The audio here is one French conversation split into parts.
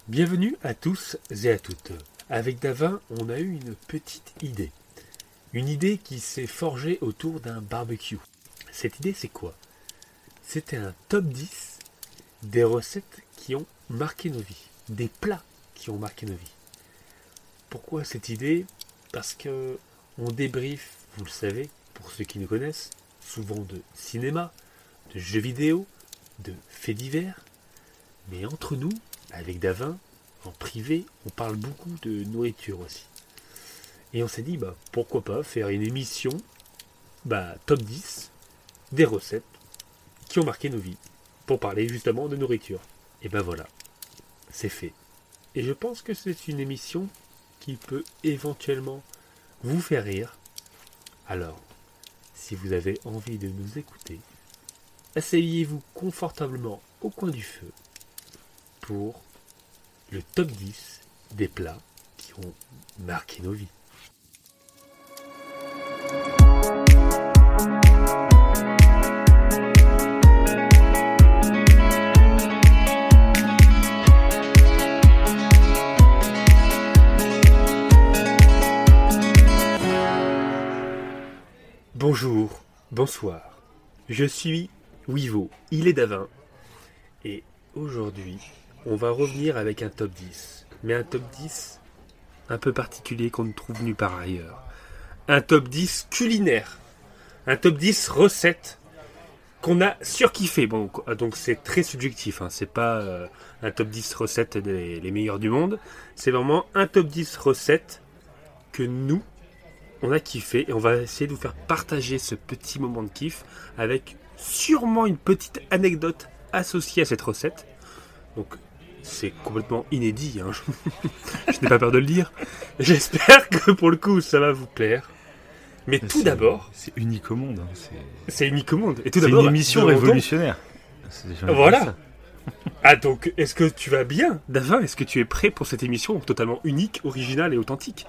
Bienvenue à tous et à toutes. Avec Davin, on a eu une petite idée. Une idée qui s'est forgée autour d'un barbecue. Cette idée, c'est quoi? C'était un top 10 des recettes qui ont marqué nos vies. Des plats qui ont marqué nos vies. Pourquoi cette idée? Parce que on débriefe, vous le savez, pour ceux qui nous connaissent, souvent de cinéma, de jeux vidéo, de faits divers. Mais entre nous, avec Davin, en privé, on parle beaucoup de nourriture aussi. Et on s'est dit, pourquoi pas faire une émission top 10 des recettes qui ont marqué nos vies, pour parler justement de nourriture. Et voilà, c'est fait. Et je pense que c'est une émission qui peut éventuellement vous faire rire. Alors, si vous avez envie de nous écouter, asseyez-vous confortablement au coin du feu pour le top 10 des plats qui ont marqué nos vies. Bonjour, bonsoir, je suis Wivo, il est Davin, et aujourd'hui, on va revenir avec un top 10, mais un top 10 un peu particulier qu'on ne trouve nulle part ailleurs. Un top 10 culinaire, un top 10 recettes qu'on a surkiffé. Bon, donc c'est très subjectif, c'est pas un top 10 recettes les meilleures du monde, c'est vraiment un top 10 recettes que nous, on a kiffé, et on va essayer de vous faire partager ce petit moment de kiff avec sûrement une petite anecdote associée à cette recette. Donc c'est complètement inédit, je n'ai pas peur de le dire. J'espère que pour le coup ça va vous plaire. Mais tout d'abord, c'est unique au monde. C'est unique au monde. Et tout c'est d'abord, une émission révolutionnaire. Voilà. Ah donc, est-ce que tu vas bien, Davin? Est-ce que tu es prêt pour cette émission totalement unique, originale et authentique?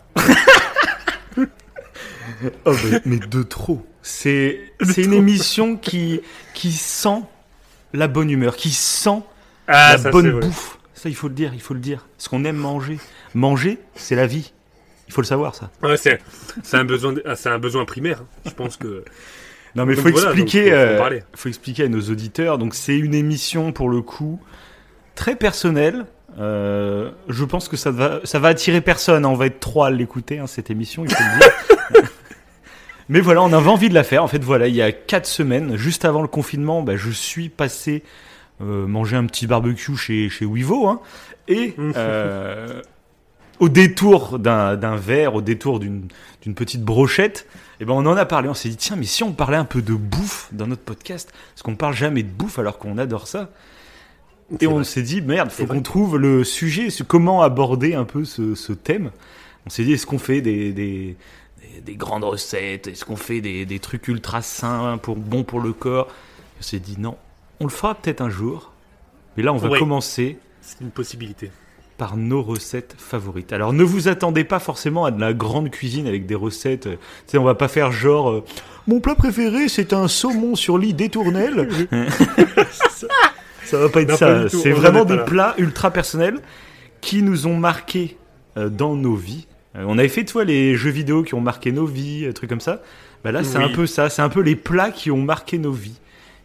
Oh mais de trop. C'est une émission qui sent la bonne humeur, qui sent la bonne bouffe. Ça, il faut le dire. Parce qu'on aime manger. Manger, c'est la vie. Il faut le savoir, ça. Ouais, c'est un besoin primaire. Je pense que... Non, mais il faut expliquer à nos auditeurs. Donc, c'est une émission, pour le coup, très personnelle. Je pense que ça va attirer personne. On va être 3 à l'écouter, cette émission, il faut le dire. Mais voilà, on avait envie de la faire. En fait, voilà, il y a 4 semaines, juste avant le confinement, je suis passé manger un petit barbecue chez Wivo. Et au détour d'un verre, au détour d'une petite brochette, on en a parlé. On s'est dit, tiens, mais si on parlait un peu de bouffe dans notre podcast, parce qu'on ne parle jamais de bouffe alors qu'on adore ça. Et on s'est dit, merde, faut qu'on trouve le sujet, comment aborder un peu ce thème. On s'est dit, est-ce qu'on fait des grandes recettes? Est-ce qu'on fait des trucs ultra sains, bons pour le corps? On s'est dit, non, on le fera peut-être un jour. Mais là, on va commencer. C'est une possibilité. Par nos recettes favorites. Alors, ne vous attendez pas forcément à de la grande cuisine avec des recettes. On va pas faire genre, mon plat préféré, c'est un saumon sur lit d'étournelle. Ça va pas être non, ça. Pas c'est vraiment des plats ultra personnels qui nous ont marqués dans nos vies. On avait fait, les jeux vidéo qui ont marqué nos vies, trucs comme ça. Là, c'est un peu ça. C'est un peu les plats qui ont marqué nos vies.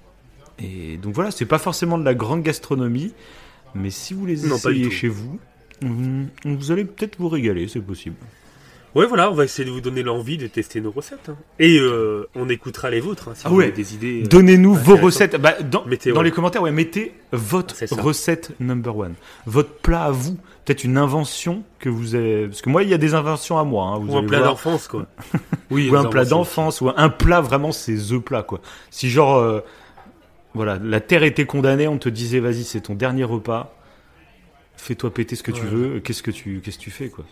Et donc voilà, c'est pas forcément de la grande gastronomie, mais si vous les essayez chez vous, vous allez peut-être vous régaler, c'est possible. Ouais, voilà, on va essayer de vous donner l'envie de tester nos recettes. Et on écoutera les vôtres, si vous avez des idées. Donnez-nous vos recettes. Dans les commentaires, mettez votre recette number one. Votre plat à vous. Peut-être une invention que vous avez... Parce que moi, il y a des inventions à moi. Ou un plat d'enfance, quoi. Oui, ou un plat d'enfance, ou un plat, vraiment, c'est the plat, quoi. Si genre... la terre était condamnée, on te disait, vas-y, c'est ton dernier repas. Fais-toi péter ce que tu veux. Qu'est-ce que tu fais, quoi?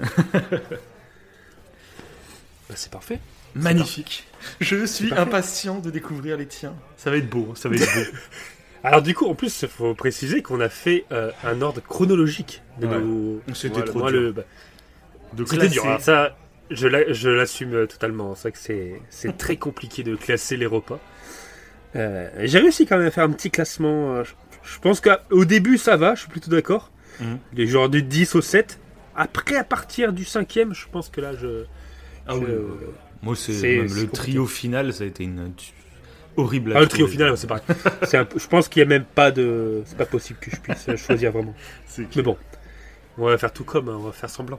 C'est parfait. Magnifique. Je suis impatient de découvrir les tiens. Ça va être beau. Alors du coup, en plus, il faut préciser qu'on a fait un ordre chronologique de nos... C'était trop dur. C'était dur. Alors ça, je l'assume totalement. C'est vrai que c'est très compliqué de classer les repas. J'ai réussi quand même à faire un petit classement. Je pense qu'au début, ça va. Je suis plutôt d'accord. Les genres du 10 au 7. Après, à partir du 5e, je pense que là, moi, c'est le trio final, ça a été une horrible. Le trio final, c'est pareil. Je pense qu'il n'y a même pas de. C'est pas possible que je puisse choisir vraiment. Mais bon, on va faire tout comme, on va faire semblant.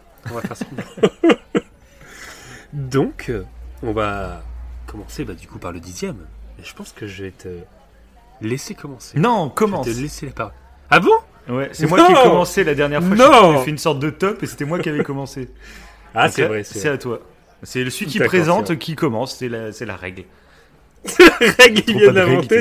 Donc, on va commencer du coup par le 10e. Et je pense que je vais te laisser commencer. Non, commence. Je vais te laisser les paroles. Ah bon? Ouais, c'est moi qui ai commencé la dernière fois. J'ai fait une sorte de top et c'était moi qui avais commencé. Ah, donc, c'est vrai. C'est à toi. C'est celui qui présente qui commence, c'est la règle. C'est la règle qu'il vient d'inventer.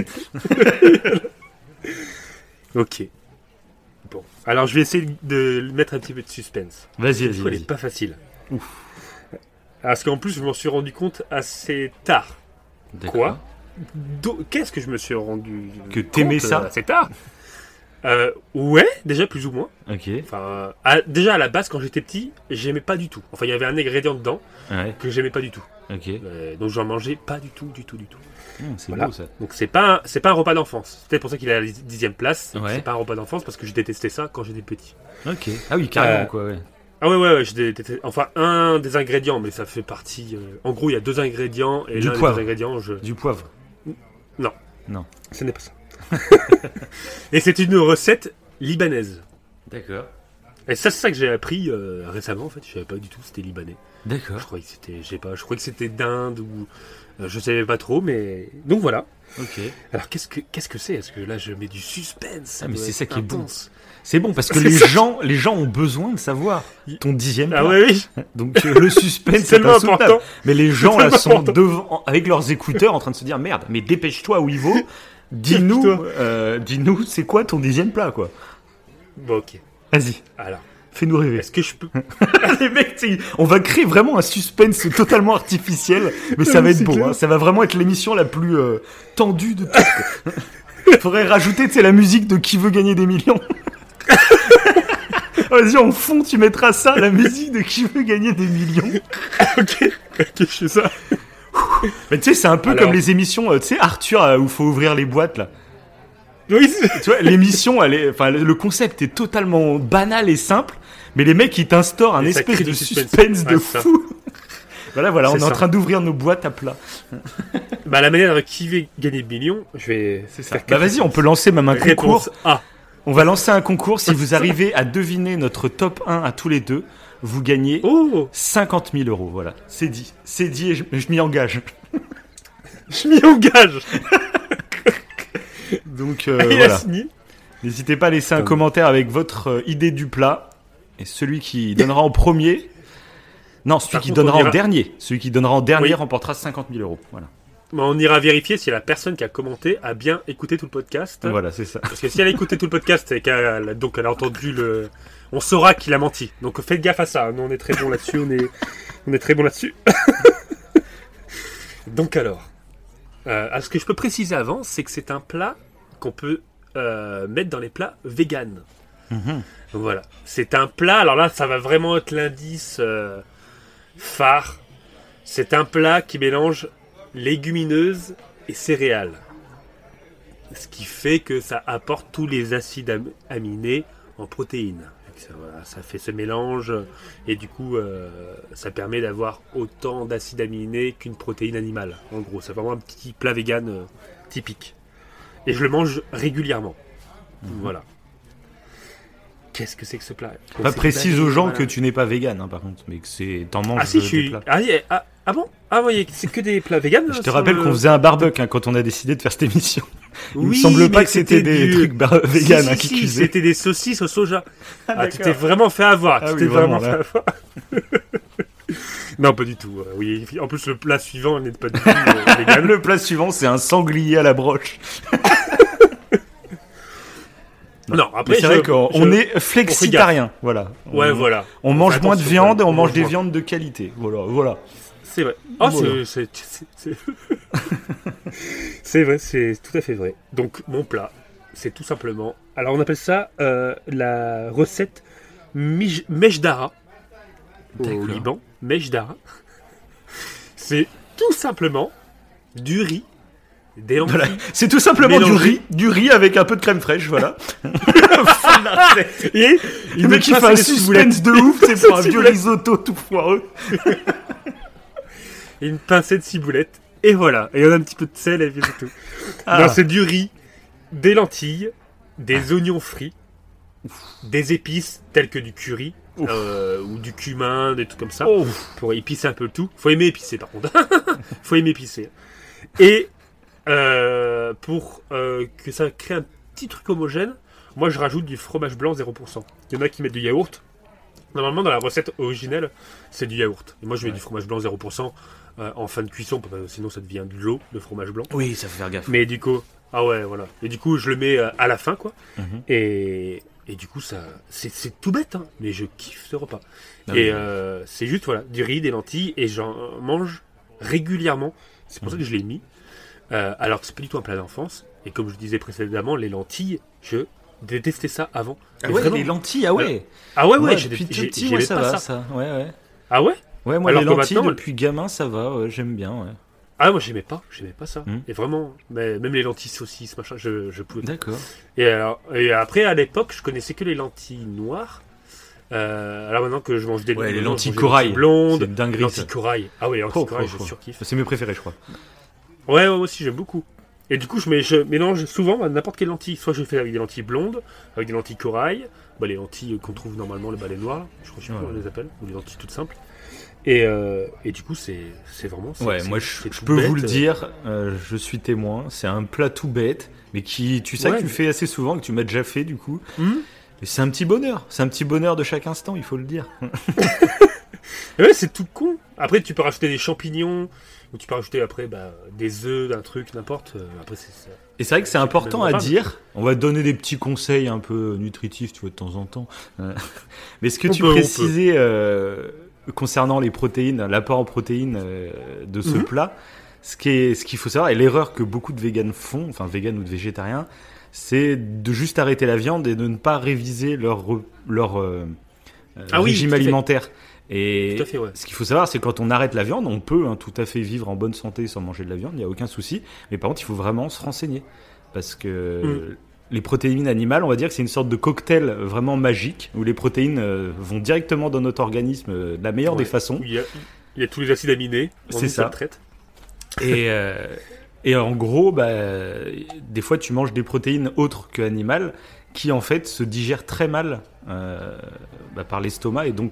Ok. Bon, alors je vais essayer de mettre un petit peu de suspense. Vas-y. Elle est pas facile. Ouf. Parce qu'en plus, je m'en suis rendu compte assez tard. D'accord. Quoi? Qu'est-ce que je me suis rendu que t'aimais ça assez tard? Ouais, déjà plus ou moins. Ok. Enfin, déjà à la base, quand j'étais petit, j'aimais pas du tout. Enfin, il y avait un ingrédient dedans que j'aimais pas du tout. Ok. Donc j'en mangeais pas du tout. C'est beau ça. Donc c'est pas un repas d'enfance. C'est peut-être pour ça qu'il est à la 10e place. Ouais. C'est pas un repas d'enfance parce que je détestais ça quand j'étais petit. Ok. Ah oui, carrément quoi. Ouais. Ah ouais, je détestais. Enfin, un des ingrédients, mais ça fait partie. En gros, il y a 2 ingrédients et l'un des 2 ingrédients, Du poivre. Non. Ce n'est pas ça. Et c'est une recette libanaise. D'accord. Et ça, c'est ça que j'ai appris récemment. En fait, je savais pas du tout que c'était libanais. D'accord. Je croyais que c'était d'Inde ou je savais pas trop, mais donc voilà. Ok. Alors qu'est-ce que c'est? Est-ce que là je mets du suspense? Mais c'est ça qui est bon. C'est bon parce que les gens ont besoin de savoir ton 10e plat. Ah oui. Donc le suspense c'est important. Mais les gens là sont devant avec leurs écouteurs en train de se dire merde. Mais dépêche-toi où il vaut. Dis-nous, c'est quoi ton 10e plat, quoi? Bon, ok. Vas-y. Alors, fais-nous rêver. Est-ce que je peux... Les mecs, on va créer vraiment un suspense totalement artificiel, mais ça va être beau. Hein. Ça va vraiment être l'émission la plus tendue de toutes. Faudrait rajouter, la musique de Qui veut gagner des millions. Vas-y, en fond, tu mettras ça, la musique de Qui veut gagner des millions. Ok, je fais ça. Mais tu sais, c'est un peu comme les émissions, tu sais, Arthur, où il faut ouvrir les boîtes, là. Oui, tu vois, l'émission, le concept est totalement banal et simple, mais les mecs, ils t'instaurent un espèce de suspense de fou. Voilà, on est en train d'ouvrir nos boîtes à plat. La manière avec Qui veut gagner des millions, je vais... C'est ça. Vas-y, on peut lancer même un concours. On va lancer un concours, si vous arrivez à deviner notre top 1 à tous les deux, vous gagnez 50 000 €, voilà. C'est dit et je m'y engage. Je m'y engage. Donc voilà. N'hésitez pas à laisser un commentaire avec votre idée du plat. Et celui qui donnera en premier... Non, celui qui donnera en dernier. Celui qui donnera en dernier remportera 50 000 €. Voilà. On ira vérifier si la personne qui a commenté a bien écouté tout le podcast. Voilà, c'est ça. Parce que si elle a écouté tout le podcast et qu'elle a entendu on saura qu'il a menti. Donc faites gaffe à ça. Nous, on est très bon là-dessus. On est très bon là-dessus. Donc alors, ce que je peux préciser avant, c'est que c'est un plat qu'on peut mettre dans les plats vegan. Mm-hmm. Voilà. C'est un plat. Alors là, ça va vraiment être l'indice phare. C'est un plat qui mélange légumineuses et céréales. Ce qui fait que ça apporte tous les acides aminés en protéines. Ça fait ce mélange et du coup ça permet d'avoir autant d'acides aminés qu'une protéine animale. En gros, c'est vraiment un petit plat vegan typique. Et je le mange régulièrement. Voilà. Qu'est-ce que c'est que ce plat? Précise aux gens que tu n'es pas vegan, hein, par contre, mais que t'en manges. Ah si, je suis. Ah bon? Ah oui, c'est que des plats vegan. Je te rappelle qu'on faisait un barbecue quand on a décidé de faire cette émission. Il me semble pas que c'était des trucs vegan qui cuisaient. C'était des saucisses au soja. Tu t'es vraiment fait avoir. Non, pas du tout. Oui, en plus le plat suivant n'est pas du tout vegan. Le plat suivant, c'est un sanglier à la broche. Non, après c'est vrai qu'on est flexitarien, voilà. Voilà. On mange moins de viande et on mange des viandes de qualité. Voilà. C'est vrai. Oh, voilà. C'est vrai, c'est tout à fait vrai. Donc mon plat, c'est tout simplement. Alors on appelle ça la recette Mejdara au Liban. Mejdara. C'est tout simplement du riz des lentilles. Voilà. C'est tout simplement du riz avec un peu de crème fraîche, voilà. Et le mec qui fait un suspense de ouf, c'est pour un vieux risotto tout foireux. Et une pincée de ciboulette. Et voilà. Et on a un petit peu de sel et puis c'est tout. Non, c'est du riz, des lentilles, des oignons frits, des épices telles que du curry ou du cumin, des trucs comme ça, pour épicer un peu le tout. Faut aimer épicer par contre. Faut aimer épicer. Et pour que ça crée un petit truc homogène, moi je rajoute du fromage blanc 0%. Il y en a qui mettent du yaourt. Normalement dans la recette originelle c'est du yaourt. Et moi je mets du fromage blanc 0% en fin de cuisson, sinon ça devient de l'eau, de fromage blanc. Oui, ça fait faire gaffe. Mais du coup, voilà. Et du coup je le mets à la fin quoi. Et du coup ça, c'est tout bête hein, mais je kiffe ce repas. C'est juste voilà, du riz, des lentilles et j'en mange régulièrement. C'est pour ça que je l'ai mis. Alors que c'est pas du tout un plat d'enfance. Et comme je disais précédemment, les lentilles, je détestais ça avant. Ah ouais, vraiment, les lentilles, ouais, depuis tout petit, moi ça va, ça. Ouais. Ah ouais? Ouais, moi alors les lentilles, depuis gamin, ça va, j'aime bien, ouais. Ah moi j'aimais pas ça. Et vraiment, mais même les lentilles saucisses, machin, je pouvais pas. D'accord. Et après, à l'époque, je connaissais que les lentilles noires. Alors maintenant que je mange des les lentilles corail blondes, c'est dinguerie, lentilles corail. Ah ouais, les lentilles corail, je surkiffe. C'est mes préférés, je crois. Ouais, moi aussi j'aime beaucoup. Et du coup, je mélange souvent n'importe quelle lentille. Soit je fais avec des lentilles blondes, avec des lentilles corail, les lentilles qu'on trouve normalement, les noires, je crois qu'on les appelle, ou les lentilles toutes simples. Et du coup, c'est vraiment. Moi je peux vous le dire, je suis témoin. C'est un plat tout bête, mais qui, tu sais, que tu fais assez souvent, que tu m'as déjà fait du coup. Et c'est un petit bonheur. C'est un petit bonheur de chaque instant, il faut le dire. Ouais, c'est tout con. Après, tu peux rajouter des champignons, ou tu peux rajouter après des œufs, d'un truc, n'importe. Après, et c'est vrai que c'est important à dire. On va te donner des petits conseils un peu nutritifs, tu vois, de temps en temps. Mais ce que tu précisais concernant les protéines, l'apport en protéines de ce plat, ce qu'il faut savoir, et l'erreur que beaucoup de véganes font, enfin véganes ou de végétariens, c'est de juste arrêter la viande et de ne pas réviser leur régime alimentaire. Et ce qu'il faut savoir, c'est que quand on arrête la viande, on peut tout à fait vivre en bonne santé sans manger de la viande, il n'y a aucun souci. Mais par contre, il faut vraiment se renseigner. Parce que les protéines animales, on va dire que c'est une sorte de cocktail vraiment magique, où les protéines vont directement dans notre organisme de la meilleure des façons. Il y a tous les acides aminés, c'est ça. Traite. Et en gros, des fois, tu manges des protéines autres que animales qui, en fait, se digèrent très mal par l'estomac. Et donc,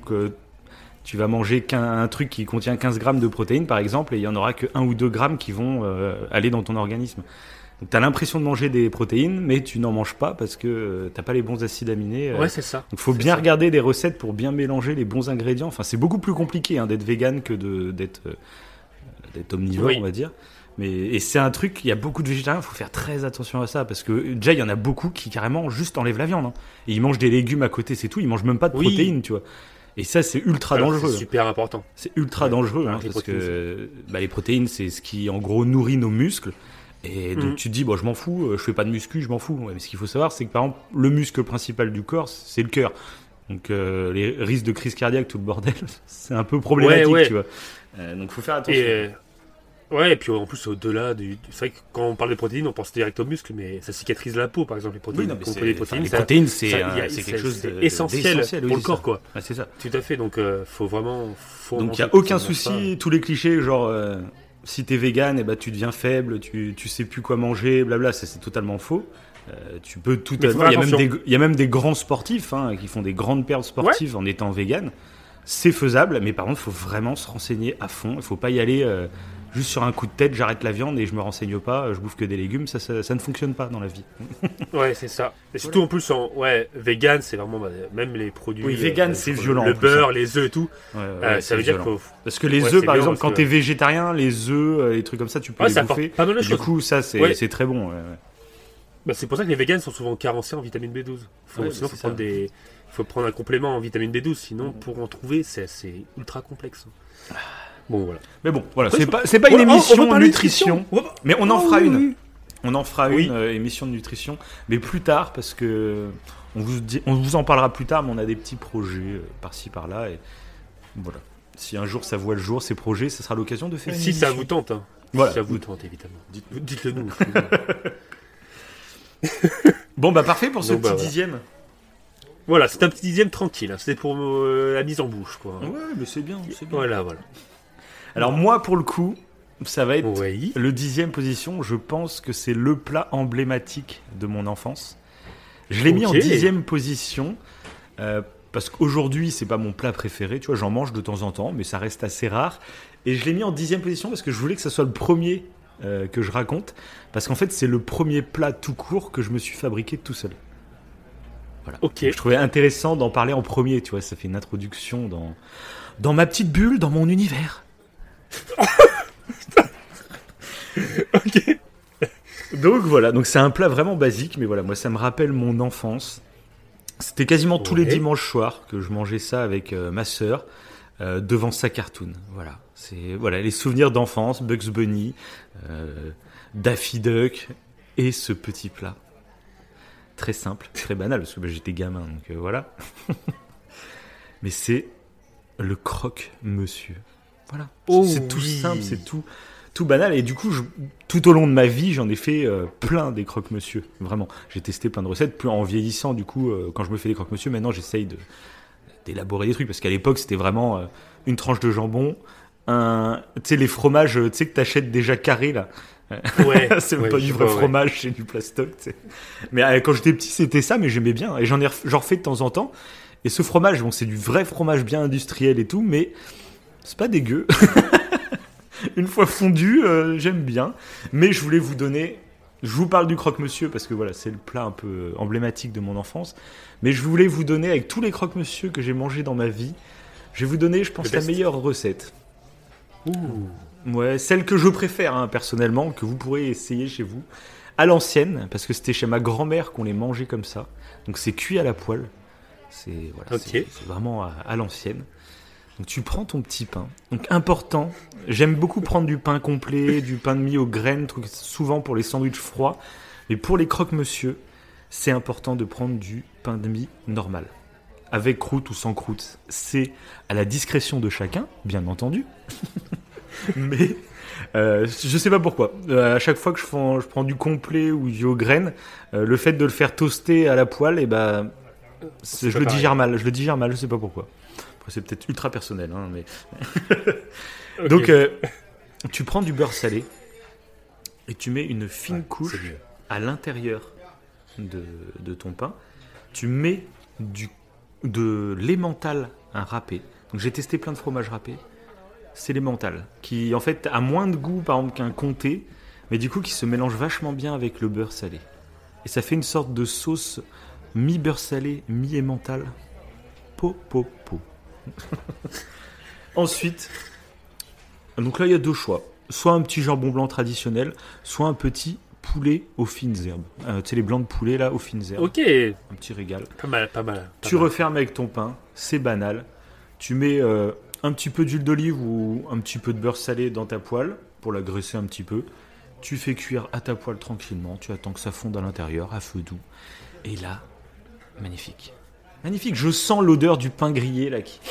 tu vas manger un truc qui contient 15 grammes de protéines, par exemple, et il n'y en aura que 1 ou 2 grammes qui vont aller dans ton organisme. Donc, tu as l'impression de manger des protéines, mais tu n'en manges pas parce que tu n'as pas les bons acides aminés. Ouais, c'est ça. Donc, il faut bien regarder des recettes pour bien mélanger les bons ingrédients. Enfin, c'est beaucoup plus compliqué d'être vegan que d'être omnivore, on va dire. Et c'est un truc, il y a beaucoup de végétariens, il faut faire très attention à ça, parce que déjà, il y en a beaucoup qui carrément juste enlèvent la viande. Et ils mangent des légumes à côté, c'est tout, ils mangent même pas de protéines, tu vois. Et ça, c'est ultra dangereux. C'est super important. C'est ultra dangereux, parce que les protéines, c'est ce qui, en gros, nourrit nos muscles. Et donc, tu te dis, je m'en fous, je fais pas de muscu, je m'en fous. Ouais, mais ce qu'il faut savoir, c'est que, par exemple, le muscle principal du corps, c'est le cœur. Donc, les risques de crise cardiaque, tout le bordel, c'est un peu problématique, tu vois. Donc, faut faire attention. Et puis en plus, au-delà c'est vrai que quand on parle de protéines, on pense direct aux muscles, mais ça cicatrise la peau, par exemple, les protéines. Les protéines, c'est quelque chose d'essentiel pour le corps, quoi. Ah, c'est ça. Tout à fait, donc faut vraiment... Donc il n'y a aucun souci, tous les clichés, genre, si t'es vegan, tu deviens faible, tu sais plus quoi manger, blabla, ça c'est totalement faux. Tu peux tout à fait... Il y a même des grands sportifs qui font des grandes pertes sportives en étant vegan. C'est faisable, mais par contre, il faut vraiment se renseigner à fond. Il ne faut pas y aller... juste sur un coup de tête, j'arrête la viande et je me renseigne pas, je bouffe que des légumes, ça ne fonctionne pas dans la vie. Ouais, c'est ça. Et surtout en plus, vegan, c'est vraiment même les produits. Oui, vegan, c'est violent. Le beurre, les œufs et tout. Ça veut dire qu'il faut. Parce que les œufs, par exemple, quand t'es végétarien, les œufs, les trucs comme ça, tu peux les bouffer. Pas mal de choses. Du coup, ça, c'est très bon. C'est pour ça que les végans sont souvent carencés en vitamine B12. Sinon, il faut prendre un complément en vitamine B12, sinon, pour en trouver, c'est ultra complexe. Bon, voilà. Mais bon, voilà, c'est pas une émission de nutrition, mais on en fera une. On en fera une émission de nutrition, mais plus tard, parce que on vous en parlera plus tard, mais on a des petits projets par-ci par-là, et voilà. Si un jour ça voit le jour, ces projets, ça sera l'occasion de faire. Si ça vous tente. Voilà. Ça vous tente, évidemment. Dites-le nous. Bon, bah parfait pour ce Donc, petit dixième. Voilà, c'est un petit dixième tranquille. Hein. C'était pour la mise en bouche, quoi. Ouais, mais c'est bien. Voilà. Alors moi, pour le coup, ça va être Oui. le 10e position. Je pense que c'est le plat emblématique de mon enfance. Je l'ai mis en 10e position parce qu'aujourd'hui, c'est pas mon plat préféré. Tu vois, j'en mange de temps en temps, mais ça reste assez rare. Et je l'ai mis en 10e position parce que je voulais que ça soit le premier que je raconte. Parce qu'en fait, c'est le premier plat tout court que je me suis fabriqué tout seul. Voilà. Ok. Je trouvais intéressant d'en parler en premier. Tu vois, ça fait une introduction dans ma petite bulle, dans mon univers. Ok. Donc voilà, donc c'est un plat vraiment basique, mais voilà, moi ça me rappelle mon enfance. C'était quasiment tous les dimanches soirs que je mangeais ça avec ma sœur devant sa cartoon. Voilà, c'est les souvenirs d'enfance, Bugs Bunny, Daffy Duck et ce petit plat. Très simple, très banal parce que j'étais gamin, donc voilà. Mais c'est le croque-monsieur. Voilà, c'est tout simple, c'est tout banal. Et du coup, tout au long de ma vie, j'en ai fait plein des croque-monsieur. Vraiment, j'ai testé plein de recettes. Plus en vieillissant, du coup, quand je me fais des croque-monsieur, maintenant j'essaye d'élaborer des trucs. Parce qu'à l'époque, c'était vraiment une tranche de jambon, tu sais, les fromages que t'achètes déjà carrés, là. Ouais, c'est même pas du vrai fromage, c'est du plastoc. T'sais. Mais quand j'étais petit, c'était ça, mais j'aimais bien. Et j'en refais de temps en temps. Et ce fromage, bon, c'est du vrai fromage bien industriel et tout, mais c'est pas dégueu. Une fois fondu, j'aime bien. Mais je voulais vous donner... Je vous parle du croque-monsieur parce que voilà, c'est le plat un peu emblématique de mon enfance. Mais je voulais vous donner, avec tous les croque-monsieur que j'ai mangés dans ma vie, je vais vous donner, je pense, la meilleure recette. Ouh. Ouais, celle que je préfère, hein, personnellement, que vous pourrez essayer chez vous. À l'ancienne, parce que c'était chez ma grand-mère qu'on les mangeait comme ça. Donc c'est cuit à la poêle. C'est vraiment à l'ancienne. Donc tu prends ton petit pain. Donc important, j'aime beaucoup prendre du pain complet, du pain de mie aux graines, souvent pour les sandwichs froids. Mais pour les croque-monsieur, c'est important de prendre du pain de mie normal. Avec croûte ou sans croûte. C'est à la discrétion de chacun, bien entendu. Mais je sais pas pourquoi. À chaque fois que je prends du complet ou du aux graines, le fait de le faire toaster à la poêle, je le digère mal. Je sais pas pourquoi. Après, c'est peut-être ultra personnel, hein, mais. Okay. Donc, tu prends du beurre salé et tu mets une fine couche à l'intérieur de ton pain. Tu mets de l'emmental râpé. Donc, j'ai testé plein de fromages râpés. C'est l'emmental qui en fait a moins de goût par exemple qu'un comté, mais du coup qui se mélange vachement bien avec le beurre salé. Et ça fait une sorte de sauce mi-beurre salé, mi-emmental. Po. Ensuite, donc là il y a deux choix. Soit un petit jambon blanc traditionnel, soit un petit poulet aux fines herbes. Tu sais les blancs de poulet là aux fines herbes. Ok. Un petit régal. Pas mal. Tu refermes avec ton pain, c'est banal. Tu mets... un petit peu d'huile d'olive ou un petit peu de beurre salé dans ta poêle pour la graisser un petit peu. Tu fais cuire à ta poêle tranquillement. Tu attends que ça fonde à l'intérieur à feu doux. Et là, magnifique. Magnifique. Je sens l'odeur du pain grillé là qui...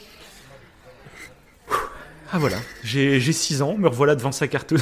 Ah voilà. J'ai 6 ans. Me revoilà devant sa cartoon.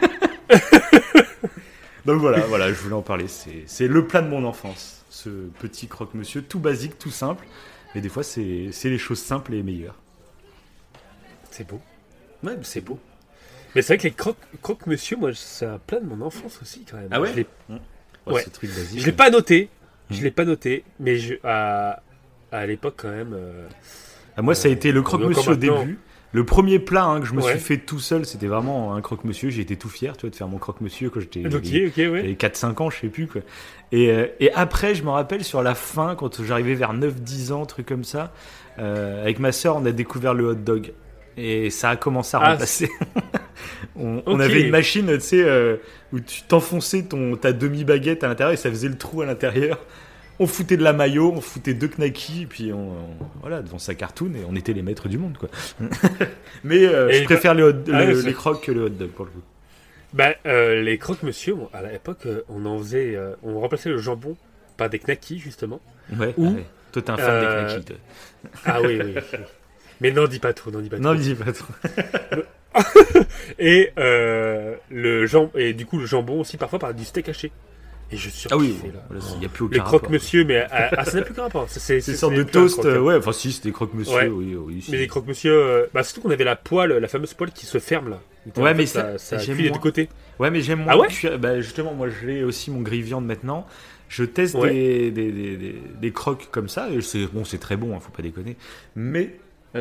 Donc voilà. Je voulais en parler. C'est le plat de mon enfance. Ce petit croque-monsieur tout basique, tout simple. Mais des fois, c'est les choses simples et les meilleures. C'est beau. Ouais, c'est beau. Mais c'est vrai que les croque-monsieur, moi, c'est un plat de mon enfance aussi, quand même. Ah ouais, ouais. Ce truc basique. Je l'ai pas noté. Mais à l'époque, quand même... moi, ça a été le croque-monsieur au début. Le premier plat que je me suis fait tout seul, c'était vraiment un croque-monsieur. J'ai été tout fier, de faire mon croque-monsieur quand j'étais... J'avais 4-5 ans, je sais plus, quoi. Et après, je me rappelle, sur la fin, quand j'arrivais vers 9-10 ans, truc comme ça, avec ma sœur, on a découvert le hot dog. Et ça a commencé à remplacer. On avait une machine, tu sais, où tu t'enfonçais ta demi-baguette à l'intérieur et ça faisait le trou à l'intérieur. On foutait de la mayo, on foutait 2 knackis, et puis devant sa cartoon, et on était les maîtres du monde, quoi. Mais je préfère les croques que le hot dog, pour le coup. Les croque-monsieur, à l'époque, on remplaçait le jambon par des knackis, justement. Ouais. Toi, t'es un fan des knackis, toi. Ah oui. Mais n'en dis pas trop, Non, dis pas trop. Et et du coup le jambon aussi parfois par du steak haché. Et je suis là. Il n'y a plus aucun les croque-monsieur, mais ça n'a plus qu'un rapport. C'est une sorte de toast, enfin si, c'est des croque-monsieur, oui. Mais des croque-monsieur, surtout qu'on avait la fameuse poêle qui se ferme là. Ouais, mais ça cuit des deux côtés. Ouais, mais j'aime moins. Ah ouais justement, moi je l'ai aussi mon grille-viande maintenant. Je teste des croques comme ça, et c'est très bon, faut pas déconner. Mais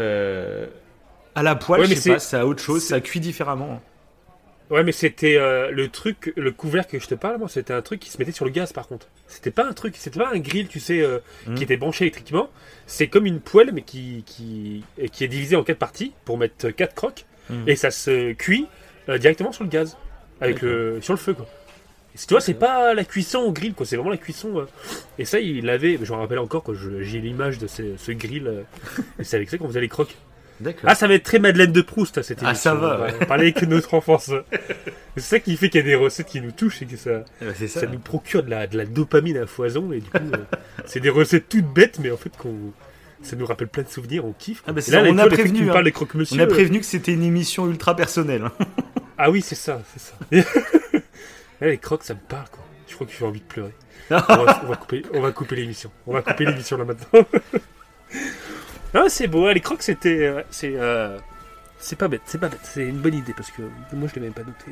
à la poêle, je sais pas, c'est autre chose, ça cuit différemment. Ouais, mais c'était le couvercle que je te parle, moi, c'était un truc qui se mettait sur le gaz par contre. C'était pas un grill, tu sais, qui était branché électriquement. C'est comme une poêle, mais qui est divisée en 4 parties pour mettre 4 croques, et ça se cuit directement sur le gaz, sur le feu, quoi. Et tu vois, c'est pas la cuisson au grill, quoi, c'est vraiment la cuisson. Et ça, il avait, je me rappelle encore quand j'ai l'image de ce grill, et c'est avec ça qu'on faisait les croques. D'accord. Ah, ça va être très Madeleine de Proust, cette émission. Ah, ça va. On va parler que de notre enfance. C'est ça qui fait qu'il y a des recettes qui nous touchent et que ça nous procure de la dopamine à foison. Et du coup, c'est des recettes toutes bêtes, mais en fait, ça nous rappelle plein de souvenirs, on kiffe. Ah, bah là, on a prévenu. Tu parles des croque-monsieur. On a prévenu que c'était une émission ultra personnelle. Ah oui, c'est ça. Là, les croques, ça me parle, quoi. Je crois que j'ai envie de pleurer. On va couper l'émission. On va couper l'émission là maintenant. Ah, c'est beau, les croques c'est pas bête, c'est une bonne idée parce que moi je l'ai même pas noté.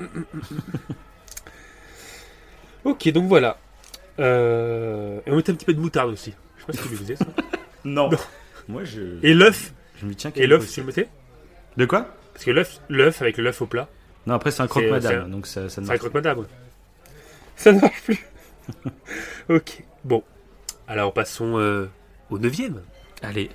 Ok, donc voilà. Et on mettait un petit peu de moutarde aussi. Je sais pas si tu le faisais ça. Non. Moi Et l'œuf. Je me tiens. Et l'œuf, tu le mettais ? De quoi ? Parce que l'œuf avec le l'œuf au plat. Non, après c'est un croque-madame, donc ça ne marche pas. C'est un croque-madame. Ça ne marche plus. Ok, bon. Alors passons au 9e. Allez.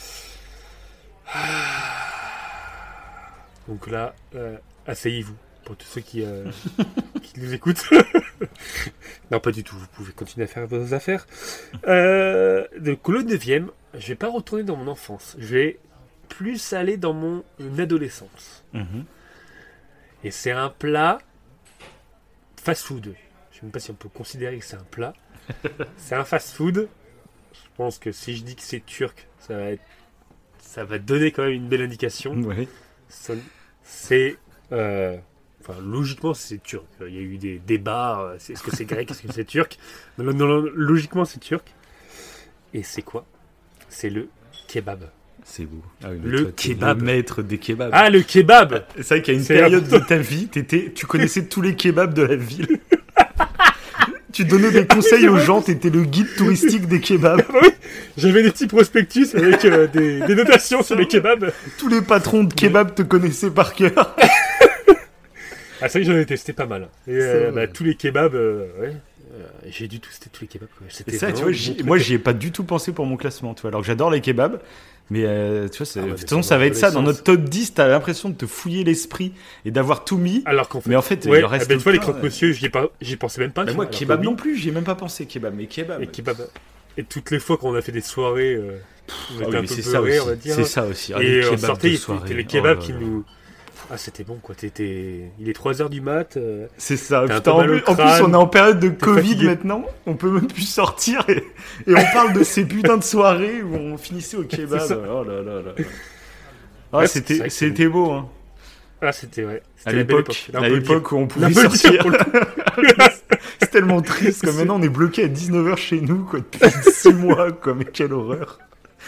Donc là, asseyez-vous pour tous ceux qui nous écoutent. Non, pas du tout, vous pouvez continuer à faire vos affaires. Donc le 9e, je vais pas retourner dans mon enfance, je vais plus aller dans mon adolescence. Et c'est un plat fast-food. Je sais même pas si on peut considérer que c'est un plat. C'est un fast-food. Je pense que si je dis que c'est turc, ça va donner quand même une belle indication. Oui. C'est... logiquement, c'est turc. Il y a eu des débats. Est-ce que c'est grec? Est-ce que c'est turc? Non, logiquement, c'est turc. Et c'est quoi? C'est le kebab. C'est beau. Ah oui, le kebab. Le maître des kebabs. Ah, le kebab. C'est vrai qu'il y a une période de ta vie, tu connaissais tous les kebabs de la ville. Tu donnais des conseils aux gens, t'étais le guide touristique des kebabs. Oui, j'avais des petits prospectus avec des notations sur les kebabs. Tous les patrons de kebabs te connaissaient par cœur. Ah, ça, j'en ai testé pas mal. Et tous les kebabs, j'ai dû tester tous les kebabs. C'était ça, tu vois, moi, j'y ai pas du tout pensé pour mon classement, tu vois. Alors que j'adore les kebabs, mais tu vois, de toute façon, ça va être ça. Dans notre top 10, t'as l'impression de te fouiller l'esprit et d'avoir tout mis. Alors qu'en fait, mais en fait, il reste. Tu vois, les croque-monsieur, j'y pensais même pas. Moi, kebab non plus, j'y ai même pas pensé, kebab. Mais kebab. Et toutes les fois qu'on a fait des soirées, on était un peu beurrés, on va dire. C'est ça aussi. Et on sortait, les kebabs qui nous. Ah, c'était bon, quoi. Il est 3h du mat. C'est ça. Putain, en plus, on est en période de Covid fatigué. Maintenant. On peut même plus sortir et on parle de ces putains de soirées où on finissait au kebab. Oh là là là. Ah, ouais, c'était beau, hein. Ah, c'était, ouais. C'était à l'époque où on pouvait sortir. C'est tellement triste, comme maintenant on est bloqué à 19h chez nous, quoi, depuis 6 mois, quoi. Mais quelle horreur.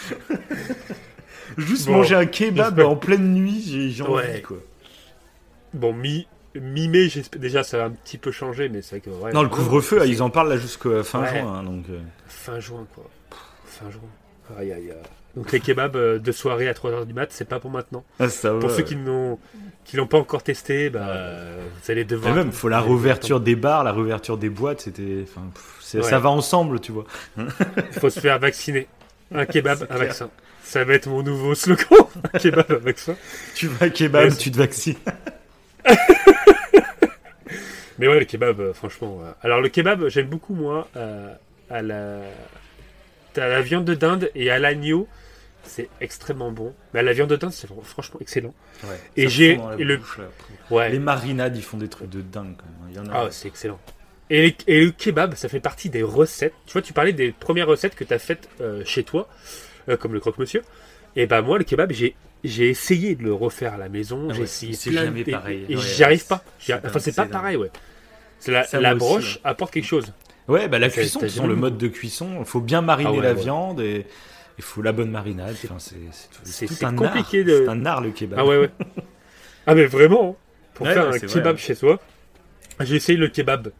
Juste manger un kebab en pleine nuit, j'ai envie, quoi. Bon, mi-mai, déjà ça a un petit peu changé, mais c'est vrai que... Ouais, non, le couvre-feu, ils en parlent là jusqu'à fin juin. Hein, donc... Fin juin, quoi. Fin juin. Aïe, aïe, aïe. Donc les kebabs de soirée à 3h du mat, c'est pas pour maintenant. Ah, ça va, pour ceux qui l'ont pas encore testé, vous allez devoir... Et même, il faut la réouverture des bars, la réouverture des boîtes, ça va ensemble, tu vois. Il faut se faire vacciner. Un kebab, un vaccin. Ça va être mon nouveau slogan. Un kebab, un vaccin. Tu vas à kebab, tu te vaccines. Mais ouais, le kebab, franchement. Alors le kebab, j'aime beaucoup moi à la viande de dinde et à l'agneau, c'est extrêmement bon. Mais à la viande de dinde, c'est franchement excellent. Ouais, et les marinades, ils font des trucs de dingue. Il y en a. Ah, c'est excellent. Et le kebab, ça fait partie des recettes. Tu vois, tu parlais des premières recettes que tu as faites chez toi, comme le croque-monsieur. Et moi, le kebab, j'ai j'ai essayé de le refaire à la maison. J'ai essayé c'est jamais pareil. Et j'y arrive pas. Enfin, c'est pas pareil, ouais. La broche aussi, apporte quelque chose. Ouais, bah la cuisson, le mode de cuisson, il faut bien mariner la viande et il faut la bonne marinade. Enfin, c'est un compliqué. C'est un art le kebab. Ah ouais. Ah mais vraiment, pour faire un kebab chez soi, j'ai essayé le kebab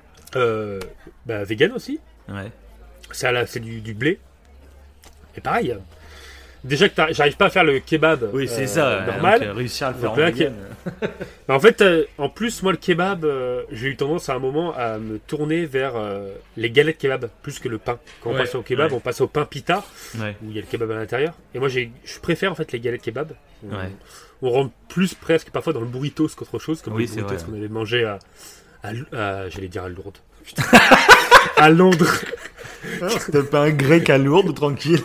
vegan aussi. Ouais. C'est du blé. Et pareil. Déjà que j'arrive pas à faire le kebab c'est ça, normal. Donc, réussir à le faire en vegan. En fait, en plus, moi, le kebab, j'ai eu tendance à un moment à me tourner vers les galettes kebab, plus que le pain. Quand on passe au kebab, on passe au pain pita, où il y a le kebab à l'intérieur. Et moi, je préfère en fait les galettes kebab. On rentre plus presque parfois dans le burritos qu'autre chose, comme le burritos qu'on avait mangé j'allais dire à Lourdes. À Londres. C'était pas un grec à Lourdes, tranquille.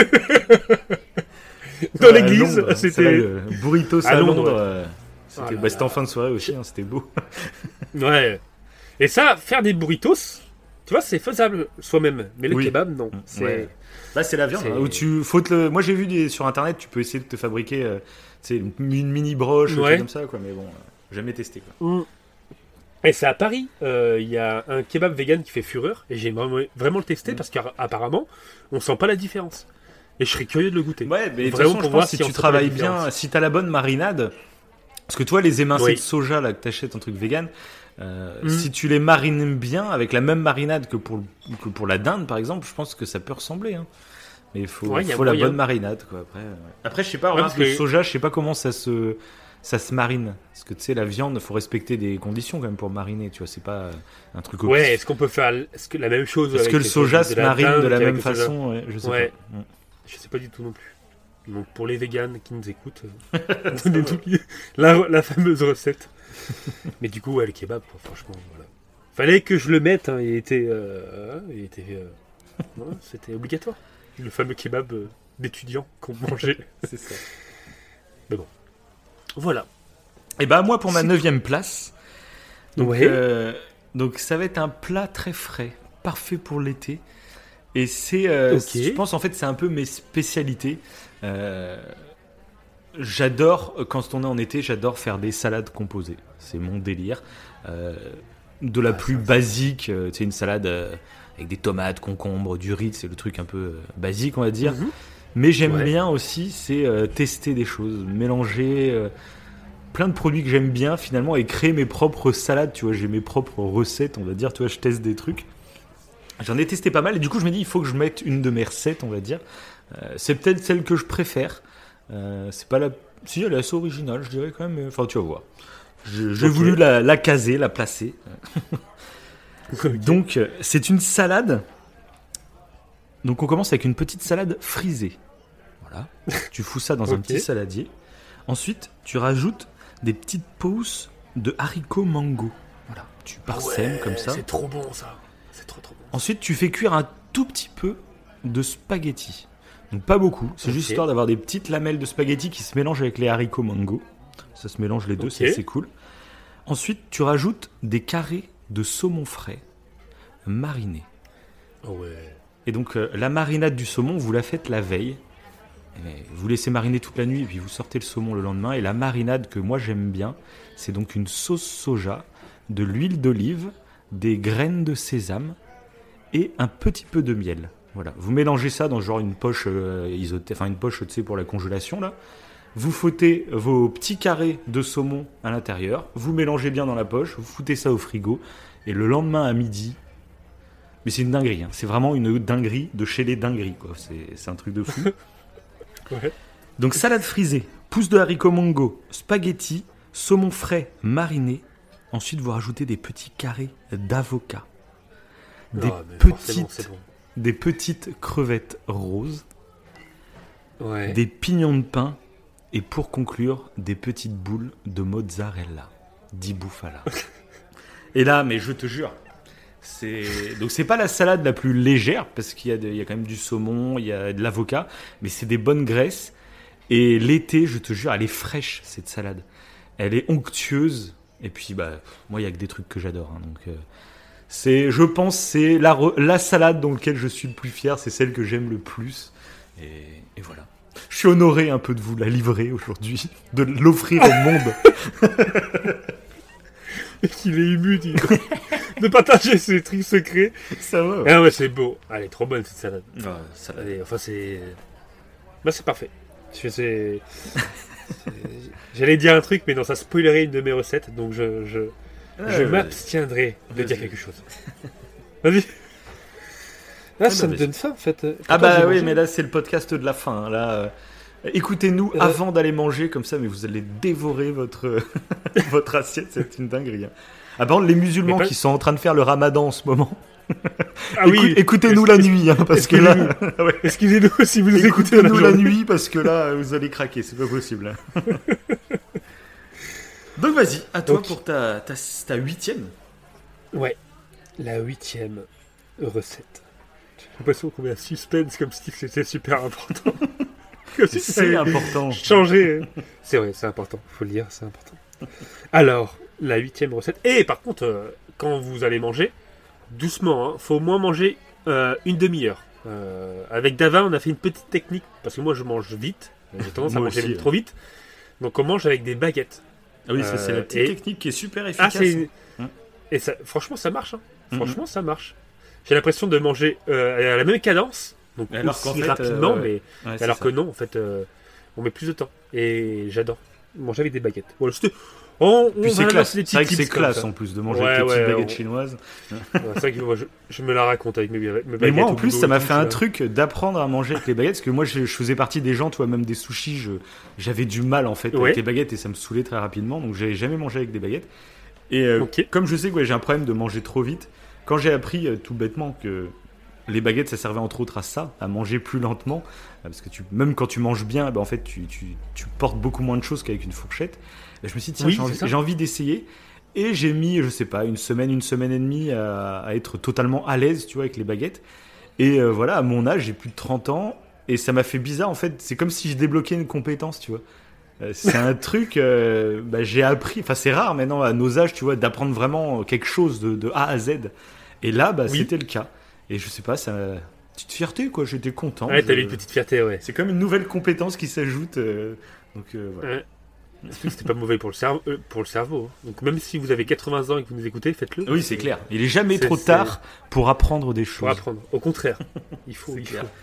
Dans l'église, c'était burritos à Londres. C'était en fin de soirée aussi, c'était beau. Ouais. Et ça, faire des burritos, tu vois, c'est faisable soi-même. Mais le kebab, non. Là, c'est la viande. Moi, j'ai vu sur internet, tu peux essayer de te fabriquer une mini broche, comme ça, quoi. Mais bon, jamais testé, quoi. Et c'est à Paris, il y a un kebab vegan qui fait fureur, et j'ai vraiment le testé parce qu'apparemment, on sent pas la différence. Et je serais curieux de le goûter. Ouais, mais vraiment pour voir si tu travailles bien, si t'as la bonne marinade, parce que toi, les émincés de soja là que t'achètes un truc vegan, si tu les marines bien avec la même marinade que pour la dinde par exemple, je pense que ça peut ressembler. Hein. Mais il faut la bonne marinade, quoi. Après, je sais pas, le soja, je sais pas comment ça se marine. Parce que tu sais, la viande, il faut respecter des conditions quand même pour mariner. Tu vois, c'est pas un truc au Ouais, est-ce qu'on peut faire la même chose Est-ce que le soja se marine de la même façon Je sais pas. Je sais pas du tout non plus. Donc pour les véganes qui nous écoutent, donnez-nous la fameuse recette. Mais du coup, le kebab, quoi, franchement, voilà. Fallait que je le mette. Hein, c'était obligatoire. Le fameux kebab d'étudiants qu'on mangeait. C'est ça. Mais bon. Voilà. Et moi pour ma 9e place. Donc ça va être un plat très frais, parfait pour l'été. Et je pense en fait c'est un peu mes spécialités. J'adore quand on est en été, j'adore faire des salades composées. C'est mon délire. De la plus basique, c'est une salade avec des tomates, concombres, du riz, c'est le truc un peu basique on va dire. Mais j'aime bien aussi, c'est tester des choses, mélanger plein de produits que j'aime bien finalement et créer mes propres salades. Tu vois, j'ai mes propres recettes, on va dire. Tu vois, je teste des trucs. J'en ai testé pas mal et du coup, je me dis, il faut que je mette une de mes recettes, on va dire. C'est peut-être celle que je préfère. C'est pas si elle est assez originale, je dirais quand même. Enfin, tu vas voir. J'ai voulu la caser, la placer. Donc, c'est une salade. Donc, on commence avec une petite salade frisée. Voilà. Tu fous ça dans un petit saladier. Ensuite, tu rajoutes des petites pousses de haricots mango. Voilà. Tu parsèmes comme ça. C'est trop bon, ça. C'est trop bon. Ensuite, tu fais cuire un tout petit peu de spaghettis. Donc, pas beaucoup. C'est juste histoire d'avoir des petites lamelles de spaghettis qui se mélangent avec les haricots mango. Ça se mélange les deux, c'est assez cool. Ensuite, tu rajoutes des carrés de saumon frais marinés. Et donc, la marinade du saumon, vous la faites la veille. Vous laissez mariner toute la nuit et puis vous sortez le saumon le lendemain. Et la marinade que moi j'aime bien, c'est donc une sauce soja, de l'huile d'olive, des graines de sésame et un petit peu de miel. Voilà. Vous mélangez ça dans genre une poche une poche, tu sais, pour la congélation là. Vous foutez vos petits carrés de saumon à l'intérieur, vous mélangez bien dans la poche, vous foutez ça au frigo et le lendemain à midi. Mais c'est une dinguerie, hein. C'est vraiment une dinguerie de chez les dingueries, quoi. C'est un truc de fou. Donc salade frisée, pousses de haricots mango, spaghettis, saumon frais mariné. Ensuite, vous rajoutez des petits carrés d'avocat, des petites crevettes roses, des pignons de pain et pour conclure, des petites boules de mozzarella di bufala. Et là, mais je te jure, donc c'est pas la salade la plus légère parce qu'il y a quand même du saumon, il y a de l'avocat, mais c'est des bonnes graisses. Et l'été, je te jure, elle est fraîche cette salade. Elle est onctueuse. Et puis moi il y a que des trucs que j'adore. Hein, donc je pense c'est la salade dans laquelle je suis le plus fier, c'est celle que j'aime le plus. Et voilà. Je suis honoré un peu de vous la livrer aujourd'hui, de l'offrir au monde. Il est ému de partager ses trucs secrets. Ça va. Ah ouais, c'est beau. Elle est trop bonne cette salade. Ouais, Allez, enfin, c'est. Bah, c'est parfait. J'allais dire un truc, mais non, ça spoilerait une de mes recettes, donc je m'abstiendrai de dire quelque chose. Vas-y. Là, ça me donne faim, en fait. Ah bah oui, mais là, c'est le podcast de la fin. Là, écoutez-nous avant d'aller manger, comme ça, mais vous allez dévorer votre assiette, c'est une dinguerie. Ah, par contre, les musulmans qui sont en train de faire le ramadan en ce moment, écoutez-nous la nuit, parce que là... Excusez-nous si vous nous écoutez Écoutez-nous la nuit, parce que là, vous allez craquer, c'est pas possible. Donc vas-y, à toi pour ta 8e. Ouais, la 8e recette. J'ai l'impression qu'on met un suspense comme si c'était super important. Comme si c'est important. Changer. C'est vrai, c'est important. Faut le dire, c'est important. Alors, la 8e recette. Et par contre, quand vous allez manger, doucement, hein, faut au moins manger une demi-heure. Avec Dava, on a fait une petite technique parce que moi je mange vite. J'ai tendance à manger trop vite. Donc on mange avec des baguettes. Ah oui, ça c'est la petite technique qui est super efficace. Et ça, franchement, ça marche. Hein. Franchement, ça marche. J'ai l'impression de manger à la même cadence, donc alors aussi rapidement, mais alors que non, en fait, on met plus de temps. Et j'adore manger avec des baguettes. Voilà, puis c'est classe. C'est vrai que c'est classe en plus de manger avec des petites baguettes chinoises. C'est vrai que moi, je me la raconte avec mes baguettes. Mais moi, en plus, ça m'a fait un truc d'apprendre à manger avec les baguettes, parce que moi, je faisais partie des gens, toi, même des sushis, j'avais du mal en fait avec les baguettes et ça me saoulait très rapidement, donc j'avais jamais mangé avec des baguettes. Et comme je sais que j'ai un problème de manger trop vite, quand j'ai appris tout bêtement que les baguettes, ça servait entre autres à ça, à manger plus lentement, parce que même quand tu manges bien, en fait, tu portes beaucoup moins de choses qu'avec une fourchette. Je me suis dit, tiens, j'ai envie d'essayer. Et j'ai mis, je sais pas, une semaine et demie à être totalement à l'aise, tu vois, avec les baguettes. Et voilà, à mon âge, j'ai plus de 30 ans, et ça m'a fait bizarre, en fait. C'est comme si je débloquais une compétence, tu vois. C'est un truc, j'ai appris, enfin c'est rare maintenant à nos âges, tu vois, d'apprendre vraiment quelque chose de A à Z. Et là, c'était le cas. Et je sais pas, ça, petite fierté quoi, j'étais content. Ouais, t'avais une petite fierté, ouais. C'est comme une nouvelle compétence qui s'ajoute. Donc voilà. C'était pas mauvais pour le cerveau. Donc même si vous avez 80 ans et que vous nous écoutez, faites-le. Oui, c'est clair. Il est jamais trop tard pour apprendre des choses. Pour apprendre. Au contraire, il faut.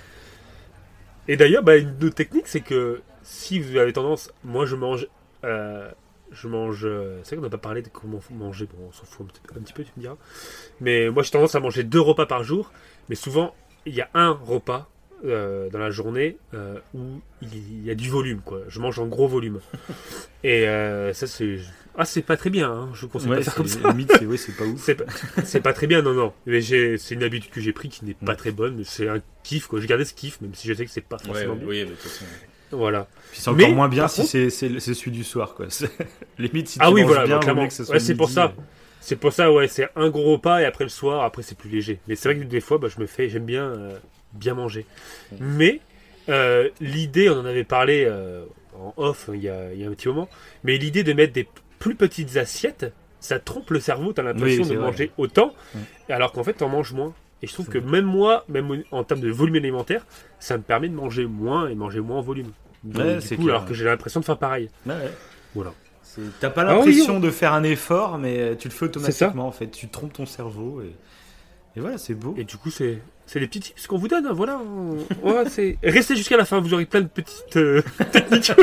Et d'ailleurs, une autre technique, c'est que si vous avez tendance, moi je mange, c'est vrai qu'on n'a pas parlé de comment manger, bon on s'en fout un petit peu, tu me diras, mais moi j'ai tendance à manger 2 repas par jour, mais souvent il y a un repas dans la journée où il y a du volume, quoi. Je mange en gros volume, et ça c'est pas très bien, hein. Je conseille pas de faire comme ça. Limite, c'est pas ouf. C'est pas très bien, non, mais c'est une habitude que j'ai pris qui n'est pas très bonne, mais c'est un kiff, quoi. J'ai gardé ce kiff, même si je sais que c'est pas forcément bien. Oui, mais de toute façon. Voilà. Puis c'est encore moins bien si c'est celui du soir, quoi. Limite si tu manges bien, clairement. C'est pour ça. C'est pour ça, c'est un gros repas et après le soir, après c'est plus léger. Mais c'est vrai que des fois, j'aime bien manger. Mais l'idée, on en avait parlé en off il y a un petit moment, mais l'idée de mettre des plus petites assiettes, ça trompe le cerveau. T'as l'impression de manger autant, alors qu'en fait, t'en manges moins. Et je trouve que même moi, même en termes de volume alimentaire, ça me permet de manger moins et manger moins en volume. Donc, du coup, alors que j'ai l'impression de faire pareil. Voilà. T'as pas l'impression de faire un effort, mais tu le fais automatiquement en fait. Tu trompes ton cerveau et voilà, c'est beau. Et du coup, c'est des petits tips qu'on vous donne. Hein, voilà. Restez jusqu'à la fin, vous aurez plein de petites techniques.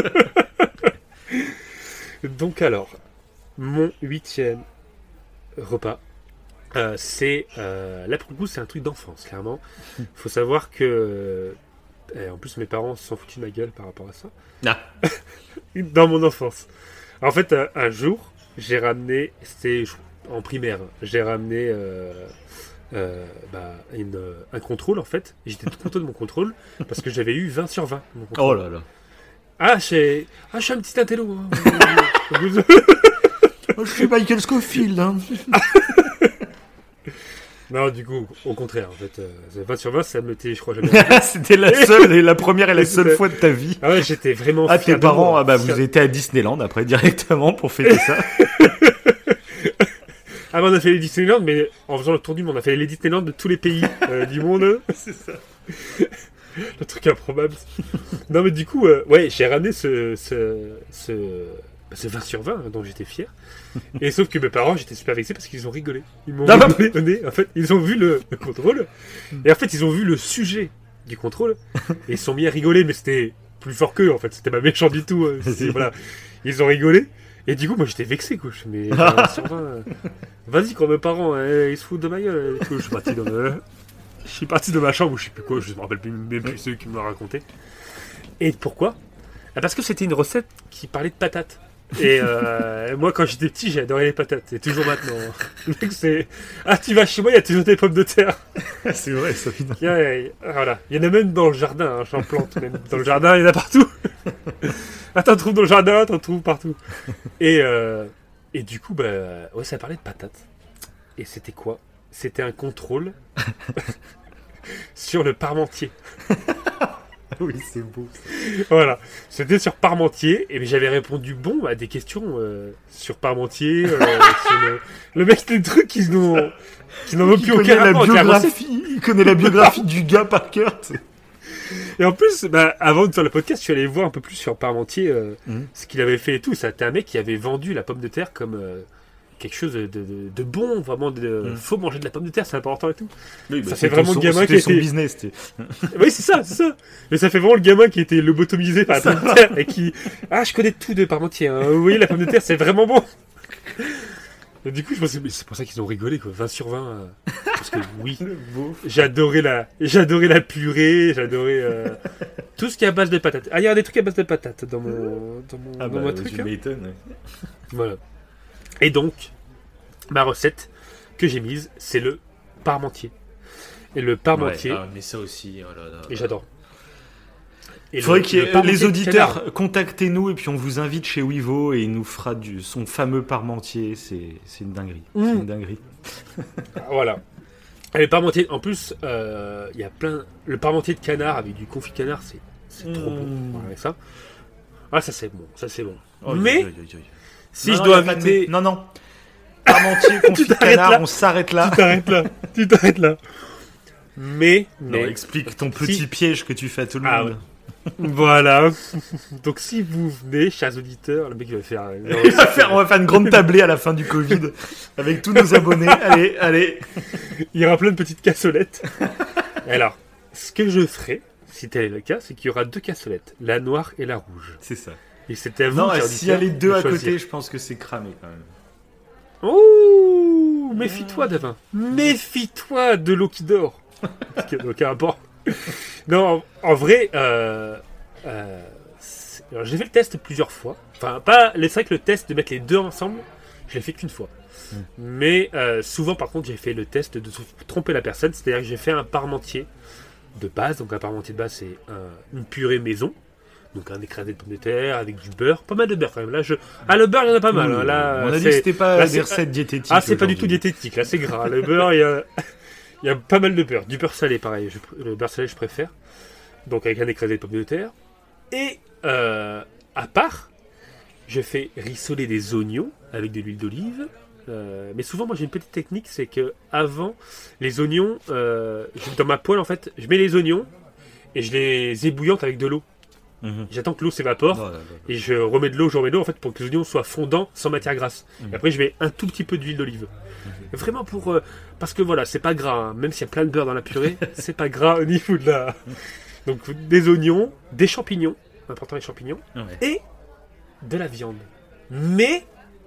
Donc alors, mon 8e repas. C'est là pour le coup c'est un truc d'enfance clairement. Faut savoir que en plus mes parents s'en foutent de ma gueule par rapport à ça. Dans mon enfance. En fait un jour j'ai ramené, c'était en primaire, j'ai ramené un contrôle en fait. Et j'étais tout content de mon contrôle parce que j'avais eu 20 sur 20. Oh là là. Je suis un petit intello. Hein. Je suis Michael Scofield. Hein. Non, du coup, au contraire, en fait, 20 sur 20, ça me t'est, je crois, jamais. C'était la première et la seule fois de ta vie. Ah ouais, j'étais vraiment fier. Tes parents, vous étiez à Disneyland après directement pour fêter ça. On a fait les Disneyland, mais en faisant le tour du monde, on a fait les Disneyland de tous les pays du monde. C'est ça. Le truc improbable. Non, mais du coup, ouais, j'ai ramené ce 20 sur 20 dont j'étais fier. Et sauf que mes parents, j'étais super vexé parce qu'ils ont rigolé. Ils m'ont rigolé au nez. En fait, ils ont vu le contrôle. Et en fait, ils ont vu le sujet du contrôle. Et ils se sont mis à rigoler, mais c'était plus fort qu'eux, en fait. C'était pas méchant du tout. Voilà. Ils ont rigolé. Et du coup, moi, j'étais vexé, quoi. Je me suis dit, mais 20 sur 20, vas-y, quand mes parents, ils se foutent de ma gueule. Du coup, je suis parti de ma chambre, ou je sais plus quoi, je me rappelle même plus ceux qui me l'ont raconté. Et pourquoi ? Parce que c'était une recette qui parlait de patates. Et moi, quand j'étais petit, j'ai adoré les patates. Et toujours maintenant. Le mec, c'est... Ah, tu vas chez moi, il y a toujours des pommes de terre. C'est vrai, ça finit. Voilà. Il y en a même dans le jardin, j'en plante. Même dans le jardin, il y en a partout. Ah, t'en trouves dans le jardin, t'en trouves partout. Et du coup, ouais, ça parlait de patates. Et c'était quoi ? C'était un contrôle sur le Parmentier. Oui, c'est beau. Voilà, c'était sur Parmentier et j'avais répondu bon à des questions sur Parmentier. Le mec, c'était des trucs qui n'ont plus aucun rapport avec la recette. Il connaît la biographie du gars par cœur. Et en plus, avant de faire le podcast, je suis allé voir un peu plus sur Parmentier ce qu'il avait fait et tout. C'était un mec qui avait vendu la pomme de terre comme quelque chose de bon, vraiment. Faut manger de la pomme de terre, c'est important et tout. Oui, ça fait vraiment le gamin qui était... son business. Oui, c'est ça. Mais ça fait vraiment le gamin qui était lobotomisé par la pomme de terre et qui... Ah, je connais tout de Parmentier. Hein. Vous voyez, la pomme de terre, c'est vraiment bon. Et du coup, je pensais, mais c'est pour ça qu'ils ont rigolé, quoi. 20 sur 20. Parce que oui, j'adorais la purée, j'adorais tout ce qui est à base de patates. Ah, il y a des trucs à base de patates dans mon truc. Tu m'étonnes. Ouais. Voilà. Et donc, ma recette que j'ai mise, c'est le Parmentier. Et le Parmentier... Ouais, mais ça aussi, oh là là. Et j'adore. Il faudrait que les auditeurs, contactez-nous et puis on vous invite chez Wivo et il nous fera son fameux Parmentier. C'est une dinguerie. C'est une dinguerie. Voilà. Et le Parmentier, en plus, il y a plein... Le Parmentier de canard avec du confit de canard, c'est trop bon. Avec ça. Ah, ça c'est bon. Oh, mais... Si je dois inviter... Non. Parmentier, confit de canard, on s'arrête là. Tu t'arrêtes là. Mais... explique ton petit piège que tu fais à tout le monde. Ouais. Voilà. Donc si vous venez, chers auditeurs, le mec il va faire... On va faire une grande tablée à la fin du Covid avec tous nos abonnés. Allez. Il y aura plein de petites cassolettes. Alors, ce que je ferai, si tel est le cas, c'est qu'il y aura 2 cassolettes, la noire et la rouge. C'est ça. Et c'était à vous. Non, s'il y a les 2 à côté, je pense que c'est cramé quand même. Ouh, méfie-toi, Davin. Méfie-toi de l'eau qui dort. Parce qu'il n'y a aucun rapport. Non, en vrai, alors, j'ai fait le test plusieurs fois. Enfin, c'est vrai que le test de mettre les 2 ensemble, je l'ai fait qu'une fois. Mais souvent, par contre, j'ai fait le test de tromper la personne. C'est-à-dire que j'ai fait un parmentier de base. Donc, un parmentier de base, c'est une purée maison. Donc un écrasé de pommes de terre avec du beurre, pas mal de beurre quand même. Là, le beurre, il y en a pas mal. Là, on a dit que c'était pas des recettes diététiques. Ah, c'est pas du tout diététique. Là, c'est gras. Le beurre, il y a pas mal de beurre. Du beurre salé, pareil. Le beurre salé, je préfère. Donc avec un écrasé de pommes de terre. Et à part, je fais rissoler des oignons avec de l'huile d'olive. Mais souvent, moi, j'ai une petite technique, c'est que avant les oignons, dans ma poêle, en fait, je mets les oignons et je les ébouillante avec de l'eau. J'attends que l'eau s'évapore et je remets de l'eau en fait pour que les oignons soient fondants sans matière grasse. Et après je mets un tout petit peu d'huile d'olive. Vraiment parce que voilà, c'est pas gras, hein. Même s'il y a plein de beurre dans la purée, c'est pas gras au niveau de la... Donc des oignons, des champignons, important les champignons, et de la viande. Mais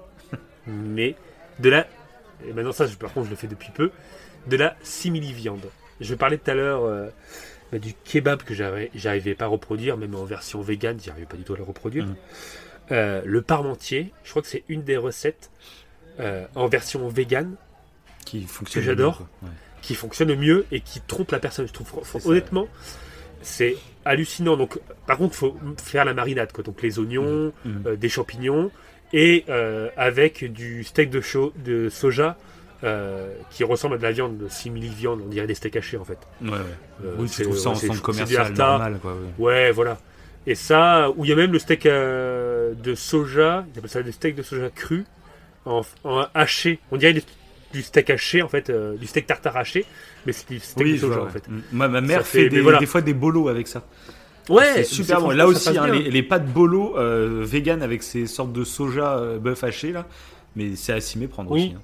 de la... Et maintenant ça, par contre je le fais depuis peu, de la simili-viande. Je parlais tout à l'heure... du kebab que j'arrivais pas à reproduire, même en version vegan, j'arrivais pas du tout à le reproduire. Le Parmentier, je crois que c'est une des recettes en version vegan que j'adore, qui fonctionne le mieux et qui trompe la personne. Je trouve honnêtement, c'est hallucinant. Donc, par contre, faut faire la marinade, quoi. Donc les oignons, des champignons et avec du steak de soja. Qui ressemble à de la viande, de simili-viande, on dirait des steaks hachés en fait. Oui, tu trouves ça en centre commercial normal, quoi. Ouais, voilà. Et ça, où il y a même le steak de soja, ils appellent ça des steaks de soja crus, en haché. On dirait du steak haché en fait, du steak tartare haché, mais c'est du steak de soja en fait. Ma mère fait des fois des bolos avec ça. Ouais, c'est super bon. Là aussi, les pâtes bolo vegan avec ces sortes de soja bœuf haché là, mais c'est à s'y méprendre aussi.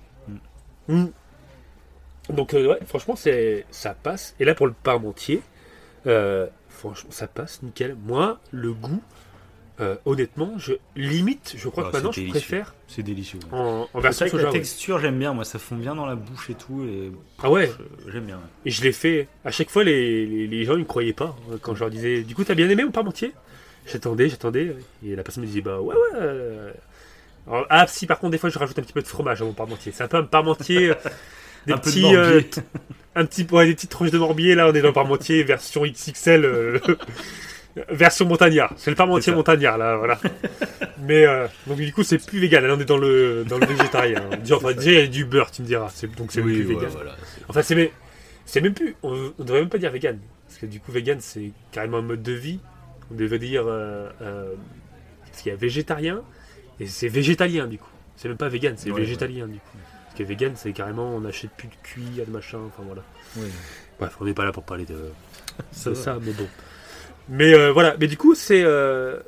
Donc franchement ça passe. Et là pour le parmentier, franchement ça passe nickel. Moi le goût, honnêtement, je crois que maintenant je préfère. C'est délicieux. En version soja. La texture j'aime bien, moi ça fond bien dans la bouche et tout. Et... Ah ouais. J'aime bien. Ouais. Et je l'ai fait. À chaque fois les gens ils me croyaient pas quand je leur disais. Du coup t'as bien aimé mon parmentier? J'attendais et la personne me disait bah ouais. Alors, si par contre des fois je rajoute un petit peu de fromage à mon parmentier. C'est un peu un parmentier. Des petits, des petites tranches de morbier. Là on est dans le parmentier version XXL. Version montagnard, c'est le parmentier montagnard là, voilà. Mais donc du coup c'est plus vegan, là on est dans le végétarien. Enfin déjà il y a du beurre, tu me diras, donc c'est plus vegan. Voilà, enfin c'est même plus, on devrait même pas dire vegan, parce que du coup vegan c'est carrément un mode de vie. On devrait dire parce qu'il y a végétarien et c'est végétalien du coup. C'est même pas vegan, c'est végétalien du coup. Parce que vegan c'est carrément on achète plus de cuit, de machin, enfin voilà. Bref, on n'est pas là pour parler de ça, mais bon. Mais voilà, mais du coup c'est ouais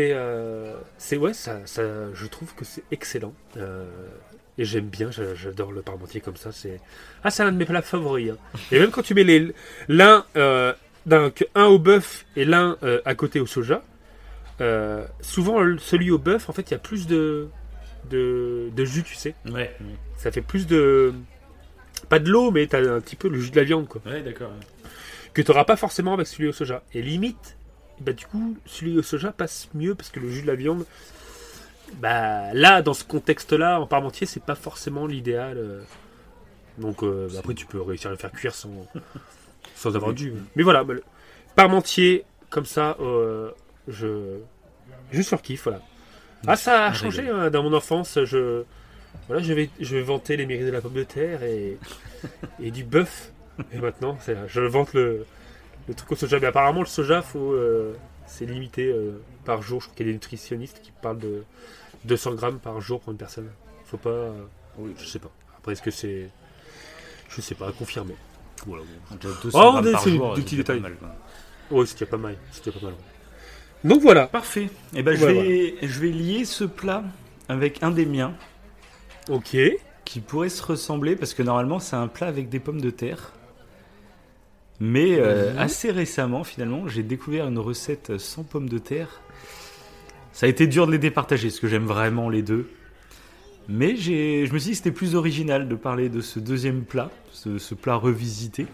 ça je trouve que c'est excellent et j'aime bien, j'adore le parmentier comme ça, c'est un de mes plats favoris hein. Et même quand tu mets l'un au bœuf et l'un à côté au soja, souvent celui au bœuf en fait il y a plus de jus, tu sais. Ça fait plus de pas de l'eau mais t'as un petit peu le jus de la viande quoi. D'accord. Que tu n'auras pas forcément avec celui au soja. Et limite, du coup, celui au soja passe mieux parce que le jus de la viande, là, dans ce contexte-là, en parmentier, c'est pas forcément l'idéal. Donc, après, tu peux réussir à le faire cuire sans avoir de jus. Mais voilà, le parmentier, comme ça, je surkiffe, voilà. Ça a changé dans mon enfance. Je vais vanter les mérites de la pomme de terre et du bœuf. Et maintenant, je vante le truc au soja. Mais apparemment, le soja, c'est limité par jour. Je crois qu'il y a des nutritionnistes qui parlent de 200 grammes par jour pour une personne. Faut pas. Je sais pas. Après, est-ce que c'est. Je sais pas, à confirmer. Voilà. Bon. 200 grammes par jour, des petits détails. Oui, c'était pas mal. Ouais. Donc voilà. Parfait. Et je vais lier ce plat avec un des miens. Ok. Qui pourrait se ressembler, parce que normalement, c'est un plat avec des pommes de terre. Mais assez récemment, finalement, j'ai découvert une recette sans pommes de terre. Ça a été dur de les départager, parce que j'aime vraiment les deux. Mais je me suis dit que c'était plus original de parler de ce deuxième plat, ce plat revisité.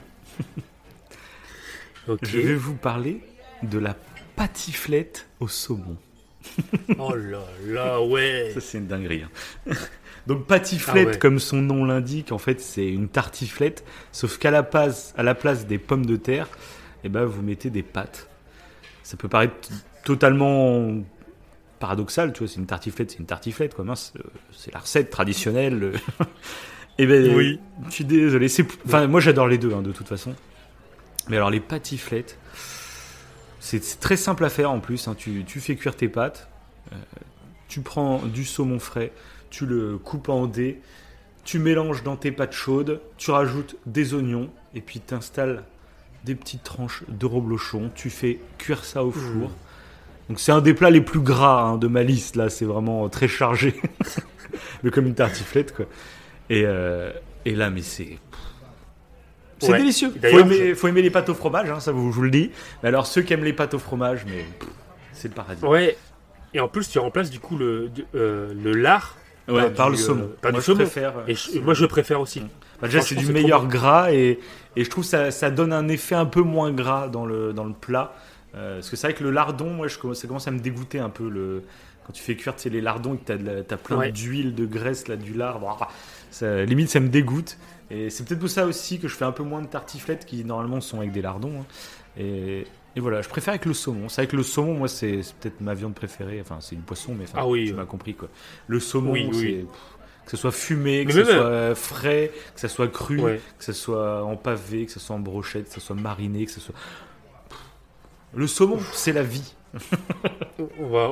Je vais vous parler de la pâtiflette au saumon. Oh là là, ouais. Ça, c'est une dinguerie. Donc pâtiflette, comme son nom l'indique, en fait c'est une tartiflette, sauf qu'à la place des pommes de terre, vous mettez des pâtes. Ça peut paraître totalement paradoxal, tu vois, c'est une tartiflette quoi. Mince, c'est la recette traditionnelle. Oui. Je suis désolé. Moi j'adore les deux de toute façon. Mais alors les pâtiflettes, c'est très simple à faire en plus. Tu fais cuire tes pâtes, tu prends du saumon frais. Tu le coupes en dés, tu mélanges dans tes pâtes chaudes, tu rajoutes des oignons et puis tu installes des petites tranches de reblochon. Tu fais cuire ça au four. Donc c'est un des plats les plus gras de ma liste, là, c'est vraiment très chargé. Mais comme une tartiflette, quoi. Et là, mais c'est délicieux. Faut aimer les pâtes au fromage, ça je vous le dis. Mais alors ceux qui aiment les pâtes au fromage, mais c'est le paradis. Ouais. Et en plus, tu remplaces du coup le lard. Par le saumon. Moi, je préfère aussi. Déjà, c'est du meilleur gras et je trouve ça donne un effet un peu moins gras dans le plat. Parce que c'est vrai que le lardon, moi, ça commence à me dégoûter un peu. Quand tu fais cuire les lardons et que t'as plein d'huile, de graisse, du lard, limite ça me dégoûte. Et c'est peut-être pour ça aussi que je fais un peu moins de tartiflettes qui normalement sont avec des lardons. Et voilà, je préfère avec le saumon. C'est vrai que le saumon, moi, c'est peut-être ma viande préférée. Enfin, c'est du poisson, mais tu m'as compris, quoi. Le saumon, c'est que ce soit fumé, que ce soit frais, que ce soit cru, que ce soit en pavé, que ce soit en brochette, que ce soit mariné, que ce soit... Le saumon, c'est la vie.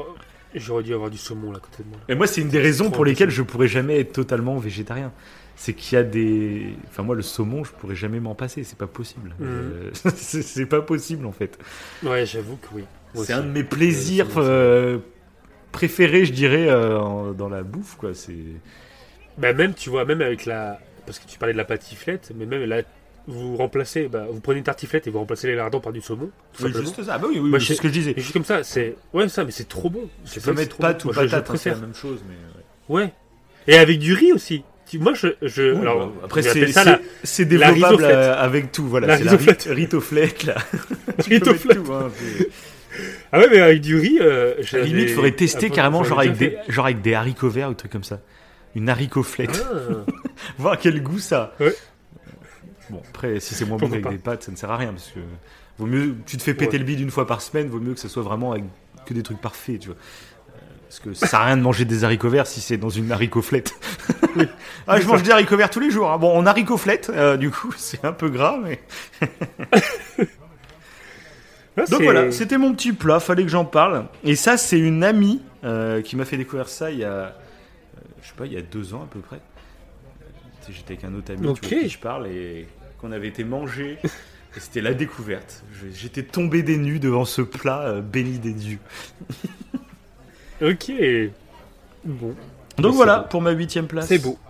J'aurais dû avoir du saumon là à côté de moi. Et moi, c'est une des raisons pour lesquelles je pourrais jamais être totalement végétarien. C'est qu'il y a des... Enfin, moi, le saumon, je pourrais jamais m'en passer. C'est pas possible. C'est pas possible, en fait. Ouais, j'avoue que oui. C'est un de mes plaisirs préférés, je dirais, dans la bouffe, quoi. C'est... Bah, même, tu vois, même avec la... Parce que tu parlais de la patiflette, mais même là, vous remplacez... vous prenez une tartiflette et vous remplacez les lardons par du saumon. Oui, juste ça. Bah oui, moi, c'est ce que je disais. Et juste comme ça, c'est... Ouais, ça, mais c'est trop bon. Tu peux mettre pâte ou patate, c'est la même chose, mais... Ouais. Et avec du riz aussi. Moi, alors, après, c'est développable avec tout. Voilà, c'est la ritoflette, là. Ritoflette. Ah ouais, mais avec du riz... à la limite, il faudrait tester carrément, genre avec des haricots verts ou trucs comme ça. Une haricot-flette. Voir quel goût ça. Ouais. Bon, après, si c'est moins bon qu'avec des pâtes, ça ne sert à rien. Parce que vaut mieux, tu te fais péter le bide une fois par semaine, vaut mieux que ça soit vraiment avec que des trucs parfaits, tu vois. Parce que ça sert à rien de manger des haricots verts si c'est dans une haricot-flette. Oui. Je mange des haricots verts tous les jours. Hein. Bon, en haricot-flette, du coup, c'est un peu gras, mais... Donc voilà, c'était mon petit plat, fallait que j'en parle. Et ça, c'est une amie qui m'a fait découvrir ça il y a... je sais pas, il y a 2 ans à peu près. J'étais avec un autre ami avec qui je parle et qu'on avait été manger. Et c'était la découverte. J'étais tombé des nues devant ce plat béni des dieux. Ok. Bon. Donc voilà, pour ma 8e place. C'est beau.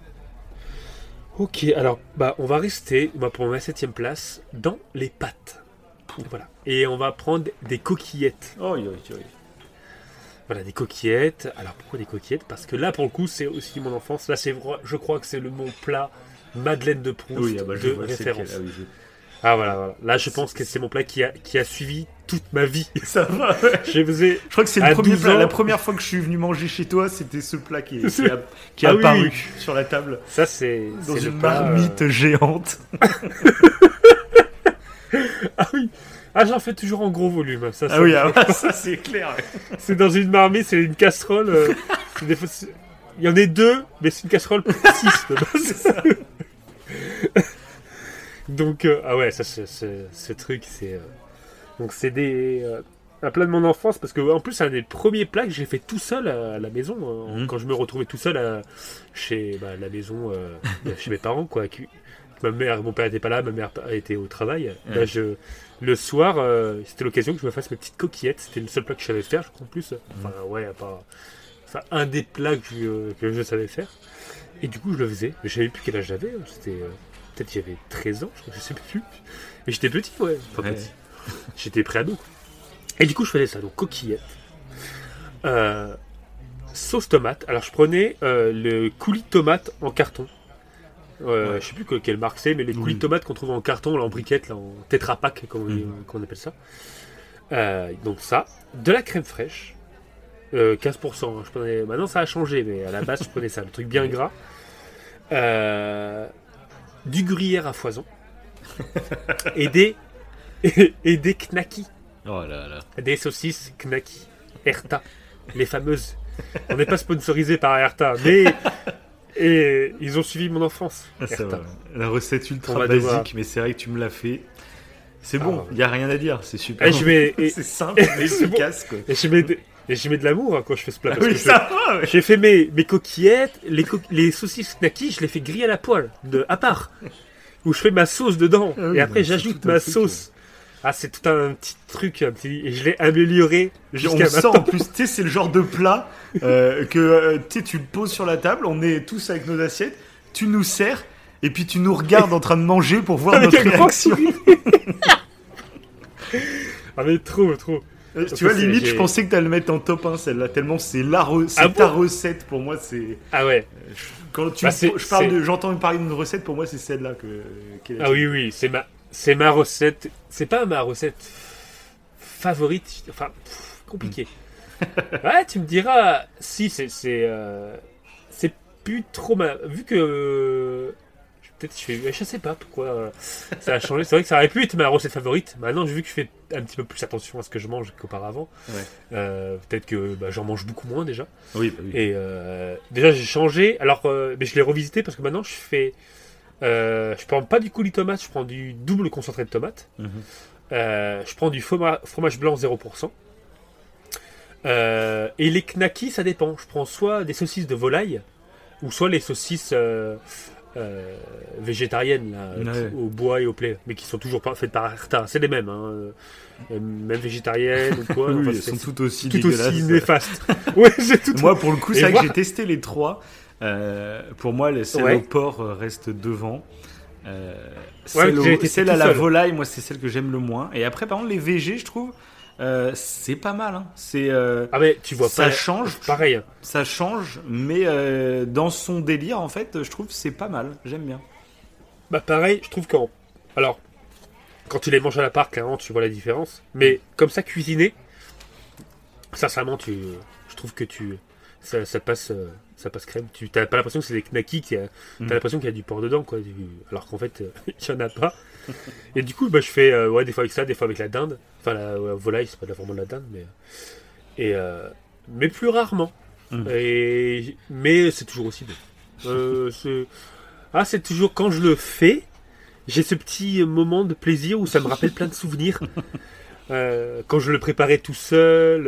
Ok, alors, on va rester pour ma 7e place dans les pâtes. Voilà. Et on va prendre des coquillettes. Voilà, des coquillettes. Alors, pourquoi des coquillettes ? Parce que là, pour le coup, c'est aussi mon enfance. Là, je crois que c'est mon plat Madeleine de Proust de référence. Ah voilà. Là, je pense que c'est mon plat qui a suivi toute ma vie. Ça va, ouais. Je crois que c'est le premier plat. La première fois que je suis venu manger chez toi, c'était ce plat qui a apparu sur la table. Ça, c'est dans une marmite géante. Ah oui. Ah, j'en fais toujours en gros volume. Ça, ça c'est clair. C'est dans une marmite, c'est une casserole. Il y en a 2, mais c'est une casserole pour 6. C'est ça. Donc, ça, ce truc, c'est... Donc, c'est un plat de mon enfance, parce que en plus, c'est un des premiers plats que j'ai fait tout seul à la maison, quand je me retrouvais tout seul chez la maison, chez mes parents, quoi. Mon père n'était pas là, ma mère était au travail. Le soir, c'était l'occasion que je me fasse mes petites coquillettes. C'était le seul plat que je savais faire, je crois, en plus. Un des plats que je savais faire. Et du coup, je le faisais. Mais je savais plus quel âge j'avais. C'était... Peut-être qu'il y avait 13 ans, je sais plus. Mais j'étais petit, ouais. Petit. J'étais pré-ado, quoi. Et du coup, je faisais ça. Donc, coquillettes. Sauce tomate. Alors, je prenais le coulis de tomate en carton. Je sais plus quelle marque c'est, mais les coulis de tomates qu'on trouve en carton, là, en briquette, là, en Tetra Pak, comme on appelle ça. Donc, ça. De la crème fraîche. 15%. Je prenais... Maintenant, ça a changé, mais à la base, je prenais ça. Le truc bien gras. Du gruyère à foison et des knackis. Oh là là. Des saucisses knackis. Erta, les fameuses. On n'est pas sponsorisé par Erta, mais ils ont suivi mon enfance. La recette ultra basique, mais c'est vrai que tu me l'as fait. C'est bon, il n'y a rien à dire, c'est super. C'est simple, mais efficace, quoi. Et je mets de l'amour quand je fais ce plat. Parce j'ai fait mes coquillettes, les saucisses knackis, je les fais griller à la poêle, à part. Où je fais ma sauce dedans. Et après, j'ajoute ma sauce. C'est tout un petit truc. Et je l'ai amélioré jusqu'à maintenant. On sent, en plus, tu sais, c'est le genre de plat que tu le poses sur la table, on est tous avec nos assiettes, tu nous sers, et puis tu nous regardes en train de manger pour voir notre réaction. Mais trop. Tu vois, limite, je pensais que tu allais le mettre en top 1, celle-là, tellement c'est ta recette, pour moi, c'est... Ah ouais. Quand j'entends parler d'une recette, pour moi, c'est celle-là oui, c'est ma recette. C'est pas ma recette favorite, enfin, compliqué. Ouais, tu me diras, si, c'est plus trop vu que... je sais pas pourquoi ça a changé. C'est vrai que ça aurait pu être ma recette favorite. Maintenant, vu que je fais un petit peu plus attention à ce que je mange qu'auparavant, peut-être que j'en mange beaucoup moins déjà. Oui. Et déjà, j'ai changé. Alors, mais je l'ai revisité parce que maintenant, je prends pas du coulis de tomate, je prends du double concentré de tomate. Je prends du fromage blanc 0%. Et les knackis, ça dépend. Je prends soit des saucisses de volaille, ou soit les saucisses végétariennes là, au bois et au blé, mais qui sont toujours pas faites par Arta. C'est les mêmes, hein. Même végétariennes ou quoi. Oui, elles sont tout aussi néfastes. Ouais, moi, pour le coup, c'est vrai que j'ai testé les trois. Pour moi, celle au porc reste devant. Celle à la volaille, moi, c'est celle que j'aime le moins. Et après, par contre, les végés, je trouve. C'est pas mal, hein. Mais tu vois, ça change, pareil. Ça change, mais dans son délire, en fait, je trouve que c'est pas mal. J'aime bien. Bah pareil, je trouve quand tu les manges à la part, clairement, tu vois la différence. Mais comme ça, cuisiné, sincèrement, je trouve que ça passe crème. Tu n'as pas l'impression que c'est des knackis, t'as l'impression qu'il y a du porc dedans, quoi. Alors qu'en fait, il n'y en a pas. Et du coup, je fais des fois avec ça, des fois avec la dinde. Enfin, la volaille, c'est pas vraiment de la dinde, mais plus rarement. Mais c'est toujours aussi bon. C'est toujours quand je le fais, j'ai ce petit moment de plaisir où ça me rappelle plein de souvenirs. Quand je le préparais tout seul,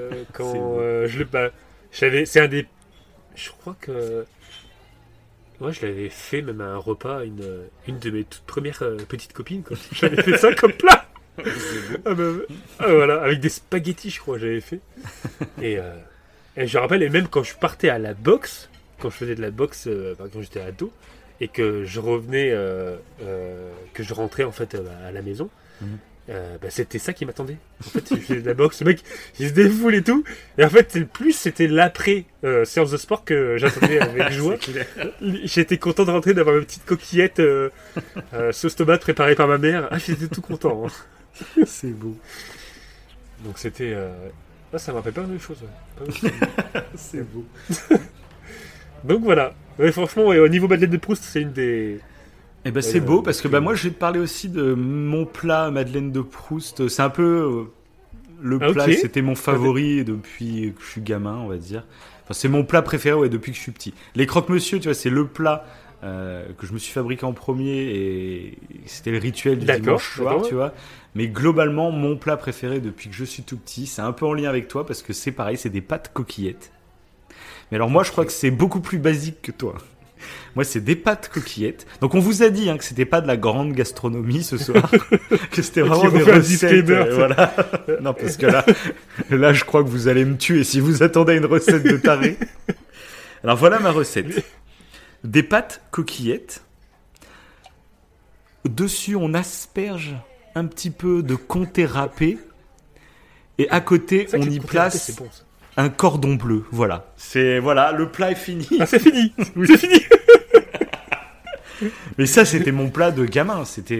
c'est un des. Je crois que. Moi, je l'avais fait même à un repas, une de mes toutes premières petites copines, quoi. J'avais fait ça comme plat. Voilà, avec des spaghettis, je crois, j'avais fait. Et je rappelle, et même quand je partais à la boxe, quand je faisais de la boxe, quand j'étais ado, et que je revenais, que je rentrais en fait à la maison. C'était ça qui m'attendait. En fait, je faisais de la boxe, le mec il se défoule et tout. Et en fait, c'était l'après séance de sport que j'attendais avec joie. J'étais content de rentrer, d'avoir une petite coquillette sauce tomate préparée par ma mère. J'étais tout content. Hein. C'est beau. Donc c'était. Ça me rappelle pas mal de choses. Ouais. C'est beau. Donc voilà. Ouais, franchement, au niveau Madeleine de Proust, c'est une des. C'est beau parce que moi je vais te parler aussi de mon plat Madeleine de Proust. C'est un peu le plat, c'était mon favori depuis que je suis gamin, on va dire. Enfin, c'est mon plat préféré depuis que je suis petit. Les croque-monsieur, tu vois, c'est le plat que je me suis fabriqué en premier et c'était le rituel du dimanche soir, tu vois. Mais globalement, mon plat préféré depuis que je suis tout petit, c'est un peu en lien avec toi parce que c'est pareil, c'est des pâtes coquillettes. Mais alors moi, je crois que c'est beaucoup plus basique que toi. Moi, c'est des pâtes coquillettes. Donc, on vous a dit que c'était pas de la grande gastronomie ce soir, que c'était vraiment des recettes. Voilà. Non, parce que là, je crois que vous allez me tuer si vous attendez une recette de taré. Alors, voilà ma recette. Des pâtes coquillettes. Dessus, on asperge un petit peu de comté râpé. Et à côté, on y place un cordon bleu. Voilà. Le plat est fini. C'est fini. C'est fini. Mais ça, c'était mon plat de gamin. C'était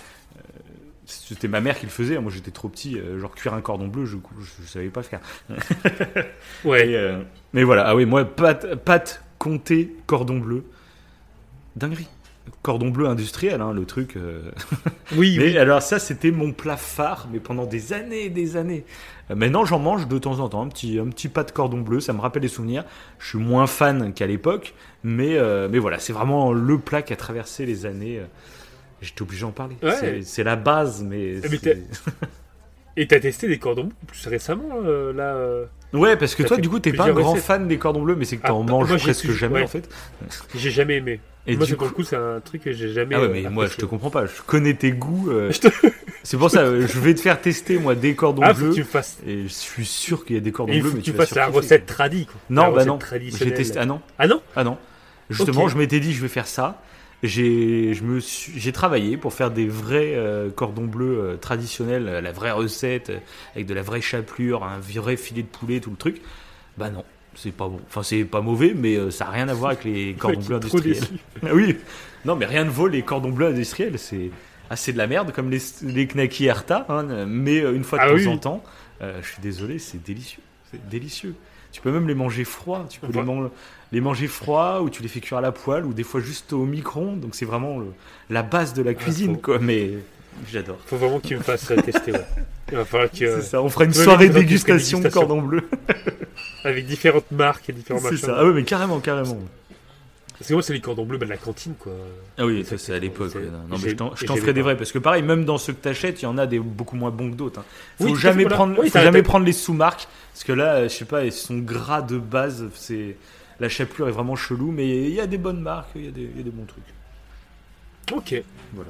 ma mère qui le faisait. Moi, j'étais trop petit. Genre, cuire un cordon bleu, je savais pas faire. Ouais. Mais voilà. Ah oui, moi, pâte comté, cordon bleu. Dinguerie. Cordon bleu industriel, hein, le truc. Oui, mais alors ça, c'était mon plat phare, mais pendant des années et des années. Maintenant, j'en mange de temps en temps, un petit pâte cordon bleu, ça me rappelle des souvenirs. Je suis moins fan qu'à l'époque, mais voilà, c'est vraiment le plat qui a traversé les années. J'étais obligé d'en parler. Ouais. C'est la base, mais Et t'as testé des cordons bleus plus récemment, là Ouais, parce que toi, du coup, t'es pas un grand fan des cordons bleus, mais c'est que t'en manges presque jamais, en fait. J'ai jamais aimé. Et moi, pour le coup, c'est un truc que j'ai jamais. Ah ouais, mais moi, je te comprends pas. Je connais tes goûts. C'est pour ça, je vais te faire tester, moi, des cordons bleus. Faut que tu fasses. Et je suis sûr qu'il y a des cordons bleus, mais faut que tu fasses la recette tradie, quoi. Non, non. J'ai testé. Ah non. Ah non. Ah non. Justement, je m'étais dit, je vais faire ça. J'ai travaillé pour faire des vrais cordons bleus traditionnels, la vraie recette, avec de la vraie chapelure, un vrai filet de poulet, tout le truc. Bah non, c'est pas bon. Enfin, c'est pas mauvais, mais ça n'a rien à voir avec les cordons bleus industriels. Oui, non, mais rien ne vaut les cordons bleus industriels. C'est de la merde, comme les knackis Arta, hein, mais une fois de temps en temps, je suis désolé, c'est délicieux. C'est délicieux. Tu peux même les manger froids. Tu peux les manger froids, ou tu les fais cuire à la poêle, ou des fois juste au micro-ondes. Donc c'est vraiment la base de la cuisine, quoi. Mais j'adore. Faut vraiment que tu me fasses tester. Ouais. Il va falloir que. C'est ça. On fera une soirée dégustation de cordon bleu avec différentes marques et différents machins. C'est ça. Ah ouais, mais carrément. Parce que moi, c'est les cordons bleus de la cantine, quoi. Ah oui, ça c'est à l'époque. Non, mais je t'en ferai des vrais, parce que pareil, même dans ceux que t'achètes, il y en a des beaucoup moins bons que d'autres. Faut jamais prendre les sous-marques, parce que là, je sais pas, ils sont gras de base. La chapelure est vraiment chelou, mais il y a des bonnes marques, il y a des bons trucs. Ok. Voilà.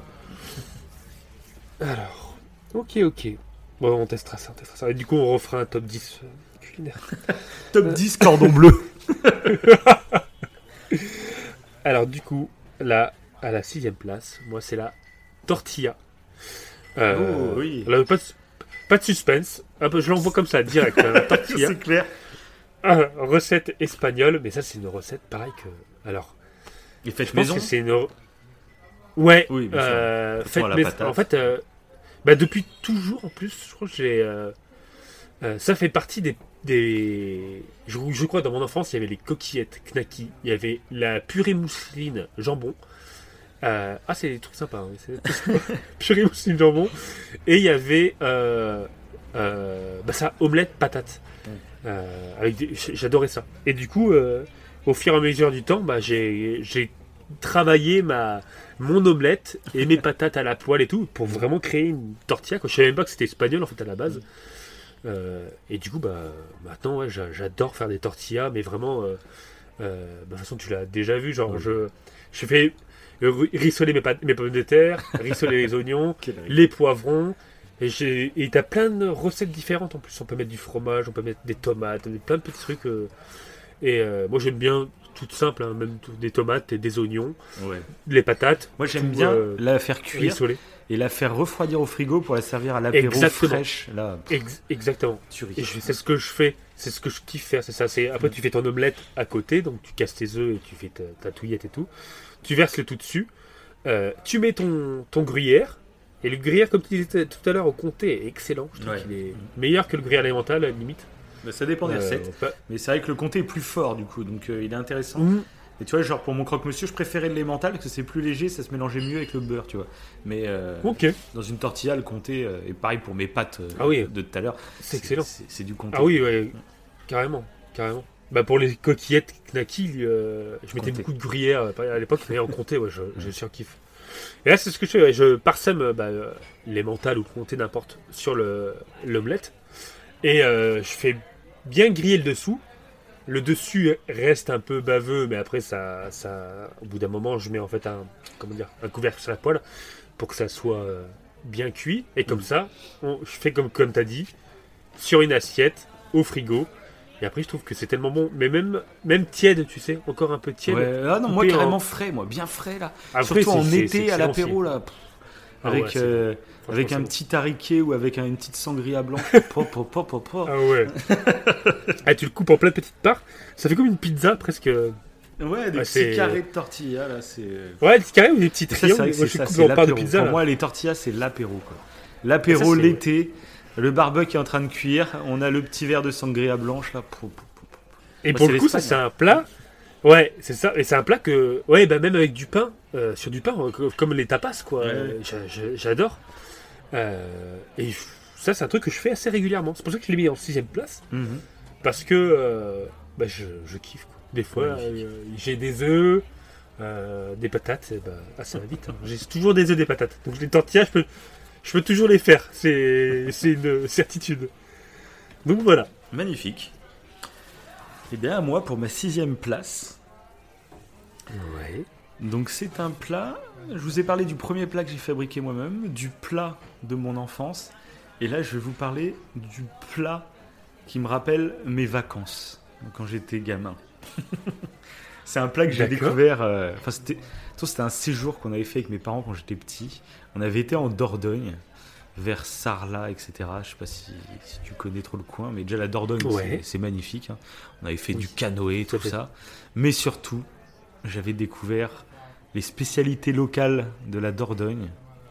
Alors, ok. Bon, on testera ça. Et du coup, on refera un top 10 culinaire. Top 10 cordon bleu. Alors, du coup, là, à la 6ème place, moi, c'est la tortilla. Oui. Là, pas de suspense. Un peu, je l'envoie comme ça, direct. Tortilla. C'est clair. Recette espagnole, mais ça, c'est une recette pareil que. Alors. Et faite maison. Que c'est une. Ouais. Oui, faite maison. En fait, depuis toujours, en plus, je crois que j'ai. Ça fait partie des. Je crois dans mon enfance, il y avait les coquillettes knacky, il y avait la purée mousseline jambon. C'est des trucs sympas. Hein, purée mousseline jambon. Et il y avait ça, omelette patate. J'adorais ça. Et du coup, au fur et à mesure du temps, j'ai travaillé mon omelette et mes patates à la poêle et tout pour vraiment créer une tortilla. Je savais même pas que c'était espagnol en fait à la base. Et du coup, maintenant, ouais, j'adore faire des tortillas, mais vraiment, de toute façon, tu l'as déjà vu. Genre, je fais rissoler mes pommes de terre, rissoler les oignons, les poivrons. Et t'as plein de recettes différentes en plus. On peut mettre du fromage, on peut mettre des tomates, plein de petits trucs. Moi, j'aime bien tout simple, hein, même des tomates et des oignons, les patates. Moi, j'aime bien la faire cuire. Rissoler. Et la faire refroidir au frigo pour la servir à l'apéro fraîche. Là. Exactement. C'est ce que je fais. C'est ce que je kiffe faire. C'est ça. Après, tu fais ton omelette à côté. Donc, tu casses tes œufs et tu fais ta touillette et tout. Tu verses le tout dessus. Tu mets ton gruyère. Et le gruyère, comme tu disais tout à l'heure, au comté est excellent. Je trouve qu'il est meilleur que le gruyère alimental, à la limite. Ça dépend des recettes. Mais c'est vrai que le comté est plus fort, du coup. Donc, il est intéressant. Et tu vois, genre pour mon croque-monsieur, je préférais le l'emmental parce que c'est plus léger, ça se mélangeait mieux avec le beurre, tu vois. Mais dans une tortilla, le comté, et pareil pour mes pâtes de tout à l'heure, c'est excellent. C'est du comté. Ah oui, ouais, carrément. Pour les coquillettes knacky, je mettais beaucoup de gruyère à l'époque, mais en comté, je surkiffe. Et là, c'est ce que je fais. Je parsème l'emmental ou le comté, n'importe, sur l'omelette. Et je fais bien griller le dessous. Le dessus reste un peu baveux, mais après, ça, au bout d'un moment, je mets en fait un couvercle sur la poêle pour que ça soit bien cuit. Et comme ça, je fais comme tu as dit, sur une assiette, au frigo. Et après, je trouve que c'est tellement bon. Mais même tiède, tu sais, encore un peu tiède. Ouais, non, moi, carrément frais, bien frais, là. Après, surtout en été, à l'apéro, là. Avec un petit tariquet ou avec une petite sangria blanche. Ah ouais. Tu le coupes en plein de petites parts. Ça fait comme une pizza presque. Ouais, des petits carrés de tortilla là. Ouais, des petits carrés ou des petits triangles. Moi, je coupe en parts de pizza. Pour moi, les tortillas, c'est l'apéro, quoi. L'apéro l'été, le barbecue est en train de cuire. On a le petit verre de sangria blanche là. Et pour le coup, ça, c'est un plat. Ouais, c'est ça. Et c'est un plat que, même avec du pain, sur du pain, comme les tapas, quoi. J'adore. Et ça, c'est un truc que je fais assez régulièrement. C'est pour ça que je l'ai mis en 6ème place. Parce que je kiffe, quoi. Des fois, j'ai des œufs, des patates, ça va vite. Hein. J'ai toujours des œufs, des patates. Donc les tortillas, je peux toujours les faire. C'est une certitude. Donc voilà. Magnifique. Et bien, moi, pour ma 6ème place. Ouais. Donc, c'est un plat. Je vous ai parlé du premier plat que j'ai fabriqué moi-même, du plat de mon enfance. Et là, je vais vous parler du plat qui me rappelle mes vacances, quand j'étais gamin. C'est un plat que j'ai découvert. C'était un séjour qu'on avait fait avec mes parents quand j'étais petit. On avait été en Dordogne, vers Sarlat, etc. Je sais pas si tu connais trop le coin, mais déjà la Dordogne, c'est magnifique. Hein. On avait fait du canoë, tout ça. Mais surtout, j'avais découvert les spécialités locales de la Dordogne.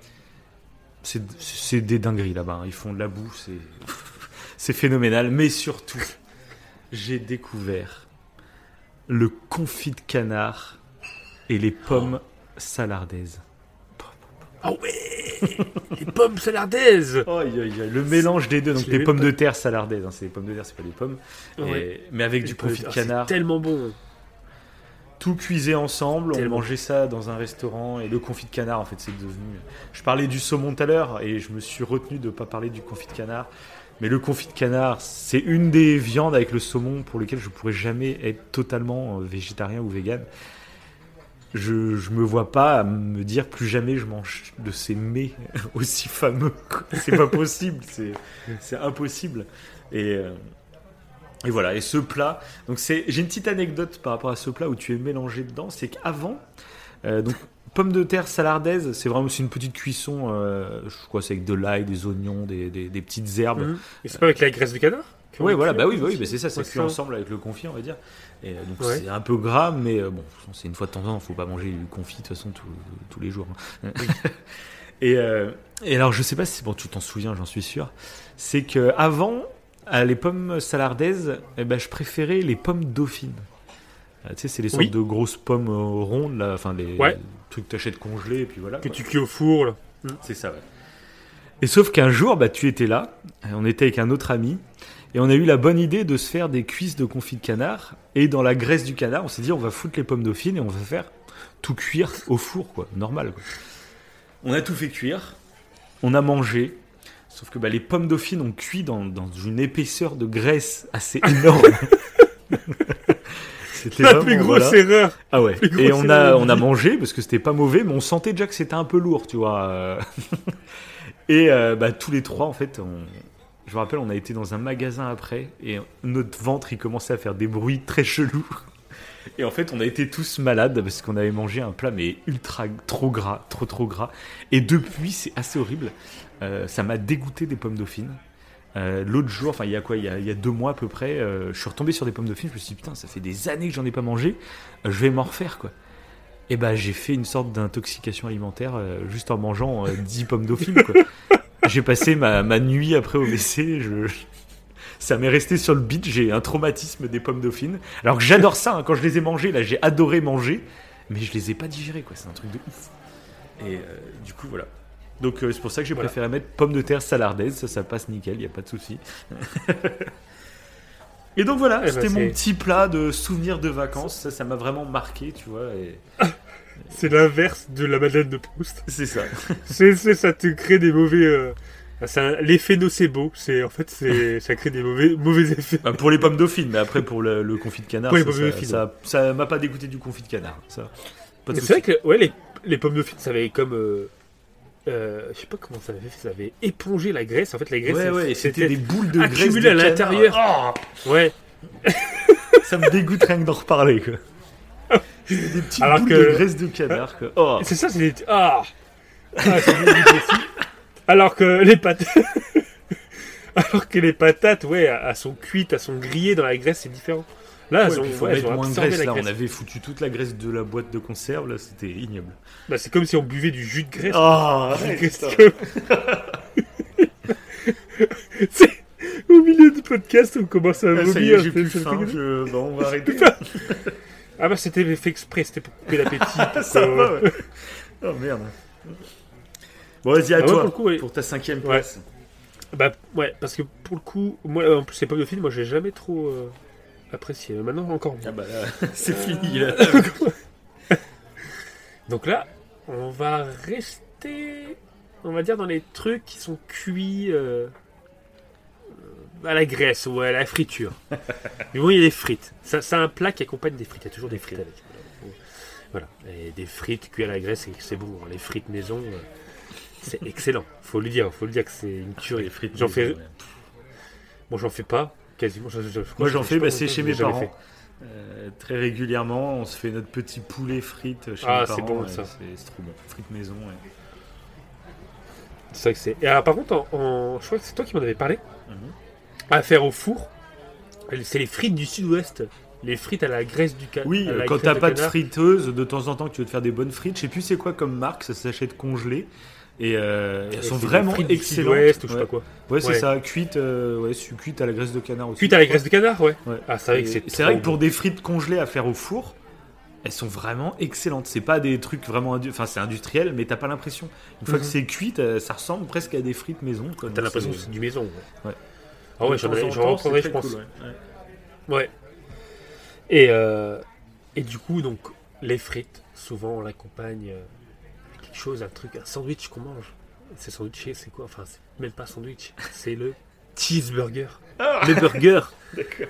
C'est des dingueries là-bas. Ils font de la boue, c'est phénoménal. Mais surtout, j'ai découvert le confit de canard et les pommes salardaises. Ah ouais. Les pommes salardaises. Le mélange des deux. Donc les pommes de terre salardaises. Hein, c'est des pommes de terre, c'est pas des pommes. Mais avec du confit de canard. C'est tellement bon. tout cuisait ensemble. Tellement. On mangeait ça dans un restaurant. Et le confit de canard, en fait, c'est devenu... Je parlais du saumon tout à l'heure et je me suis retenu de ne pas parler du confit de canard. Mais le confit de canard, c'est une des viandes avec le saumon pour lesquelles je pourrais jamais être totalement végétarien ou vegan. Je me vois pas me dire plus jamais je mange de ces mets aussi fameux. C'est pas possible, c'est impossible. Et voilà. Et ce plat, donc j'ai une petite anecdote par rapport à ce plat où tu es mélangé dedans, c'est qu'avant, donc pommes de terre salardaise, c'est une petite cuisson. Je crois c'est avec de l'ail, des oignons, des petites herbes. Et c'est pas avec la graisse de canard? Oui, voilà, oui, c'est ça, c'est cuit ensemble avec le confit, on va dire. Et donc c'est un peu gras, mais bon, c'est une fois de temps en temps, faut pas manger du confit de toute façon tous les jours. Hein. et alors, je sais pas si tu t'en souviens, j'en suis sûr, c'est que avant, les pommes salardaises, je préférais les pommes dauphines. Tu sais, c'est les sortes de grosses pommes rondes, là, enfin les trucs que t'achètes congelés, et puis voilà. Que tu cuis au four, là. C'est ça, ouais. Et sauf qu'un jour, tu étais là, on était avec un autre ami. Et on a eu la bonne idée de se faire des cuisses de confit de canard. Et dans la graisse du canard, on s'est dit on va foutre les pommes dauphines et on va faire tout cuire au four, quoi, normal. Quoi. On a tout fait cuire, on a mangé. Sauf que les pommes dauphines ont cuit dans une épaisseur de graisse assez énorme. C'était la plus grosse erreur. Ah ouais. Et on a mangé parce que c'était pas mauvais, mais on sentait déjà que c'était un peu lourd, tu vois. Et tous les trois, en fait, je me rappelle, on a été dans un magasin après et notre ventre, il commençait à faire des bruits très chelous. Et en fait, on a été tous malades parce qu'on avait mangé un plat mais trop gras. Et depuis, c'est assez horrible. Ça m'a dégoûté des pommes dauphines. L'autre jour, il y a 2 mois à peu près, je suis retombé sur des pommes dauphines. Je me suis dit, putain, ça fait des années que j'en ai pas mangé. Je vais m'en refaire, quoi. Et j'ai fait une sorte d'intoxication alimentaire juste en mangeant 10 pommes dauphines, quoi. J'ai passé ma nuit après au WC. Ça m'est resté sur le beat. J'ai un traumatisme des pommes dauphines. Alors que j'adore ça. Hein, quand je les ai mangées, là, j'ai adoré manger. Mais je les ai pas digérées, quoi. C'est un truc de ouf. Et du coup, voilà. Donc c'est pour ça que j'ai préféré mettre pommes de terre salardaise. Ça passe nickel. Il y a pas de souci. Et donc voilà. C'était mon petit plat de souvenirs de vacances. Ça m'a vraiment marqué, tu vois. Et... C'est l'inverse de la Madeleine de Proust. C'est ça. Ça te crée des mauvais... l'effet nocebo. Ça crée des mauvais effets. Pour les pommes dauphines, mais après pour le confit de canard, ça m'a pas dégoûté du confit de canard. Ça, c'est vrai que les pommes dauphines, ça avait comme... je sais pas comment ça avait fait. Ça avait épongé la graisse. En fait, la graisse, c'était des boules de graisse accumulées à l'intérieur. Oh ouais. Ça me dégoûte rien que d'en reparler, quoi. Des petites boules de graisse de canard, quoi. Oh. C'est ça, c'est des... c'est aussi. Alors que les patates, elles sont cuites, elles sont grillées dans la graisse, c'est différent. Là, il faut mettre moins de graisse. Là, on avait foutu toute la graisse de la boîte de conserve, là, c'était ignoble. C'est comme si on buvait du jus de graisse. C'est... Au milieu du podcast, on commence à vomir. J'ai plus faim, on va arrêter. C'était fait exprès, c'était pour couper l'appétit. Ça va, ouais. Oh merde. Bon, vas-y, à toi, pour ta 5e place. Parce que pour le coup, moi, en plus, les pommes dauphines, moi, j'ai jamais trop apprécié. Maintenant, encore moins. C'est fini, là. Donc là, on va rester, on va dire, dans les trucs qui sont cuits à la graisse ou à la friture. Mais bon, il y a des frites. C'est un plat qui accompagne des frites. Il y a toujours des frites avec. Voilà. Et des frites cuites à la graisse, c'est bon. Les frites maison, c'est excellent. Faut le dire que c'est une tuerie. J'en fais. Bon, j'en fais pas quasiment. Moi, j'en fais. C'est chez mes parents. Très régulièrement, on se fait notre petit poulet frites chez mes parents. C'est bon, ça. C'est trop bon. Frites maison. Ouais. C'est vrai que c'est. Et alors, par contre, je crois que c'est toi qui m'en avais parlé. À faire au four. C'est les frites du Sud-Ouest. Les frites à la graisse du canard. Oui, quand t'as pas de friteuse, de temps en temps que tu veux te faire des bonnes frites, je sais plus c'est quoi comme marque, ça s'achète congelé. Et elles sont vraiment excellentes. Ou je sais pas quoi. Ouais, c'est ça, cuite à la graisse de canard aussi. Cuite à la graisse de canard, ouais. C'est vrai que c'est vrai que pour des frites congelées à faire au four, elles sont vraiment excellentes. C'est pas des trucs vraiment c'est industriel, mais t'as pas l'impression. Une fois que c'est cuit, ça ressemble presque à des frites maison. T'as l'impression que c'est du maison. Ouais. Ah ouais, j'en reprendrai, je pense. Cool, ouais. Et du coup, donc, les frites, souvent on l'accompagne avec quelque chose, un sandwich qu'on mange. C'est sandwiché, c'est quoi? Enfin, c'est même pas sandwich, c'est le cheeseburger. Le burger. D'accord.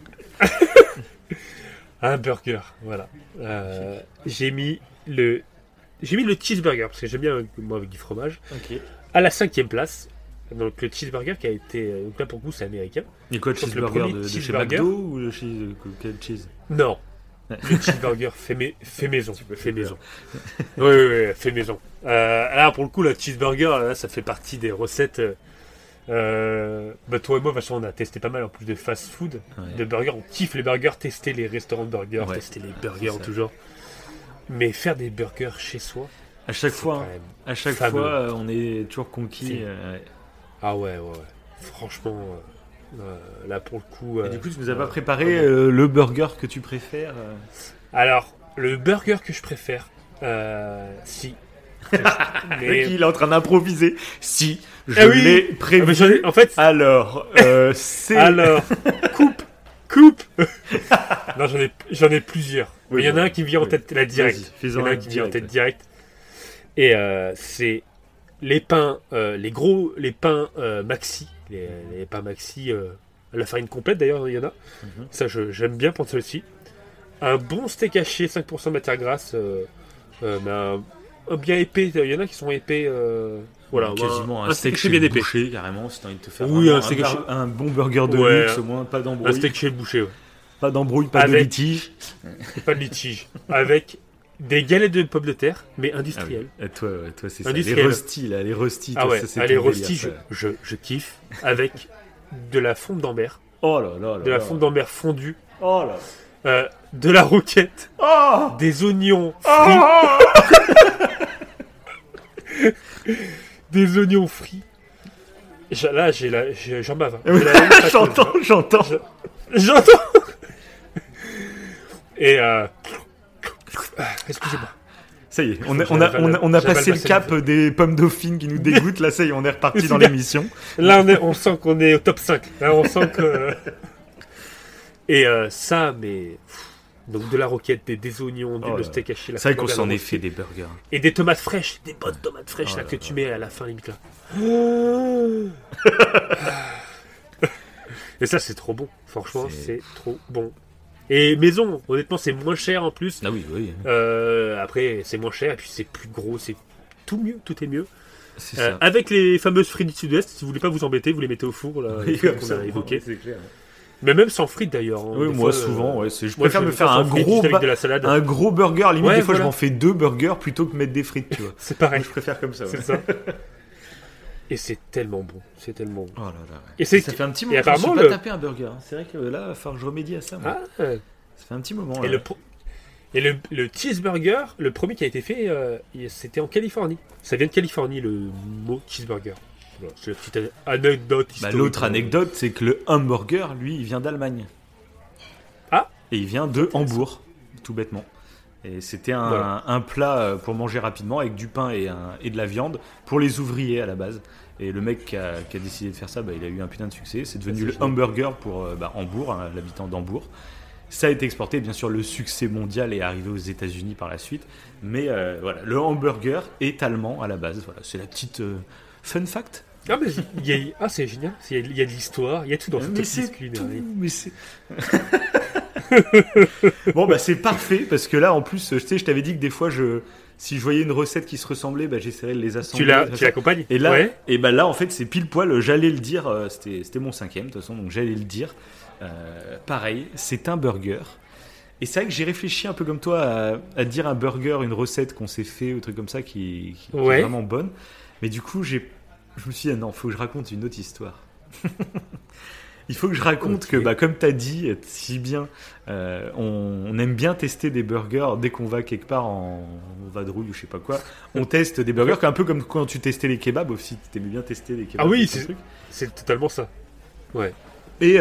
Un burger, voilà. J'ai mis le cheeseburger parce que j'aime bien moi avec du fromage. Ok. À la 5e place. Donc le cheeseburger qui a été donc là pour le coup c'est américain. Et quoi, le cheeseburger de chez McDo ou le cheese quel cheese? Non. Le cheeseburger fait maison. Fait maison. Oui, fait maison. Là pour le coup le cheeseburger là, ça fait partie des recettes. Toi et moi, on a testé pas mal en plus de fast-food, de burgers. On kiffe les burgers, tester les restaurants de burgers, tester les burgers en tout genre. Mais faire des burgers chez soi, à chaque fois, on est toujours conquis. Ah ouais. Franchement, là pour le coup. Et du coup, tu nous as pas préparé le burger que tu préfères Alors, le burger que je préfère, si. Mais il est en train d'improviser. Si, je l'ai prévu. En fait, alors, c'est. Alors, coupe. Non, j'en ai plusieurs. Oui, il y en a un qui me vient en tête là direct. Il y en a un qui me vient en tête direct. Et c'est les pains, les pains maxi, les pains maxi, la farine complète d'ailleurs, il y en a. Ça, j'aime bien prendre ça aussi. Un bon steak haché, 5% de matière grasse, bien épais. Il y en a qui sont épais. Voilà, quasiment un steak bien épais. Bouché, carrément, si t'as envie de te faire un bon burger de luxe, au moins pas d'embrouille. Un steak chez le boucher, Pas d'embrouille, pas de litige. Pas de litige. Avec des galettes de pommes de terre, mais industrielles. Ah oui. Toi, c'est ça. Les rusty, Ah ouais, les rusty, je kiffe. Avec de la fonte d'Ambert. Oh là là. De la fonte d'Ambert fondue. Oh là. De la roquette. Oh. Des oignons frits. Des oignons frits. Là, j'en bave. J'entends. Et excusez-moi. Ça y est, on a passé le cap des pommes dauphines qui nous dégoûtent. Là, ça y est, on est reparti dans l'émission. Là, on sent qu'on est au top 5. Là, on sent que... Et ça, mais... Donc de la roquette, des oignons, du steak haché. C'est vrai qu'on s'en est fait des burgers. Et des tomates fraîches, des bonnes tomates fraîches que tu mets à la fin limite là. Et ça c'est trop bon, franchement c'est trop bon. Et maison, honnêtement c'est moins cher en plus. Ah oui. Après c'est moins cher et puis c'est plus gros, c'est tout est mieux. C'est ça. Avec les fameuses frites du Sud-Ouest, si vous voulez pas vous embêter, vous les mettez au four là, qu'on a évoqué. C'est clair. Mais même sans frites d'ailleurs. Oui, moi souvent, je préfère me faire un gros burger. Limite, des fois, je m'en fais 2 burgers plutôt que mettre des frites, tu vois. C'est pareil. Moi, je préfère comme ça. C'est ça. Et c'est tellement bon. Oh là là. Et ça fait un petit moment que je ne suis pas tapé un burger. C'est vrai que là, il va falloir que je remédie à ça. Moi. Ça fait un petit moment. Et le cheeseburger, le premier qui a été fait, c'était en Californie. Ça vient de Californie, le mot cheeseburger. Voilà, c'est la petite anecdote historique. L'autre anecdote, c'est que le hamburger, lui, il vient d'Allemagne. Ah. Et il vient de Hambourg, tout bêtement. Et c'était un plat pour manger rapidement avec du pain et de la viande pour les ouvriers à la base. Et le mec qui a décidé de faire ça, il a eu un putain de succès. C'est devenu le hamburger pour Hambourg, l'habitant d'Hambourg. Ça a été exporté, bien sûr, le succès mondial est arrivé aux États-Unis par la suite. Mais le hamburger est allemand à la base. Voilà, c'est la petite fun fact. Ah, mais c'est génial. Il y a de l'histoire, il y a tout dans cette petite culinary. Bon, c'est parfait parce que là, en plus, je t'avais dit que des fois, si je voyais une recette qui se ressemblait, j'essaierais de les assembler. Tu l'accompagnes. Et là, là, en fait, c'est pile poil. J'allais le dire. C'était mon 5e, de toute façon, donc j'allais le dire. Pareil, c'est un burger. Et c'est vrai que j'ai réfléchi un peu comme toi à dire un burger, une recette qu'on s'est fait, ou un truc comme ça qui est vraiment bonne. Mais du coup, je me suis dit, non, il faut que je raconte une autre histoire. Il faut que je raconte que, comme tu as dit si bien, on aime bien tester des burgers dès qu'on va quelque part en vadrouille ou je sais pas quoi. On teste des burgers, un peu comme quand tu testais les kebabs aussi. Tu aimais bien tester les kebabs. Ah oui, c'est totalement ça. Ouais. Et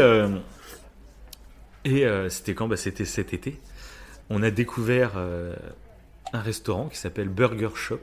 c'était quand ? C'était cet été. On a découvert un restaurant qui s'appelle Burger Shop.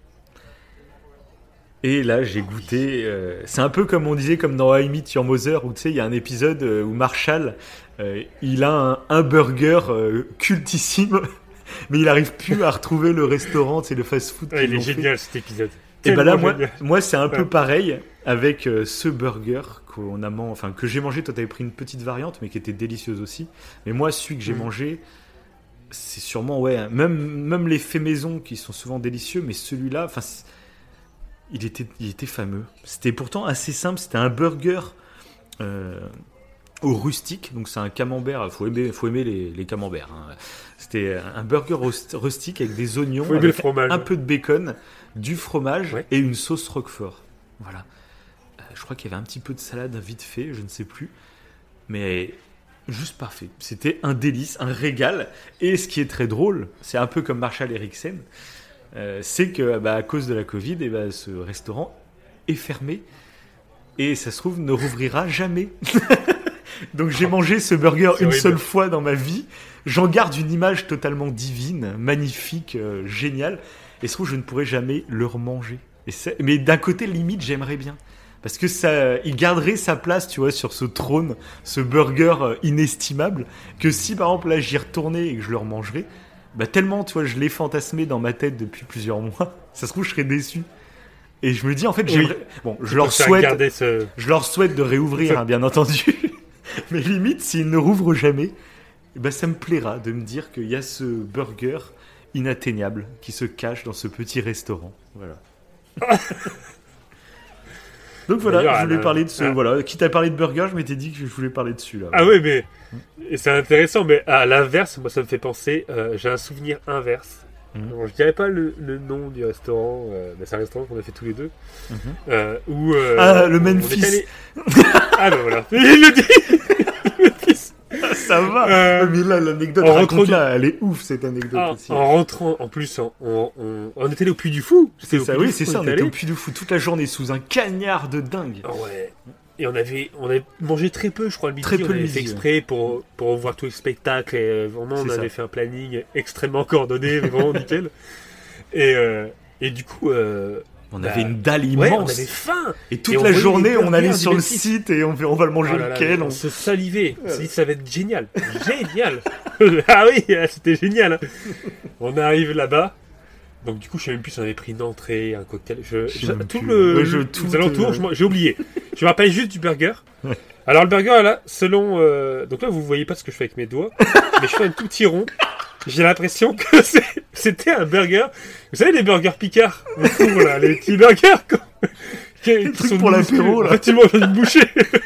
Et là, j'ai goûté. C'est un peu comme on disait, comme dans I Meet Your Mother, où tu sais, il y a un épisode où Marshall, il a un burger cultissime. mais il arrive plus à retrouver le restaurant, c'est le fast-food. Il est génial cet épisode. Et bah là, moi, c'est un peu pareil avec ce burger que j'ai mangé. Toi, t'avais pris une petite variante, mais qui était délicieuse aussi. Mais moi, celui que j'ai mangé, c'est sûrement, même les faits maison qui sont souvent délicieux, mais celui-là, il était fameux. C'était pourtant assez simple. C'était un burger au rustique, donc c'est un camembert. Faut aimer les camemberts. Hein. C'était un burger rustique avec des oignons, avec un peu de bacon, du fromage et une sauce Roquefort. Voilà. Je crois qu'il y avait un petit peu de salade vite fait, je ne sais plus, mais juste parfait. C'était un délice, un régal. Et ce qui est très drôle, c'est un peu comme Marshall Eriksen, c'est que à cause de la Covid, ce restaurant est fermé et ça se trouve ne rouvrira jamais. Donc j'ai mangé ce burger une seule fois dans ma vie. J'en garde une image totalement divine, magnifique, géniale. Et se trouve je ne pourrai jamais le remanger. Mais d'un côté limite j'aimerais bien. Parce que il garderait sa place, tu vois, sur ce trône, ce burger inestimable, que si par exemple là j'y retournais et que je le remangerais, tellement, tu vois, je l'ai fantasmé dans ma tête depuis plusieurs mois, ça se trouve je serais déçu. Et je me dis en fait, je leur souhaite de réouvrir, hein, bien entendu. Mais limite, s'ils ne rouvrent jamais, ça me plaira de me dire qu'il y a ce burger inatteignable qui se cache dans ce petit restaurant. Voilà. Donc voilà, je voulais parler de ce... Voilà, quitte à parler de burger, je m'étais dit que je voulais parler de celui-là. Ah oui, mais c'est intéressant, mais à l'inverse, moi ça me fait penser, j'ai un souvenir inverse. Bon, je dirais pas le nom du restaurant, mais c'est un restaurant qu'on a fait tous les deux. Où, le Memphis. Ah ben voilà, il le dit. Ça va. Mais là, l'anecdote elle est ouf, cette anecdote aussi. En rentrant, en plus, on était allé au Puy du Fou. C'est ça, oui, c'est ça, on était au Puy du Fou toute la journée sous un cagnard de dingue. Ouais. Et on avait mangé très peu, je crois, le midi. Très peu on avait fait exprès pour voir tout le spectacle. Et vraiment, on avait fait un planning extrêmement coordonné, mais vraiment nickel. Et du coup... on avait une dalle immense. Ouais, on avait faim. Et toute la journée, on allait sur le site et on va le manger lequel. On se salivait. On s'est dit, ça va être génial. Génial. Ah oui, c'était génial. On arrive là-bas. Donc du coup, je sais même plus si on avait pris une entrée, un cocktail. Tous alentours, j'ai oublié. Je me rappelle juste du burger. Alors le burger, là, selon... donc là, vous voyez pas ce que je fais avec mes doigts. Mais je fais un tout petit rond. J'ai l'impression que c'était un burger. Vous savez, les burgers Picard, au four, là, les petits burgers qui sont pour l'apéro, là. Tu manges une bouchée.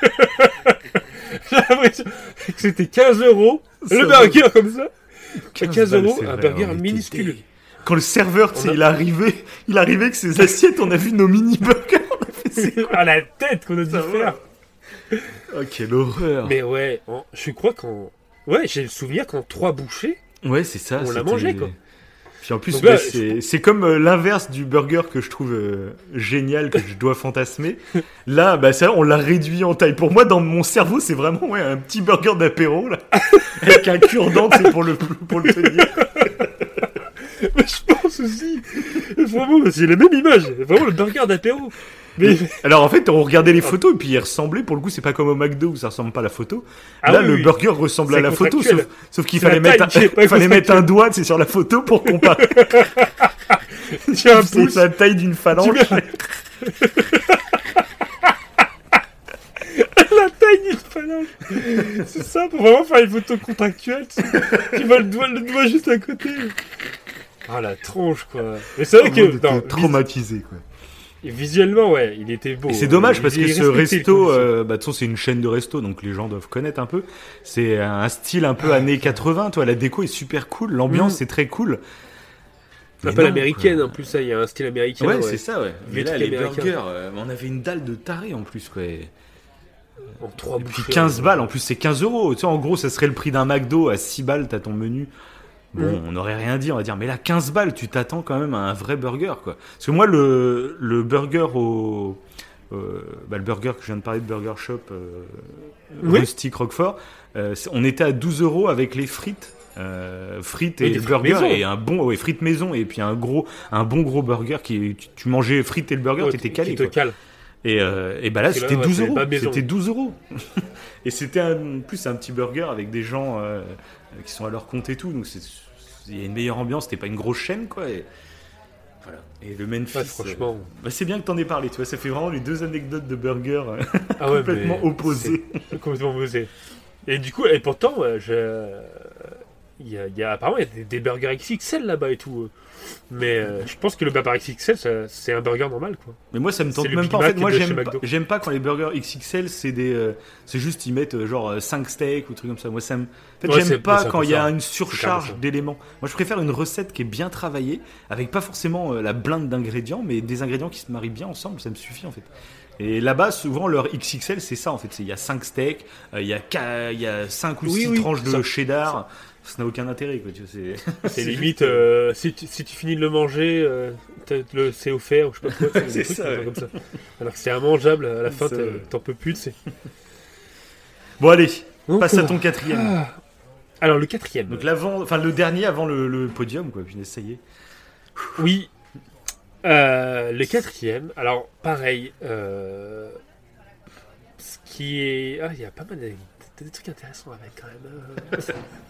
J'ai l'impression que c'était 15 €. Le burger comme ça. 15 €, un burger minuscule. Quand le serveur, il arrivait avec ses assiettes, on a vu nos mini-burgers. À la tête qu'on a dû faire. Oh, quelle horreur. Mais ouais, je crois j'ai le souvenir qu'en 3 bouchées, ouais, c'est ça. On l'a mangé, quoi. Puis en plus, là, c'est comme l'inverse du burger que je trouve génial, que je dois fantasmer. Là, c'est vrai, on l'a réduit en taille. Pour moi, dans mon cerveau, c'est vraiment un petit burger d'apéro, là, avec un cure-dent, pour le tenir. Mais je pense aussi, vraiment, c'est la même image, vraiment le burger d'apéro. Mais... Alors en fait, on regardait les photos et puis il ressemblait, pour le coup, c'est pas comme au McDo où ça ressemble pas à la photo. Là, le burger ressemble à la photo, sauf qu'il fallait mettre un doigt sur la photo pour comparer. Tu as un pouce. C'est la taille d'une phalange. La taille d'une phalange. C'est ça, pour vraiment faire une photo contractuelle. Tu vois le doigt juste à côté. Ah, la tronche, quoi. Mais c'est vrai que... traumatisé, quoi. Et visuellement, ouais, il était beau. Et c'est dommage parce que ce resto, de toute façon, c'est une chaîne de resto, donc les gens doivent connaître un peu. C'est un style un peu années 80, toi. La déco est super cool, l'ambiance est très cool. Ça s'appelle américaine, en plus, ça, il y a un style américain. Ouais, c'est ça, ouais. Mais là, les burgers, on avait une dalle de taré en plus, quoi. En 3 bouchées. Puis 15 balles, en plus, c'est 15 €. Tu sais, en gros, ça serait le prix d'un McDo à 6 balles, t'as ton menu. Bon, on n'aurait rien dit, on va dire, mais là, 15 balles, tu t'attends quand même à un vrai burger, quoi. Parce que moi, le burger le burger que je viens de parler de Burger Shop, Rustic Roquefort, on était à 12 € avec les frites. Frites et le burger maison. Et un bon frites maison et puis un bon gros burger tu mangeais frites et le burger, t'étais calé, quoi. Cale. Et là c'était 12 €. C'était 12 €. Et c'était en plus un petit burger avec des gens qui sont à leur compte et tout, donc y a une meilleure ambiance, c'était pas une grosse chaîne, quoi. Et voilà. Et le Memphis, franchement, c'est bien que t'en aies parlé, tu vois. Ça fait vraiment les 2 anecdotes de burgers complètement opposées. Complètement opposées. Et du coup, et pourtant, apparemment, il y a des burgers XXL là-bas et tout. Mais je pense que le burger XXL, c'est un burger normal, quoi. Mais moi, ça me tente même pas. En fait, moi, j'aime pas quand les burgers XXL, c'est juste ils mettent genre 5 steaks ou trucs comme ça. Moi, j'aime pas quand il y a une surcharge d'éléments. Moi, je préfère une recette qui est bien travaillée, avec pas forcément la blinde d'ingrédients, mais des ingrédients qui se marient bien ensemble. Ça me suffit, en fait. Et là-bas, souvent, leur XXL, c'est ça, en fait. Il y a 5 steaks, il y a 5 ou 6 tranches de cheddar. Ça n'a aucun intérêt, quoi. C'est limite, si tu finis de le manger, c'est offert, ou je sais pas quoi. C'est ça, comme ça. Alors que c'est immangeable, à la fin, t'en peux plus, tu sais. Bon, allez, passe à ton 4e. Alors, le 4e. Donc, le dernier avant le podium, quoi. Puis, ça y est. Oui. Le 4e, alors, pareil, ce qui est... Ah, il y a pas mal des trucs intéressants avec, quand même.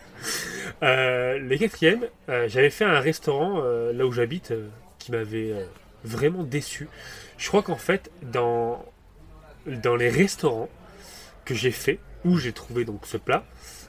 Le 4e, j'avais fait un restaurant là où j'habite qui m'avait vraiment déçu. Je crois qu'en fait, dans les restaurants que j'ai fait, où j'ai trouvé donc ce plat,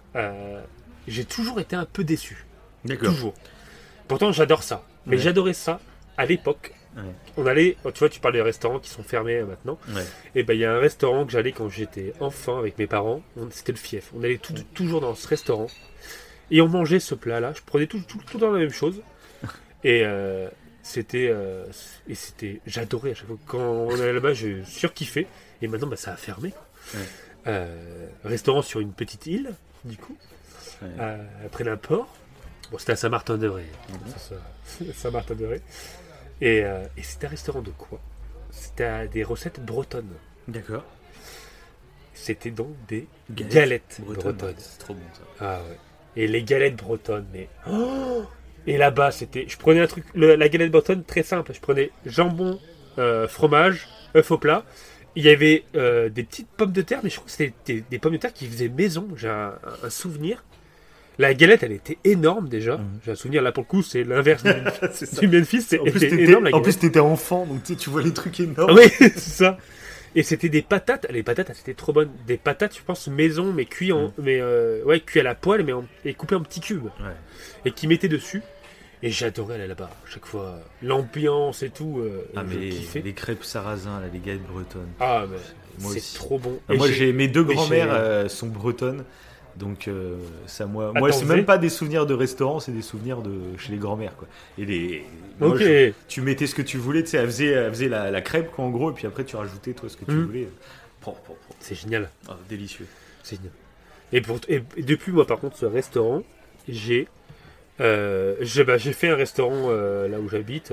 j'ai toujours été un peu déçu. D'accord. Toujours. Pourtant, j'adore ça. Mais j'adorais ça à l'époque. Ouais. On allait, tu vois, tu parles des restaurants qui sont fermés maintenant. Ouais. Et ben, il y a un restaurant que j'allais quand j'étais enfant avec mes parents. C'était le Fief. On allait toujours dans ce restaurant. Et on mangeait ce plat-là. Je prenais tout dans la même chose. Et c'était, j'adorais à chaque fois. Quand on allait là-bas, je surkiffais. Et maintenant, ça a fermé. Ouais. Restaurant sur une petite île, du coup, près d'un port. Bon, c'était à Saint-Martin-de-Ré. Saint-Martin-de-Ré. Et c'était un restaurant de quoi? C'était des recettes bretonnes. D'accord. C'était donc des galettes bretonnes. C'est trop bon ça. Ah ouais. Et les galettes bretonnes, mais... Oh, et là-bas, je prenais un truc... La galette bretonne, très simple. Je prenais jambon, fromage, œuf au plat. Il y avait des petites pommes de terre, mais je crois que c'était des pommes de terre qui faisaient maison. J'ai un souvenir. La galette, elle était énorme déjà. J'ai un souvenir, là pour le coup, c'est l'inverse du Memphis. C'était énorme la galette. En plus, t'étais enfant, donc tu vois les trucs énormes. Oui, c'est ça. Et c'était des patates. Les patates, c'était trop bonnes. Des patates, je pense, maison, mais cuit à la poêle, et coupé en petits cubes. Ouais. Et qui mettaient dessus. Et j'adorais aller là-bas. Chaque fois, l'ambiance et tout. Mais les crêpes sarrasin, là, les galettes bretonnes. Ah, mais c'est trop bon. Moi, mes deux grands-mères sont bretonnes. Donc moi c'est même pas des souvenirs de restaurant, c'est des souvenirs de chez les grands-mères, quoi. Et tu mettais ce que tu voulais, tu sais, elle faisait la crêpe, quoi, en gros, et puis après tu rajoutais toi ce que tu voulais. C'est génial. Ah, délicieux. C'est génial. Et depuis moi par contre ce restaurant, j'ai fait un restaurant là où j'habite.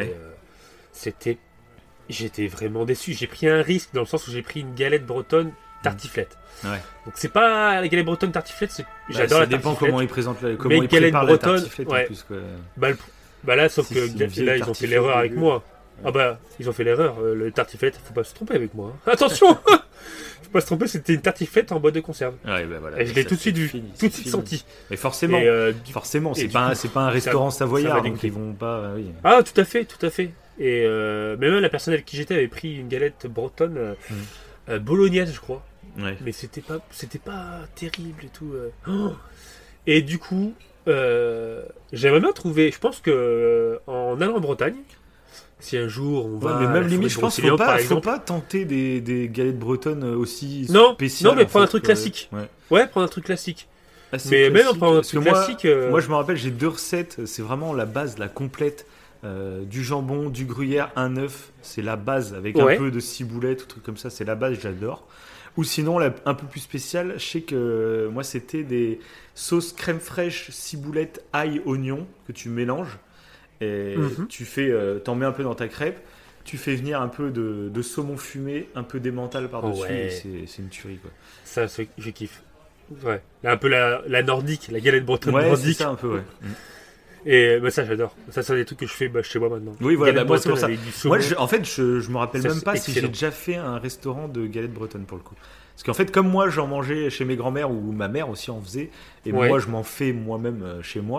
J'étais vraiment déçu. J'ai pris un risque dans le sens où j'ai pris une galette bretonne tartiflette. Ouais. Donc c'est pas la galette bretonne tartiflette, j'adore la tartiflette. Ça dépend comment ils présentent comment ils préparent la tartiflette en plus, quoi. Là sauf que là ils ont fait l'erreur avec moi. Ouais. Ils ont fait l'erreur, le tartiflette, faut pas se tromper avec moi. Hein. Attention. Faut pas se tromper, c'était une tartiflette en boîte de conserve. Ouais, voilà, et je l'ai tout de suite vu, tout de suite senti. Mais forcément, c'est pas un restaurant savoyard, donc ils vont pas. Oui. Ah, tout à fait. Et même la personne avec qui j'étais avait pris une galette bretonne bolognaise, je crois. Ouais. Mais c'était pas terrible et tout. Et du coup, j'aimerais bien trouver. Je pense que en allant en Bretagne, si un jour on va. Mais même limite, je pense qu'il faut pas tenter des galettes bretonnes aussi spéciales. Non, mais prendre un truc classique. Ouais, prendre un truc classique. Mais même en prenant un truc classique. Moi, je me rappelle, j'ai 2 recettes. C'est vraiment la base, la complète. Du jambon, du gruyère, un œuf, c'est la base, avec un peu de ciboulette ou truc comme ça, c'est la base, j'adore. Ou sinon, un peu plus spécial, je sais que moi c'était des sauces crème fraîche, ciboulette, ail, oignon que tu mélanges et t'en mets un peu dans ta crêpe, tu fais venir un peu de saumon fumé, un peu d'emmental par-dessus, et c'est une tuerie, quoi. Ça, je kiffe. Ouais, un peu la nordique, la galette bretonne nordique. C'est ça un peu, ouais. Et ça j'adore. Ça c'est des trucs que je fais chez moi maintenant. Oui, voilà, moi c'est pour ça. Moi en fait je me rappelle même pas si j'ai déjà fait un restaurant de galettes bretonnes pour le coup. Parce qu'en fait comme moi j'en mangeais chez mes grands-mères ou ma mère aussi en faisait et moi je m'en fais moi-même chez moi.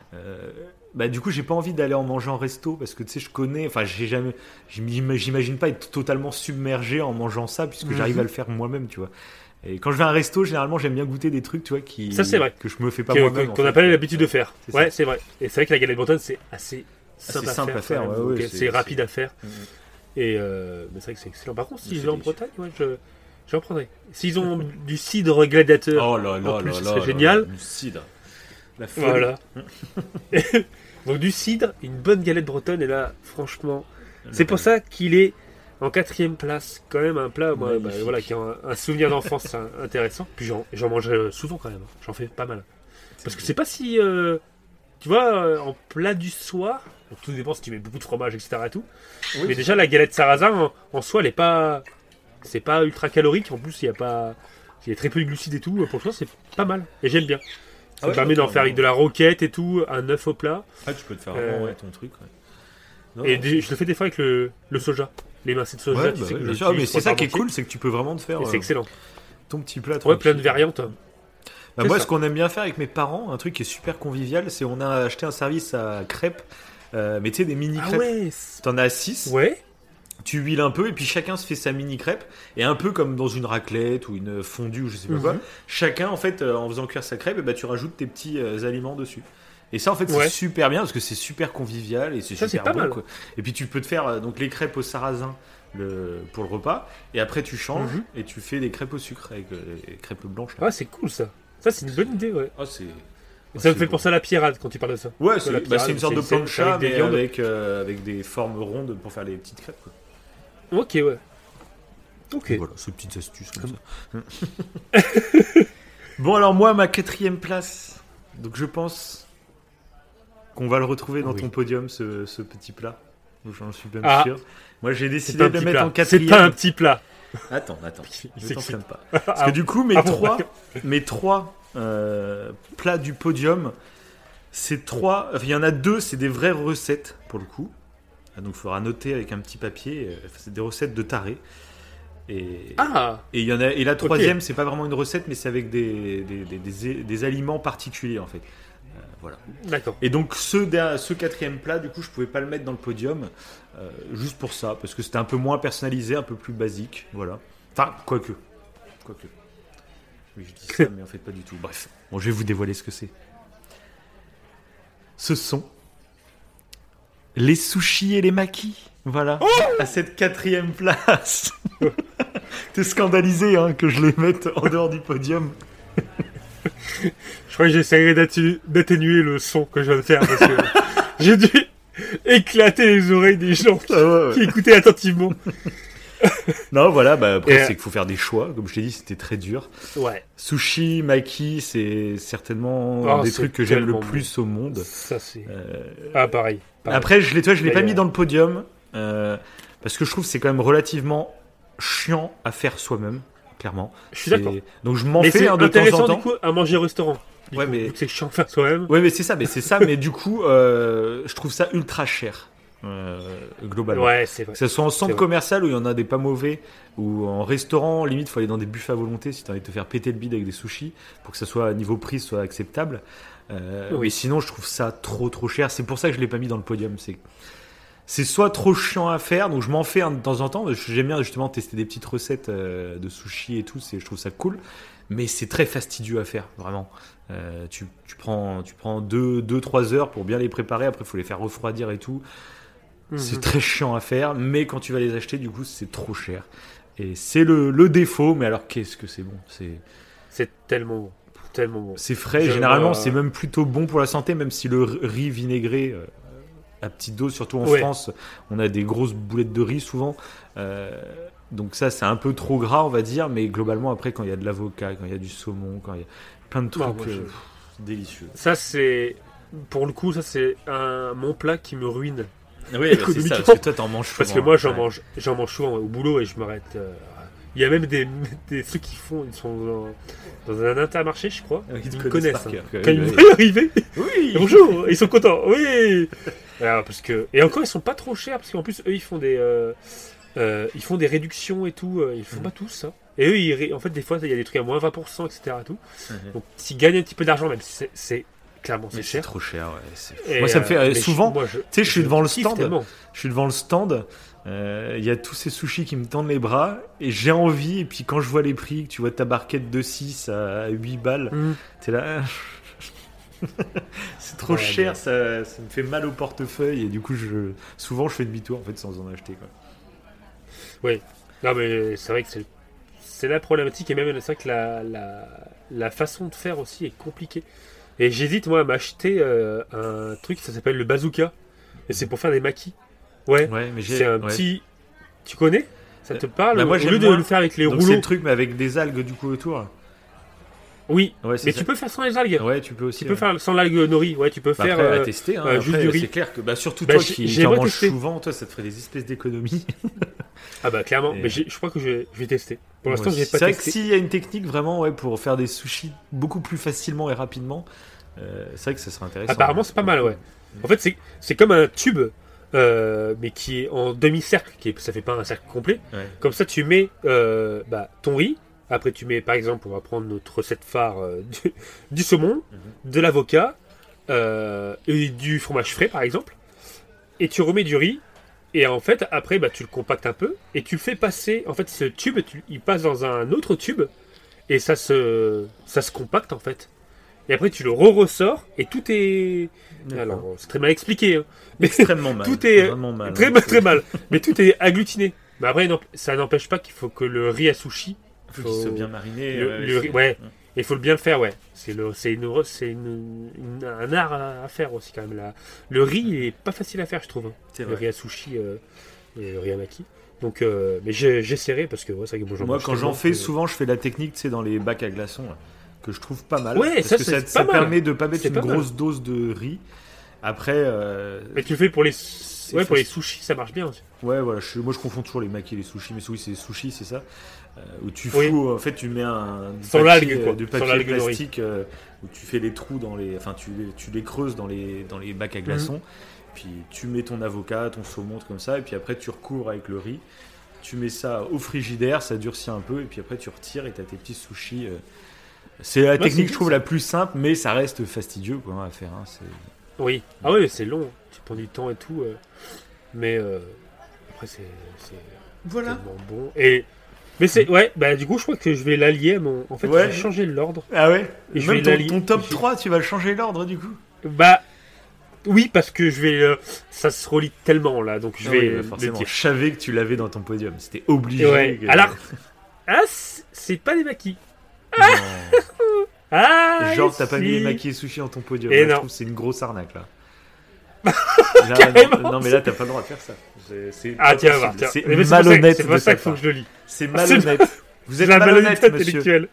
Du coup, j'ai pas envie d'aller en manger en resto parce que tu sais, je connais. Enfin, j'imagine pas être totalement submergé en mangeant ça puisque j'arrive à le faire moi-même, tu vois. Et quand je vais à un resto, généralement, j'aime bien goûter des trucs, tu vois, ça, c'est vrai. que je me fais pas moi-même. Qu'on n'a pas l'habitude de faire. Ouais, c'est vrai. Et c'est vrai que la galette bretonne, c'est assez simple à faire. C'est rapide à faire. Et mais c'est vrai que c'est excellent. Par contre, si je vais en Bretagne, j'en prendrais. S'ils ont du cidre gladiateur, en plus, ce serait génial. Du cidre. La folie. Voilà. Donc du cidre, une bonne galette bretonne, et là, franchement, c'est pour ça qu'il est en 4e place. Quand même un plat, qui a un souvenir d'enfance intéressant. Puis j'en mange souvent quand même. J'en fais pas mal. Parce que c'est pas si, tu vois, en plat du soir. Donc, tout dépend si tu mets beaucoup de fromage, etc. Et tout. Oui, mais déjà la galette sarrasin en soi, elle est pas, c'est pas ultra calorique. En plus, il y a très peu de glucides et tout. Pour le soir, c'est pas mal. Et j'aime bien. Ça me permet d'en faire avec de la roquette et tout, un œuf au plat. Ah, tu peux te faire vraiment ton truc. Ouais. Non, et je le fais des fois avec le soja. Les mincées de soja. Mais c'est ça qui est cool, c'est que tu peux vraiment te faire. C'est excellent. Ton petit plat. Ouais, plein de variantes. Moi, ce qu'on aime bien faire avec mes parents, un truc qui est super convivial, c'est on a acheté un service à crêpes. Mais tu sais, des mini crêpes. Ouais. T'en as 6. Ouais. Tu huiles un peu et puis chacun se fait sa mini crêpe. Et un peu comme dans une raclette ou une fondue ou je sais pas quoi, chacun en fait en faisant cuire sa crêpe, tu rajoutes tes petits aliments dessus. Et ça en fait c'est super bien parce que c'est super convivial et c'est super pas bon, mal. Quoi. Et puis tu peux te faire donc les crêpes au sarrasin pour le repas et après tu changes et tu fais des crêpes au sucre avec les crêpes blanches. Ah, c'est cool ça. Ça c'est une bonne idée, ouais. Ah, ça me fait penser à la pierrade quand tu parles de ça. Ouais, c'est une sorte de plancha mais avec des formes rondes pour faire les petites crêpes, quoi. Ok, ouais. Ok. Voilà, ces petites astuces comme ça. Bon, alors moi, ma 4e place. Donc je pense qu'on va le retrouver dans ton podium, ce petit plat. J'en suis bien sûr. Moi, j'ai décidé de le mettre en 4e. C'est pas un petit plat. Attends. Ne t'enflamme pas. Parce que du coup, mes trois plats du podium, c'est 3. Enfin, il y en a 2, c'est des vraies recettes pour le coup. Donc il faudra noter avec un petit papier. C'est des recettes de taré. Et il y en a. Et la 3e, c'est pas vraiment une recette, mais c'est avec des aliments particuliers en fait. Voilà. D'accord. Et donc ce 4e plat, du coup, je pouvais pas le mettre dans le podium, juste pour ça, parce que c'était un peu moins personnalisé, un peu plus basique. Voilà. Enfin, quoique. Oui, je dis ça, mais en fait pas du tout. Bref. Bon, je vais vous dévoiler ce que c'est. Ce sont les sushis et les makis. Voilà. À cette 4e place. T'es scandalisé que je les mette en dehors du podium. Je crois que j'essaierai d'atténuer le son que je viens de faire parce que j'ai dû éclater les oreilles des gens qui écoutaient attentivement. Non, voilà, après c'est qu'il faut faire des choix. Comme je t'ai dit, c'était très dur. Ouais. Sushi, maki, c'est certainement des trucs que j'aime le plus au monde. Ça, c'est. Pareil. Après, je l'ai pas mis dans le podium parce que je trouve que c'est quand même relativement chiant à faire soi-même, clairement. Je suis d'accord. Donc je m'en fais de temps en temps. C'est intéressant du coup à manger au restaurant. Mais c'est chiant à faire soi-même. Ouais, mais c'est ça. Mais du coup, je trouve ça ultra cher. Globalement. Ouais, c'est vrai. Que ce soit en centre commercial où il y en a des pas mauvais, ou en restaurant, limite, il faut aller dans des buffets à volonté si tu as envie de te faire péter le bide avec des sushis pour que ça soit, niveau prix, soit acceptable. Mais sinon, je trouve ça trop cher. C'est pour ça que je l'ai pas mis dans le podium. C'est soit trop chiant à faire, donc je m'en fais de temps en temps. J'aime bien justement tester des petites recettes de sushis et tout. Je trouve ça cool. Mais c'est très fastidieux à faire, vraiment. Tu prends 2-3 heures pour bien les préparer. Après, il faut les faire refroidir et tout. C'est très chiant à faire, mais quand tu vas les acheter, du coup, c'est trop cher. Et c'est le défaut, mais alors qu'est-ce que c'est bon. C'est tellement bon. C'est frais, généralement, c'est même plutôt bon pour la santé, même si le riz vinaigré, à petite dose, surtout en France, on a des grosses boulettes de riz souvent. Donc ça, c'est un peu trop gras, on va dire, mais globalement, après, quand il y a de l'avocat, quand il y a du saumon, quand il y a plein de trucs délicieux. Ça, pour le coup, c'est mon plat qui me ruine. Oui, c'est ça, parce que toi t'en manges souvent. Parce que moi j'en mange souvent au boulot et je m'arrête. Il y a même des trucs ils sont dans un Intermarché, je crois. Ils me connaissent. Quand ils me voient arriver, oui. Bonjour, ils sont contents. Oui. Alors, et encore ils sont pas trop chers parce qu'en plus eux ils font des réductions et tout. Ils font pas tous ça. Et eux en fait des fois il y a des trucs à moins 20%, etc. Tout. Donc s'ils gagnent un petit peu d'argent, même si c'est clairement c'est cher. C'est trop cher, ouais. Moi ça me fait souvent, tu sais, je suis devant le stand, il y a tous ces sushis qui me tendent les bras et j'ai envie, et puis quand je vois les prix, que tu vois ta barquette de 6 à 8 balles, t'es là... c'est trop cher, ça me fait mal au portefeuille, et du coup souvent je fais demi-tour en fait sans en acheter, quoi. Oui, non mais c'est vrai que c'est la problématique, et même c'est vrai que la façon de faire aussi est compliquée. Et j'hésite moi à m'acheter un truc, ça s'appelle le bazooka, et c'est pour faire des maquis. Ouais, mais c'est un petit... Tu connais? Ça te parle? Moi, au lieu de le faire avec les rouleaux. C'est le truc, mais avec des algues du coup autour. Oui, mais ça. Tu peux faire sans les algues. Ouais, tu peux aussi. Tu peux faire sans l'algue nori. Ouais, tu peux faire. Après, à tester. Juste du riz. C'est clair que surtout toi qui en manges souvent, toi, ça te ferait des espèces d'économies. Ah bah clairement. Mais je crois que je vais tester. Pour l'instant, j'ai pas testé. C'est vrai que s'il y a une technique vraiment, pour faire des sushis beaucoup plus facilement et rapidement, c'est vrai que ça serait intéressant. Apparemment, c'est pas mal, ouais. En fait, c'est comme un tube. Mais qui est en demi-cercle, ça fait pas un cercle complet. Comme ça, tu mets ton riz. Après, tu mets, par exemple, on va prendre notre recette phare du saumon, de l'avocat et du fromage frais, par exemple. Et tu remets du riz. Et en fait, après, tu le compactes un peu et tu le fais passer. En fait, ce tube, il passe dans un autre tube et ça se compacte en fait. Et après, tu le ressors et tout est. Alors, c'est très mal expliqué. Hein. Mais extrêmement mal. Tout est vraiment mal. Très mal. Mais tout est agglutiné. Mais après, ça n'empêche pas qu'il faut que le riz à sushi. Il faut qu'il soit bien mariné. Le riz, ouais. Il faut le bien le faire, ouais. C'est un art à faire aussi, quand même. Le riz, il est pas facile à faire, je trouve. Hein. Le riz à sushi et le riz à maki. Donc, mais j'essaierai parce que c'est vrai que moi, quand j'en fais, souvent, je fais la technique, dans les bacs à glaçons. Là, que je trouve pas mal. Ouais, parce que ça permet de pas mettre une grosse dose de riz. Après. Mais tu le fais pour les sushis, ça marche bien aussi. Ouais, voilà. Moi, je confonds toujours les makis et les sushis. Mais oui, c'est sushis, c'est ça. Où tu fous, en fait, tu mets du papier plastique où tu fais les trous dans les. Enfin, tu les creuses dans les bacs à glaçons. Puis tu mets ton avocat, ton saumon, comme ça. Et puis après, tu recouvres avec le riz. Tu mets ça au frigidaire, ça durcit un peu. Et puis après, tu retires et tu as tes petits sushis. C'est la technique, je trouve, la plus simple, mais ça reste fastidieux à faire. Hein, oui. Ah oui, c'est long. Tu prends du temps et tout. Mais après, c'est tellement bon. Mais c'est... Ouais, du coup, je crois que je vais l'allier à mon... En fait, je vais changer l'ordre. Ah ouais? Et même ton top 3, tu vas le changer l'ordre, du coup? Oui, parce que je vais... ça se relie tellement, là, donc je vais... forcément, je savais que tu l'avais dans ton podium. C'était obligé. Ouais. Alors... c'est pas des maquis. Genre, t'as pas mis les maquis et sushis dans ton podium. Et là, je trouve que c'est une grosse arnaque, là. Non, mais là, t'as pas le droit de faire ça. Tiens. C'est malhonnête. C'est pas ça qu'il faut que je le lis. C'est malhonnête. Vous êtes la malhonnête, intellectuelle.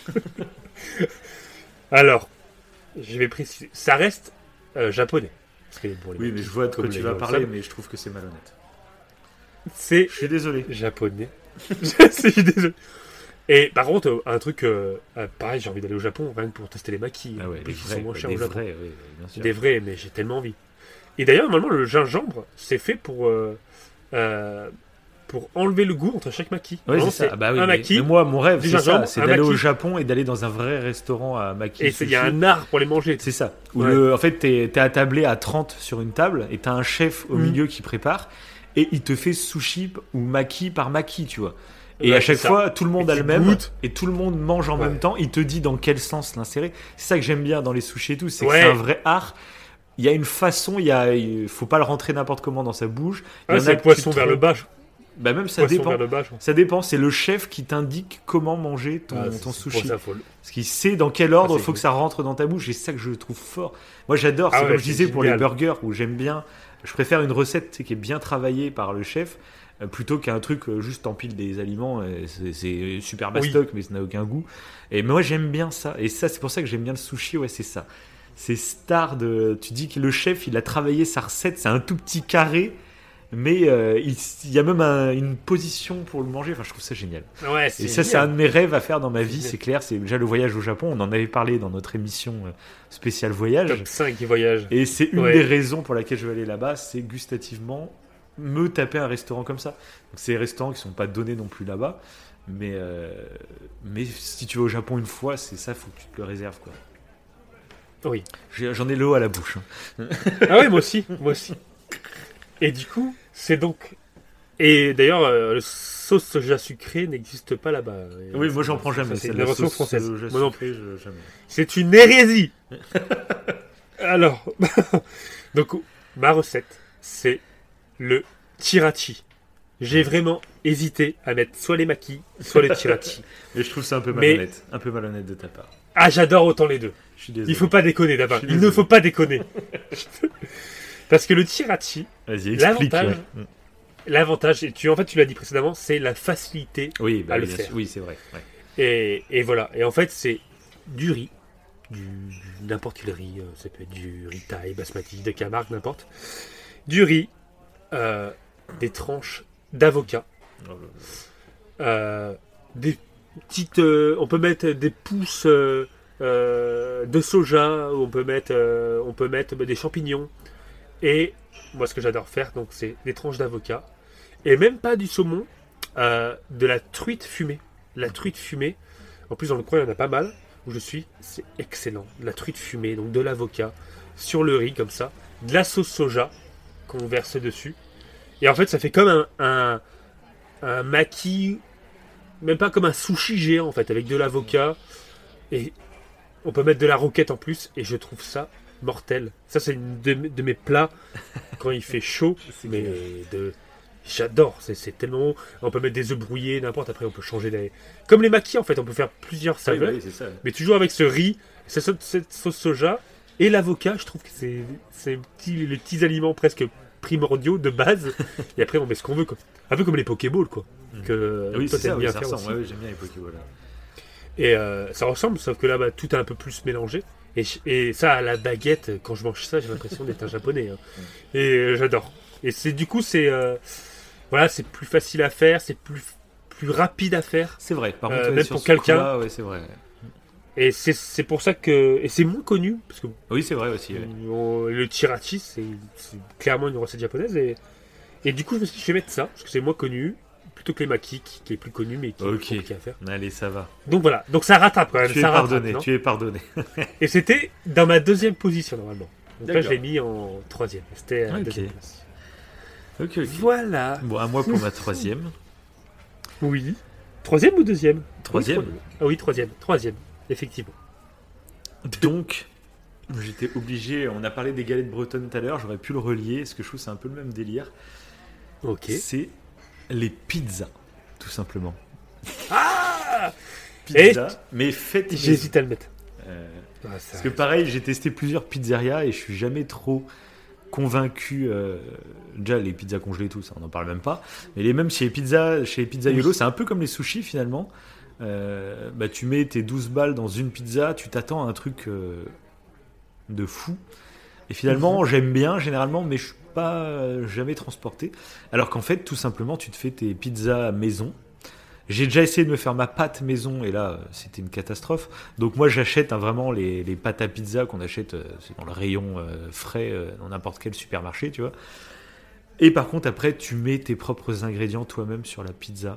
Alors, je vais préciser. Ça reste japonais. Oui, mais je vois de quoi tu vas parler, mais je trouve que c'est malhonnête. Je suis désolé. Japonais. Je suis désolé. Et par contre, un truc, pareil, j'ai envie d'aller au Japon, rien que pour tester les makis. Ah ouais, qui sont moins chers au Japon. Vrais, oui, bien sûr. Des vrais, mais j'ai tellement envie. Et d'ailleurs, normalement, le gingembre, c'est fait pour enlever le goût entre chaque maki. Oui, c'est ça. Un maki. Mais moi, mon rêve, c'est ça. C'est d'aller au Japon et d'aller dans un vrai restaurant à maki. Et il y a un art pour les manger. C'est ça. En fait, t'es attablé à 30 sur une table et t'as un chef au milieu qui prépare et il te fait sushi ou maki par maki, tu vois. Et à chaque fois, tout le monde a le même et tout le monde mange en même temps. Il te dit dans quel sens l'insérer. C'est ça que j'aime bien dans les sushis et tout, c'est que c'est un vrai art. Il y a une façon, il faut pas le rentrer n'importe comment dans sa bouche. C'est le poisson vers le bas. Même ça dépend. Ça dépend, c'est le chef qui t'indique comment manger ton sushi. Parce qu'il sait dans quel ordre il faut que ça rentre dans ta bouche. Et c'est ça que je trouve fort. Moi j'adore, c'est comme je disais pour les burgers où j'aime bien. Je préfère une recette qui est bien travaillée par le chef. Plutôt qu'un truc juste t'empiles des aliments, c'est super bastoc mais ça n'a aucun goût. Et moi j'aime bien ça, et ça c'est pour ça que j'aime bien le sushi, c'est ça. C'est star tu dis que le chef il a travaillé sa recette, c'est un tout petit carré, mais il y a même une position pour le manger, je trouve ça génial. Et ça c'est un de mes rêves à faire dans ma vie, c'est clair, c'est déjà le voyage au Japon, on en avait parlé dans notre émission spéciale voyage. Top 5 voyage. Et c'est une des raisons pour laquelle je veux aller là-bas, c'est gustativement me taper un restaurant comme ça. Donc, c'est des restaurants qui sont pas donnés non plus là-bas, mais si tu vas au Japon une fois, c'est ça, faut que tu te le réserves, quoi. Oui. J'en ai l'eau à la bouche. Ah oui, moi aussi. Et du coup, c'est donc... Et d'ailleurs, le sauce soja sucré n'existe pas là-bas. Oui, moi j'en prends jamais. C'est une invention française. Moi non plus, jamais. C'est une hérésie. Alors, donc ma recette, c'est le tirachi. J'ai vraiment hésité à mettre soit les maquis, soit le tirachi. Mais je trouve ça un peu malhonnête de ta part. Ah, j'adore autant les deux. Je suis désolé. Il faut pas déconner d'abord. Il ne faut pas déconner. Parce que le tirachi, l'avantage, et tu l'as dit précédemment, c'est la facilité à le faire. Oui, c'est vrai. Ouais. Et voilà. Et en fait, c'est du riz, n'importe quel riz. Ça peut être du riz thaï, basmati, de Camargue, n'importe. Du riz, des tranches d'avocat, des petites. On peut mettre des pousses de soja, on peut mettre des champignons. Et moi, ce que j'adore faire, donc, c'est des tranches d'avocat. Et même pas du saumon, de la truite fumée. La truite fumée, en plus dans le coin il y en a pas mal, où je suis, c'est excellent. La truite fumée, donc de l'avocat, sur le riz comme ça, de la sauce soja qu'on verse dessus. Et en fait ça fait comme un maki, même pas comme un sushi géant en fait, avec de l'avocat. Et on peut mettre de la roquette en plus, et je trouve ça mortel. Ça c'est une de mes plats quand il fait chaud, mais j'adore, c'est tellement bon. On peut mettre des œufs brouillés, n'importe. Après, on peut changer comme les maquis en fait. On peut faire plusieurs saveurs, c'est ça. Mais toujours avec ce riz, cette sauce soja et l'avocat. Je trouve que c'est les petits aliments presque primordiaux de base. Et après, on met ce qu'on veut, quoi. Un peu comme les Pokéballs, quoi. Que oui, toi, t'aimes bien ça faire ressemble. aussi. J'aime bien les Pokéballs. Et ça ressemble, sauf que là, tout est un peu plus mélangé. Et ça, à la baguette, quand je mange ça, j'ai l'impression d'être un japonais. Hein. Et j'adore. Et du coup, c'est plus facile à faire, c'est plus rapide à faire. C'est vrai. Par contre, même pour quelqu'un. Ouais, c'est vrai. Et c'est pour ça que c'est moins connu parce que. Oui, c'est vrai aussi. Le tirachi, c'est clairement une recette japonaise et du coup, je me suis dit, je vais mettre ça parce que c'est moins connu. Plutôt que les maquis qui est plus connu mais qui est compliqué à faire. Allez, ça va. Donc voilà, donc ça rattrape quand même. Tu es pardonné. Et c'était dans ma deuxième position normalement. Donc là je l'ai mis en troisième. C'était à la deuxième place. Ok. Voilà. Bon, à moi pour ma troisième. Oui. Troisième ou deuxième? Troisième. Ah oui, troisième, effectivement. Donc, j'étais obligé, on a parlé des galettes bretonnes tout à l'heure, j'aurais pu le relier, parce que je trouve que c'est un peu le même délire. Ok. C'est les pizzas, tout simplement. Ah, pizza, mais faites. J'hésite à le mettre. Parce que pareil, j'ai testé plusieurs pizzerias et je suis jamais trop convaincu. Déjà, les pizzas congelées et tout, ça, on n'en parle même pas. Mais même chez les pizzaiolo, c'est un peu comme les sushis finalement. Tu mets tes 12 balles dans une pizza, tu t'attends à un truc de fou. Et finalement, j'aime bien généralement, mais je suis pas jamais transporté. Alors qu'en fait, tout simplement, tu te fais tes pizzas maison. J'ai déjà essayé de me faire ma pâte maison et là, c'était une catastrophe. Donc moi, j'achète vraiment les pâtes à pizza qu'on achète dans le rayon frais dans n'importe quel supermarché, tu vois. Et par contre, après, tu mets tes propres ingrédients toi-même sur la pizza.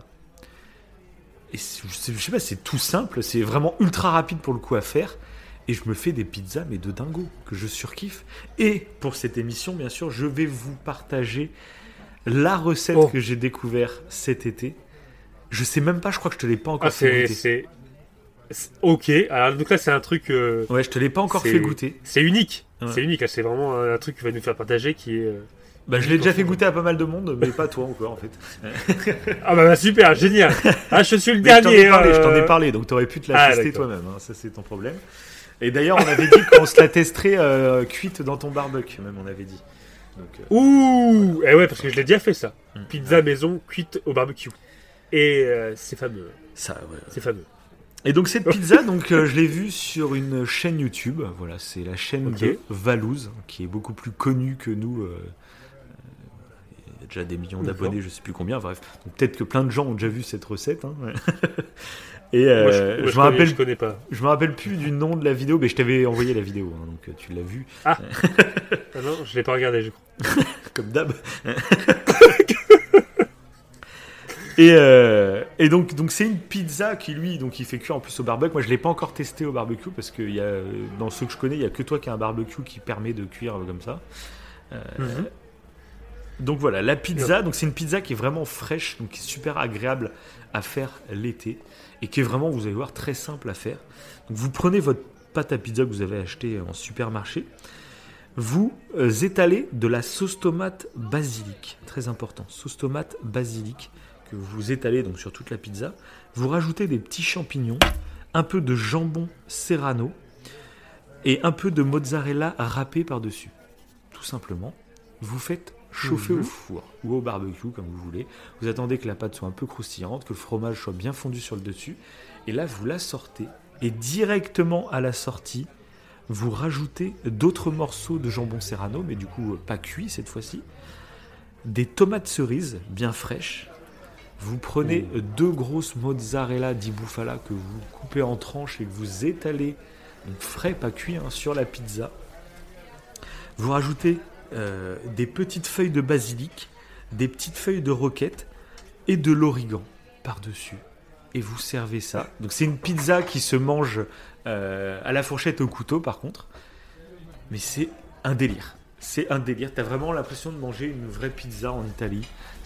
Et je sais pas, c'est tout simple, c'est vraiment ultra rapide pour le coup à faire. Et je me fais des pizzas, mais de dingo, que je surkiffe. Et pour cette émission, bien sûr, je vais vous partager la recette que j'ai découvert cet été. Je sais même pas, je crois que je te l'ai pas encore fait goûter. Ok, alors donc là c'est un truc... ouais, je te l'ai pas encore fait goûter. C'est unique, c'est unique, c'est vraiment un truc qui va nous faire partager qui est... je l'ai déjà fait goûter à pas mal de monde, mais pas toi encore en fait. Ah super, génial. Ah, je suis le dernier. Je t'en ai parlé, donc t'aurais pu te la tester toi-même, hein, ça c'est ton problème. Et d'ailleurs, on avait dit qu'on se la testerait cuite dans ton barbecue, même on avait dit. Donc, ouh, ouais, parce que je l'ai déjà fait ça. Pizza maison cuite au barbecue. Et c'est fameux. Ça, ouais. C'est fameux. Et donc cette pizza, je l'ai vue sur une chaîne YouTube. Voilà, c'est la chaîne de Valouz, qui est beaucoup plus connue que nous. Il y a déjà des millions d'abonnés, je sais plus combien. Bref, donc peut-être que plein de gens ont déjà vu cette recette. Hein. Et moi, je connais pas. Je me rappelle plus du nom de la vidéo, mais je t'avais envoyé la vidéo, hein, donc tu l'as vue. Ah non, je l'ai pas regardé, je crois. Comme d'hab. Et donc c'est une pizza qui lui donc il fait cuire en plus au barbecue. Moi je l'ai pas encore testé au barbecue parce que dans ceux que je connais il y a que toi qui a un barbecue qui permet de cuire comme ça. Donc voilà la pizza. Donc c'est une pizza qui est vraiment fraîche, donc qui est super agréable à faire l'été et qui est vraiment, vous allez voir, très simple à faire. Donc vous prenez votre pâte à pizza que vous avez achetée en supermarché. Vous étalez de la sauce tomate basilic, très important, sauce tomate basilic que vous étalez donc sur toute la pizza. Vous rajoutez des petits champignons, un peu de jambon serrano et un peu de mozzarella râpé par-dessus. Tout simplement, vous faites chauffer au four ou au barbecue comme vous voulez. Vous attendez que la pâte soit un peu croustillante, que le fromage soit bien fondu sur le dessus et là vous la sortez et directement à la sortie vous rajoutez d'autres morceaux de jambon serrano, mais du coup pas cuit cette fois-ci, des tomates cerises bien fraîches. Vous prenez 2 grosses mozzarella di bufala que vous coupez en tranches et que vous étalez, donc frais, pas cuit, sur la pizza. Vous rajoutez des petites feuilles de basilic, des petites feuilles de roquette et de l'origan par-dessus. Et vous servez ça. Donc c'est une pizza qui se mange à la fourchette au couteau par contre. Mais c'est un délire. C'est un délire. T'as vraiment l'impression de manger une vraie pizza en Italie.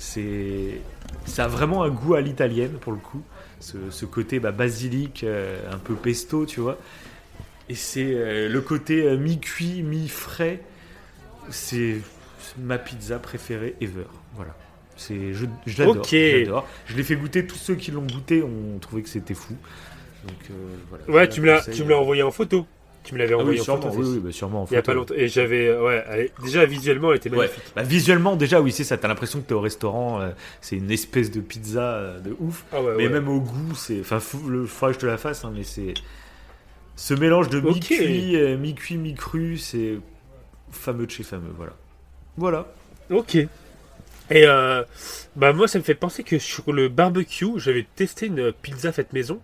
Ça a vraiment un goût à l'italienne pour le coup. Ce côté basilic, un peu pesto, tu vois. Et c'est le côté mi-cuit, mi-frais. C'est ma pizza préférée ever. Voilà. Je l'adore, j'adore. Je l'ai fait goûter. Tous ceux qui l'ont goûté ont trouvé que c'était fou. Donc, voilà. Ouais, tu me l'as envoyé en photo. Tu me l'avais envoyé en photo. Oui, sûrement en photo. Il y a pas longtemps. Et j'avais, déjà visuellement, elle était magnifique. Visuellement, déjà, oui, c'est ça. T'as l'impression que t'es au restaurant. C'est une espèce de pizza de ouf. Mais même au goût, c'est. Enfin, faudra que je te la fasse, mais c'est. Ce mélange de mi-cuit, mi-cuit, mi-cru, c'est fameux de chez fameux. Voilà. Ok. Et moi, ça me fait penser que sur le barbecue, j'avais testé une pizza faite maison.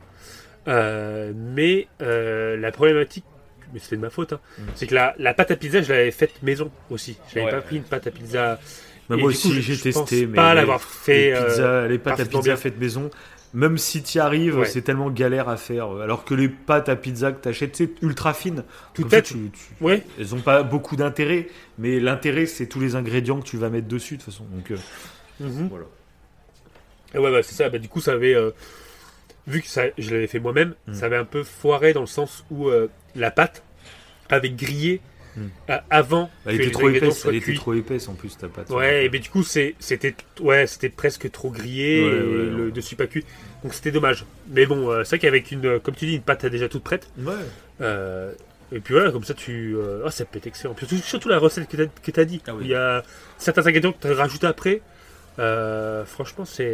Mais la problématique, mais c'était de ma faute, c'est que la pâte à pizza, je l'avais faite maison aussi. Je n'avais pas pris une pâte à pizza. Moi aussi, j'ai testé, mais pas l'avoir fait. Les pâtes à pizza faites maison, même si tu y arrives, c'est tellement galère à faire. Alors que les pâtes à pizza que tu achètes, c'est ultra fines. Elles n'ont pas beaucoup d'intérêt, mais l'intérêt, c'est tous les ingrédients que tu vas mettre dessus de toute façon. Donc, voilà. Et c'est ça. Du coup, ça avait. Vu que je l'avais fait moi-même, ça avait un peu foiré dans le sens où la pâte avait grillé avant. Elle était trop épaisse en plus ta pâte. Ouais, mais du coup c'était presque trop grillé et le dessus pas cuit. Donc c'était dommage. Mais bon, c'est vrai qu'avec comme tu dis, une pâte déjà toute prête. Et puis voilà, comme ça ça peut être excellent. Puis surtout la recette que t'as dit. Il y a certains ingrédients que tu as rajoutés après. Franchement, c'est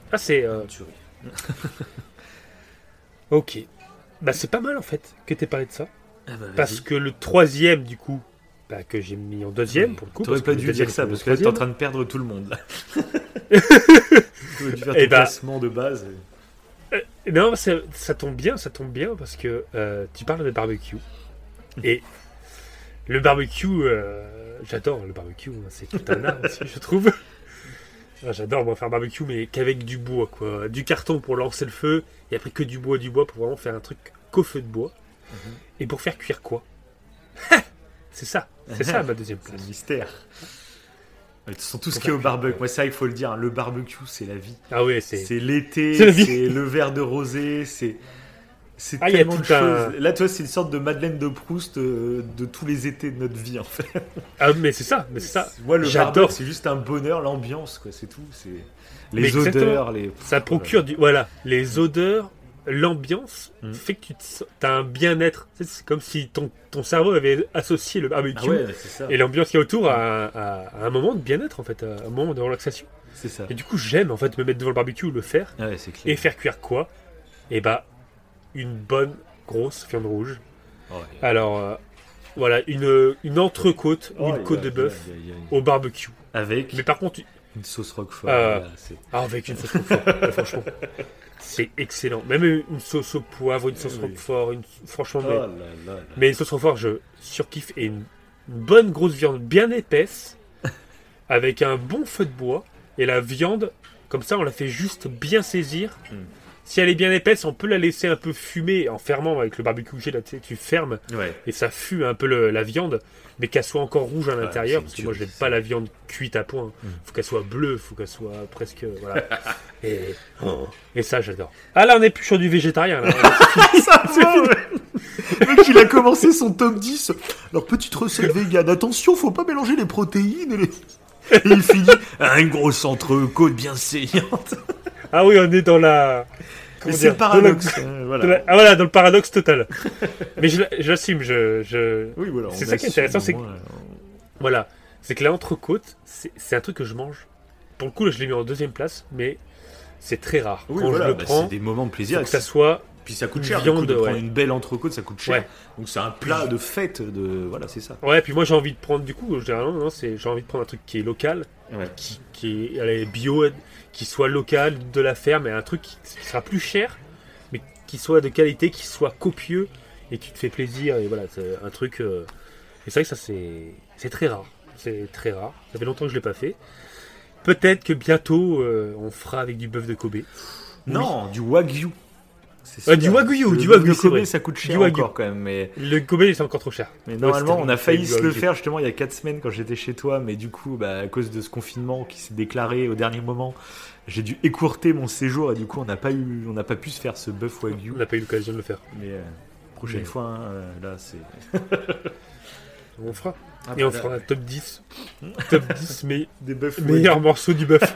ok. C'est pas mal en fait que t'aies parlé de ça. Parce que le troisième, du coup, que j'ai mis en deuxième pour le coup. T'aurais pas dû dire ça parce que là t'es en train de perdre tout le monde là. Tu aurais dû faire ton classement de base. Non, ça tombe bien parce que tu parles de barbecue. Et le barbecue, j'adore le barbecue, c'est tout un art aussi, je trouve. J'adore moi faire barbecue, mais qu'avec du bois, quoi. Du carton pour lancer le feu, et après que du bois pour vraiment faire un truc qu'au feu de bois. Et pour faire cuire quoi? C'est ça ma deuxième place. C'est le mystère. De toute façon, tout ce qui est au barbecue, moi ça il faut le dire, le barbecue c'est la vie. Ah ouais, c'est l'été, c'est le verre de rosé, c'est tellement de choses. Là, tu vois, c'est une sorte de Madeleine de Proust de tous les étés de notre vie, en fait. Ah, mais c'est ça. Moi, le barbecue, c'est juste un bonheur, l'ambiance, quoi, c'est tout. C'est les odeurs, ça procure les odeurs, l'ambiance fait que tu as un bien-être. C'est comme si ton cerveau avait associé le barbecue et l'ambiance qu'il y a autour à un moment de bien-être, en fait, à un moment de relaxation. C'est ça. Et du coup, j'aime, en fait, me mettre devant le barbecue, le faire, et faire cuire quoi? Et une bonne grosse viande rouge. Alors, une entrecôte ou une côte de bœuf au barbecue. Mais par contre, une sauce roquefort. Avec une sauce roquefort, franchement. C'est excellent. Même une sauce au poivre, une sauce roquefort, franchement. Mais une sauce roquefort, je surkiffe. Et une bonne grosse viande bien épaisse, avec un bon feu de bois. Et la viande Comme ça, on la fait juste bien saisir. Si elle est bien épaisse, on peut la laisser un peu fumer en fermant avec le barbecue gel. Là, tu fermes et ça fume un peu la viande, mais qu'elle soit encore rouge à l'intérieur. Parce que moi, j'aime pas la viande cuite à point. Faut qu'elle soit bleue, faut qu'elle soit presque. Voilà. et ça, j'adore. Ah là, on est plus sur du végétarien. Là. Le mec, il a commencé son top 10. Alors, petite recette vegan. Attention, faut pas mélanger les protéines et les. Et il finit une grosse entrecôte bien saignante. Ah oui, on est dans la. Mais c'est le paradoxe. Voilà. Voilà, dans le paradoxe total. Mais j'assume. Oui, voilà. C'est ça qui est intéressant, c'est que. Voilà. C'est que la entrecôte, c'est un truc que je mange. Pour le coup, là, je l'ai mis en deuxième place, mais c'est très rare. Oui, quand je le prends, c'est des moments de plaisir. Que ça soit. Puis ça coûte cher. Viande, prendre une belle entrecôte, ça coûte cher. Ouais. Donc c'est un plat de fête. Voilà, c'est ça. Ouais, puis moi j'ai envie de prendre du coup, généralement, j'ai envie de prendre un truc qui est local, qui est bio, qui soit local, de la ferme, et un truc qui sera plus cher, mais qui soit de qualité, qui soit copieux, et qui te fait plaisir. Et voilà, c'est un truc. Et c'est vrai que ça c'est très rare. C'est très rare. Ça fait longtemps que je l'ai pas fait. Peut-être que bientôt on fera avec du bœuf de Kobe. Non, du Wagyu. Du Wagyu, c'est vrai. Ça coûte cher encore quand même. Mais... Le Kobe, c'est encore trop cher. Mais normalement, on a failli se le faire justement il y a 4 semaines quand j'étais chez toi. Mais du coup, à cause de ce confinement qui s'est déclaré au dernier moment, j'ai dû écourter mon séjour et du coup, on n'a pas pu se faire ce bœuf Wagyu. On n'a pas eu l'occasion de le faire. Mais prochaine fois, là, c'est. On fera. Et on fera un top 10. Top 10, mais des bœufs meilleurs morceaux du bœuf.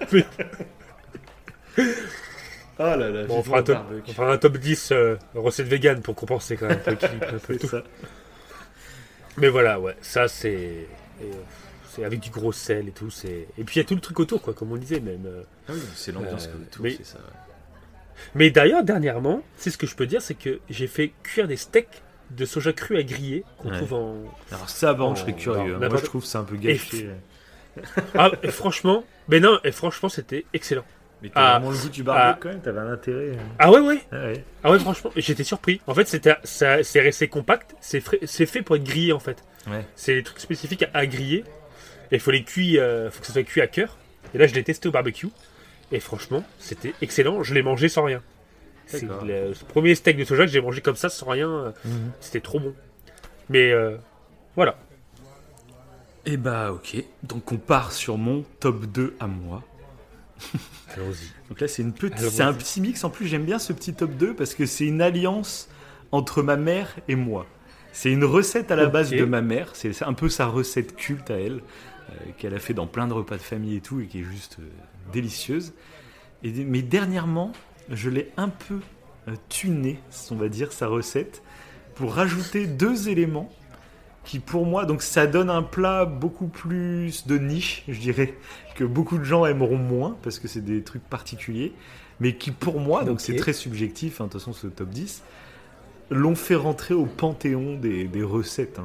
Ah là là, bon, on fera un top 10 recettes vegan pour compenser quand même un peu tout. Ça. Mais voilà, ouais, ça c'est avec du gros sel et tout. Et puis il y a tout le truc autour, quoi, comme on disait même. Ah oui, c'est l'ambiance autour, c'est ça. Mais d'ailleurs, dernièrement, c'est ce que je peux dire, c'est que j'ai fait cuire des steaks de soja cru à griller qu'on trouve en. Alors ça, je serais curieux. Moi, je trouve que c'est un peu gâché. Et franchement, franchement, c'était excellent. Mais t'as vraiment le goût du barbecue quand même, t'avais un intérêt. Ah ouais, franchement, j'étais surpris. En fait, c'est resté compact, c'est fait pour être grillé en fait. Ouais. C'est des trucs spécifiques à griller. Et il faut faut que ça soit cuit à cœur. Et là, je l'ai testé au barbecue. Et franchement, c'était excellent. Je l'ai mangé sans rien. C'est le premier steak de soja que j'ai mangé comme ça, sans rien. C'était trop bon. Mais voilà. Et ok. Donc on part sur mon top 2 à moi. Allons-y. Donc là, c'est un petit mix. En plus, j'aime bien ce petit top 2 parce que c'est une alliance entre ma mère et moi. C'est une recette à la base de ma mère. C'est un peu sa recette culte à elle, qu'elle a fait dans plein de repas de famille et tout, et qui est juste délicieuse. Mais dernièrement, je l'ai un peu tuné, on va dire, sa recette, pour rajouter 2 éléments qui pour moi, donc ça donne un plat beaucoup plus de niche, je dirais, que beaucoup de gens aimeront moins, parce que c'est des trucs particuliers, mais qui pour moi, donc c'est très subjectif, de toute façon ce top 10, l'ont fait rentrer au panthéon des recettes.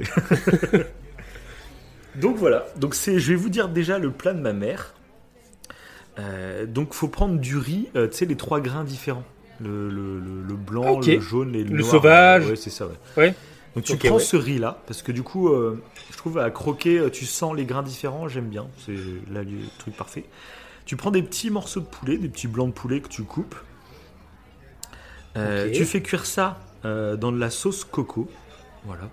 Donc voilà, je vais vous dire déjà le plat de ma mère. Donc faut prendre du riz, tu sais, les 3 grains différents, le blanc, le jaune, le noir. Sauvage. Ouais, c'est ça, ouais. Donc tu prends ce riz là, parce que du coup, je trouve à croquer, tu sens les grains différents, j'aime bien, c'est là le truc parfait. Tu prends des petits morceaux de poulet, des petits blancs de poulet que tu coupes. Tu fais cuire ça dans de la sauce coco, voilà.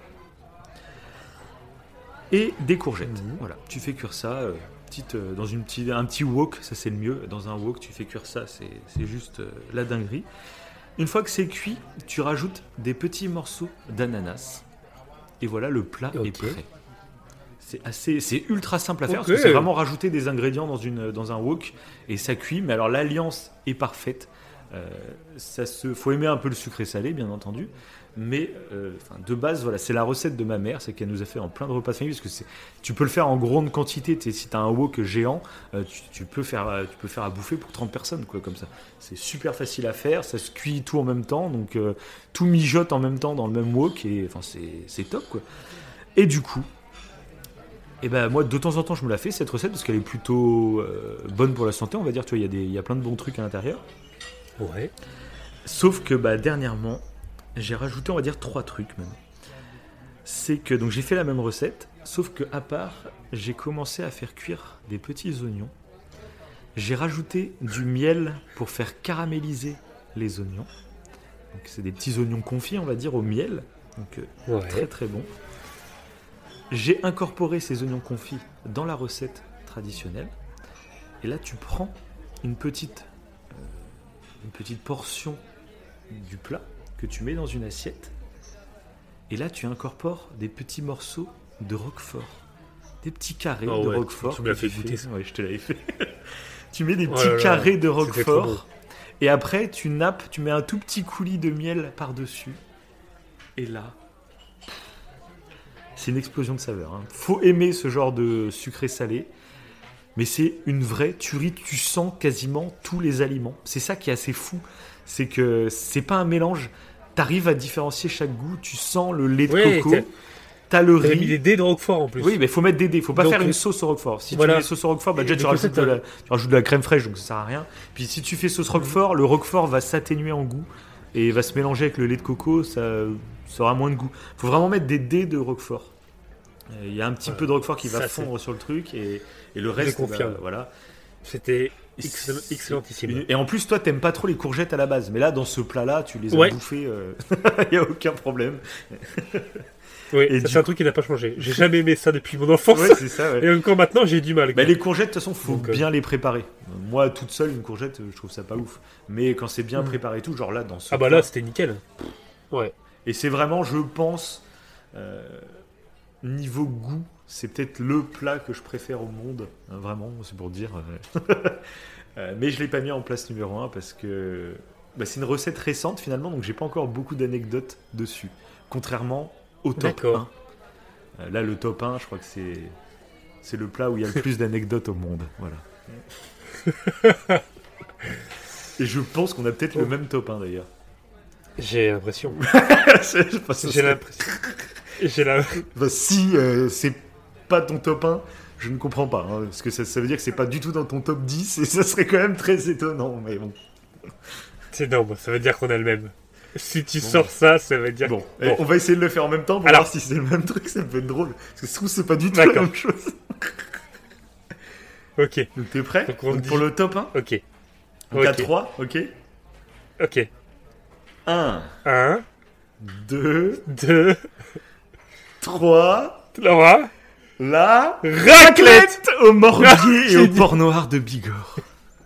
Et des courgettes, voilà. Tu fais cuire ça dans un petit wok, ça c'est le mieux. Dans un wok, tu fais cuire ça, c'est juste la dinguerie. Une fois que c'est cuit, tu rajoutes des petits morceaux d'ananas. Et voilà, le plat est prêt. C'est ultra simple à faire, parce que c'est vraiment rajouter des ingrédients dans un wok et ça cuit. Mais alors l'alliance est parfaite. Faut aimer un peu le sucré salé, bien entendu. Mais de base, voilà, c'est la recette de ma mère, c'est qu'elle nous a fait en plein de repas de famille, parce que tu peux le faire en grande quantité. Si tu as un wok géant, tu peux faire à bouffer pour 30 personnes, quoi, comme ça. C'est super facile à faire, ça se cuit tout en même temps, donc tout mijote en même temps dans le même wok, et c'est top, quoi. Et du coup, moi de temps en temps je me la fais cette recette, parce qu'elle est plutôt bonne pour la santé, on va dire. Tu vois, il y a plein de bons trucs à l'intérieur. Ouais. Sauf que dernièrement, j'ai rajouté, on va dire, 3 trucs même. C'est que donc j'ai fait la même recette, sauf que à part, j'ai commencé à faire cuire des petits oignons J'ai rajouté du miel pour faire caraméliser les oignons. Donc c'est des petits oignons confits, on va dire, au miel. Donc très très bon. J'ai incorporé ces oignons confits dans la recette traditionnelle. Et là, tu prends une petite portion du plat que tu mets dans une assiette. Et là, tu incorpores des petits morceaux de roquefort. Des petits carrés de roquefort. Tu me l'as fait goûter ça. Ouais, je te l'avais fait. Tu mets des petits carrés de roquefort. Et après, tu nappes, tu mets un tout petit coulis de miel par-dessus. Et là, c'est une explosion de saveurs. Hein. Faut aimer ce genre de sucré-salé. Mais c'est une vraie tuerie. Tu sens quasiment tous les aliments. C'est ça qui est assez fou. C'est que c'est pas un mélange. T'arrives à différencier chaque goût. Tu sens le lait de coco. T'as le riz. T'as mis des dés de roquefort en plus. Oui, mais faut mettre des dés. Faut pas faire une sauce au roquefort. Si tu mets sauce au roquefort, déjà tu rajoutes de la crème fraîche, donc ça sert à rien. Puis si tu fais sauce roquefort, le roquefort va s'atténuer en goût et va se mélanger avec le lait de coco. Ça aura moins de goût. Faut vraiment mettre des dés de roquefort. Il y a un petit peu de roquefort qui va fondre sur le truc et le reste, voilà. C'était excellentissime. Et en plus, toi, t'aimes pas trop les courgettes à la base, mais là, dans ce plat-là, tu les as bouffées. Il y a aucun problème. Oui, c'est un truc qui n'a pas changé. J'ai jamais aimé ça depuis mon enfance. Ouais, c'est ça, Et encore maintenant, j'ai du mal. Les courgettes, de toute façon, faut bien les préparer. Moi, toute seule, une courgette, je trouve ça pas ouf. Mais quand c'est bien préparé et tout, genre là, dans ce là, c'était nickel. Ouais. Et c'est vraiment, je pense, niveau goût, c'est peut-être le plat que je préfère au monde. Vraiment, c'est pour dire. Mais je l'ai pas mis en place numéro 1 parce que c'est une recette récente finalement, donc j'ai pas encore beaucoup d'anecdotes dessus. Contrairement au top 1. Là, le top 1, je crois que c'est le plat où il y a le plus d'anecdotes au monde. Voilà. Et je pense qu'on a peut-être le même top 1 d'ailleurs. J'ai l'impression. Si c'est pas ton top 1, je ne comprends pas. Hein, parce que ça veut dire que c'est pas du tout dans ton top 10 et ça serait quand même très étonnant. Mais bon. C'est énorme, ça veut dire qu'on a le même. Si tu sors ça veut dire... Bon, on va essayer de le faire en même temps pour voir si c'est le même truc, ça peut être drôle. Parce que je trouve que c'est pas du tout la même chose. Ok. Donc t'es prêt pour le top 1 Ok. Donc à 3, ok. Ok. 1, 2, 3... Laura, la raclette au morbier et au porc noir de Bigorre.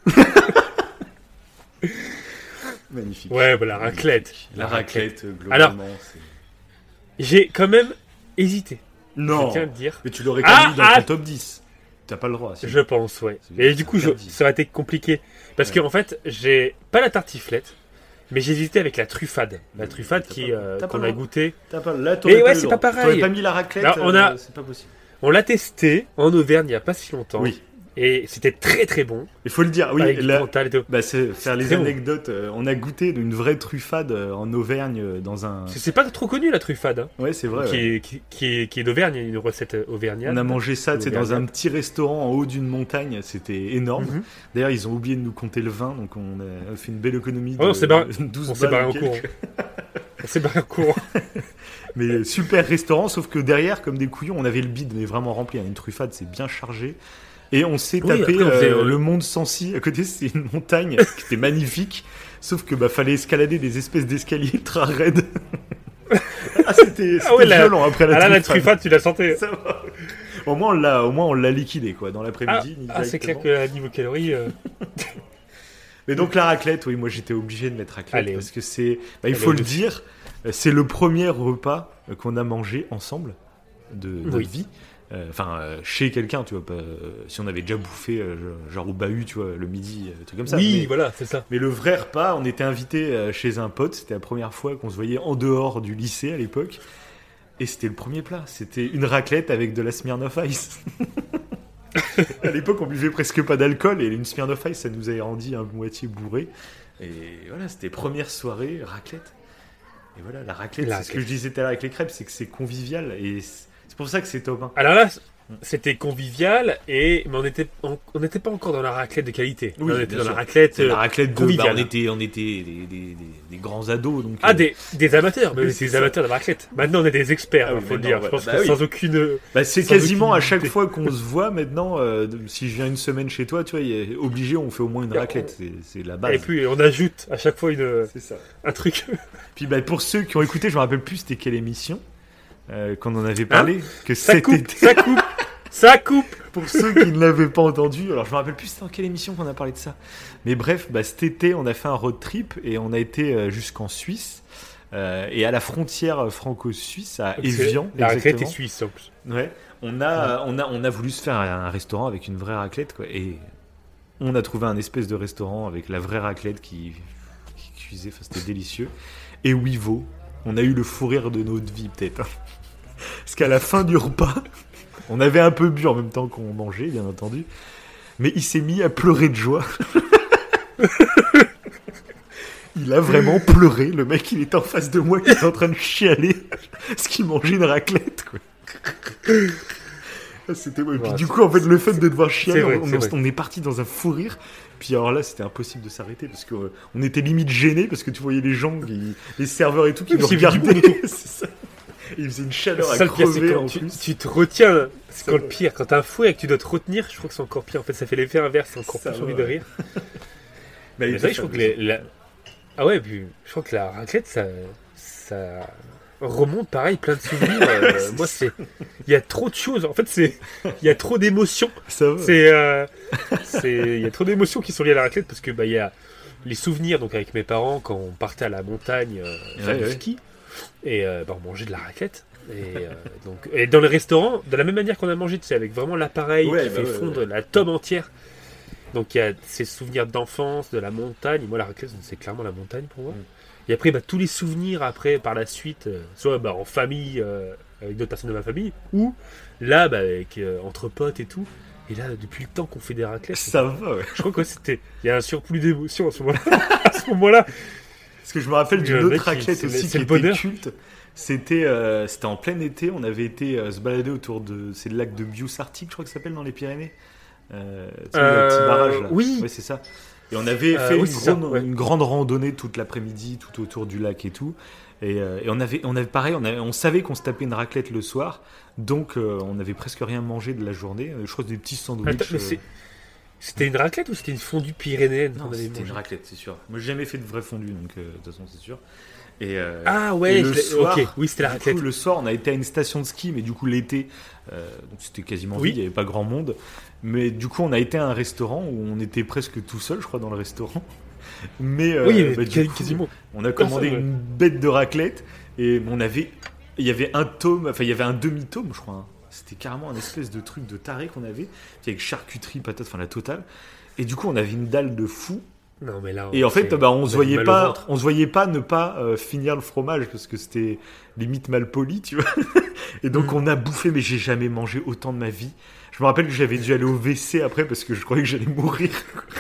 Magnifique. Ouais, la raclette. La raclette, globalement, j'ai quand même hésité. Non. Je tiens à te dire. Mais tu l'aurais quand même mis dans ton top 10. T'as pas le droit. Je pense, ouais. Et du coup, ça aurait été compliqué. Parce qu'en fait, j'ai pas la tartiflette, mais j'ai hésité avec la truffade. La truffade qu'on a goûté. T'as pas là, mais ouais, c'est pas pareil. T'aurais pas mis la raclette, c'est pas possible. On l'a testé en Auvergne il y a pas si longtemps. Oui. Et c'était très très bon. Il faut le dire, oui. C'est faire les anecdotes. On a goûté d'une vraie truffade en Auvergne dans un. C'est pas trop connu la truffade. Hein, ouais, c'est vrai. Qui est d'Auvergne, une recette auvergnate. On a mangé ça, dans un petit restaurant en haut d'une montagne. C'était énorme. Mm-hmm. D'ailleurs, ils ont oublié de nous compter le vin, donc on a fait une belle économie. On s'est barré en cours. On s'est barré en cours. Mais super restaurant, sauf que derrière, comme des couillons, on avait le bide, mais vraiment rempli. Une truffade, c'est bien chargé. Et on s'est tapé le Mont Sancy. À côté, c'est une montagne qui était magnifique. Sauf que fallait escalader des espèces d'escaliers ultra raides. C'était violent après la truffade. La truffade, tu l'as senti. Au moins, on l'a liquidé quoi, dans l'après-midi. C'est clair que niveau calories... Mais donc la raclette, oui, moi j'étais obligé de mettre raclette. Parce que c'est... il faut le dire, c'est le premier repas qu'on a mangé ensemble de notre vie. Chez quelqu'un, tu vois, si on avait déjà bouffé, genre au bahut, tu vois, le midi, truc comme ça. Oui, voilà, c'est ça. Mais le vrai repas, on était invité chez un pote, c'était la première fois qu'on se voyait en dehors du lycée à l'époque, et c'était le premier plat, c'était une raclette avec de la Smirnoff Ice. À l'époque, on buvait presque pas d'alcool, et une Smirnoff Ice, ça nous avait rendu à moitié bourré. Et voilà, c'était première soirée, raclette. Et voilà, la raclette, c'est ce que je disais tout à l'heure avec les crêpes, c'est que c'est convivial, et... C'est pour ça que c'est top 1. Alors là, c'était convivial, mais on n'était pas encore dans la raclette de qualité. Oui, on était dans la raclette conviviale. On était des grands ados. Donc, des amateurs, mais c'est des amateurs de la raclette. Maintenant, on est des experts, il faut le dire. Je pense que sans aucune... c'est quasiment à chaque fois qu'on se voit maintenant, si je viens une semaine chez toi, tu vois, obligé, on fait au moins une raclette. C'est la base. Et puis, on ajoute à chaque fois un truc. Puis pour ceux qui ont écouté, je me rappelle plus c'était quelle émission, qu'on en avait parlé. Que ça coupe. Pour ceux qui ne l'avaient pas entendu, alors je me rappelle plus c'était dans quelle émission qu'on a parlé de ça. Mais bref, cet été, on a fait un road trip et on a été jusqu'en Suisse. Et à la frontière franco-suisse, à Évian. La raclette est suisse en plus. Ouais. On a voulu se faire un restaurant avec une vraie raclette, quoi. Et on a trouvé un espèce de restaurant avec la vraie raclette qui cuisait. Enfin, c'était délicieux. Et Wivo, on a eu le fou rire de notre vie, peut-être. Parce qu'à la fin du repas, on avait un peu bu en même temps qu'on mangeait, bien entendu. Mais il s'est mis à pleurer de joie. Il a vraiment pleuré. Le mec, il était en face de moi, qui était en train de chialer. Parce qu'il mangeait une raclette, quoi. C'était... Et puis du coup, en fait, le fait de devoir chialer, on est parti dans un fou rire. Puis alors là, c'était impossible de s'arrêter parce qu'on était limite gênés parce que tu voyais les gens, les serveurs et tout qui nous regardaient. C'est ça. Il faisait une chaleur à crever en plus. Tu te retiens, c'est quand le pire. Quand t'as un fouet et que tu dois te retenir, je crois que c'est encore pire. En fait, ça fait l'effet inverse, c'est encore plus envie de rire. Mais c'est vrai, je crois que ah ouais, puis je crois que la raclette, ça remonte pareil, plein de souvenirs. Moi, il y a trop de choses. En fait, il y a trop d'émotions. Ça va. Il y a trop d'émotions qui sont liées à la raclette parce que il y a les souvenirs donc avec mes parents quand on partait à la montagne faire du ski et on mangeait de la raclette. Et dans les restaurants, de la même manière qu'on a mangé, tu sais, avec vraiment l'appareil qui fait fondre la tome entière. Donc il y a ces souvenirs d'enfance, de la montagne. Moi, la raclette, c'est clairement la montagne pour moi. Et après, tous les souvenirs après, par la suite, soit en famille, avec d'autres personnes de ma famille, ou là, avec, entre potes et tout. Et là, depuis le temps qu'on fait des raclettes, ça va, ouais. Je crois que il y a un surplus d'émotions à ce moment-là. Parce que je me rappelle d'une autre raclette aussi qui était culte. C'était en plein été, on avait été se balader autour c'est le lac de Bious-Arctique, je crois que ça s'appelle, dans les Pyrénées. Tu sais, le petit barrage là. Oui. Ouais, c'est ça. Et on avait fait une grande randonnée toute l'après-midi, tout autour du lac et tout. Et on avait pareil, on savait qu'on se tapait une raclette le soir, donc on avait presque rien mangé de la journée. Je crois des petits sandwichs. Attends, mais c'était une raclette ou c'était une fondue pyrénéenne? Non, c'était une raclette, c'est sûr. Moi, j'ai jamais fait de vraie fondue, donc de toute façon, c'est sûr. Et le soir, oui, c'était la raclette. Du coup, le soir, on a été à une station de ski, mais du coup, l'été, donc c'était quasiment vide, il n'y avait pas grand monde. Mais du coup, on a été à un restaurant où on était presque tout seul, je crois, dans le restaurant. Mais quasiment. On a commandé une bête de raclette et il y avait un tome, enfin, il y avait un demi-tome, je crois. Hein. C'était carrément un espèce de truc de taré qu'on avait, avec charcuterie, patates, enfin la totale. Et du coup, on avait une dalle de fou. Non, mais là, et en fait, on se voyait pas ne pas finir le fromage parce que c'était limite mal poli, tu vois. Et donc on a bouffé, mais j'ai jamais mangé autant de ma vie. Je me rappelle que j'avais dû aller au WC après parce que je croyais que j'allais mourir.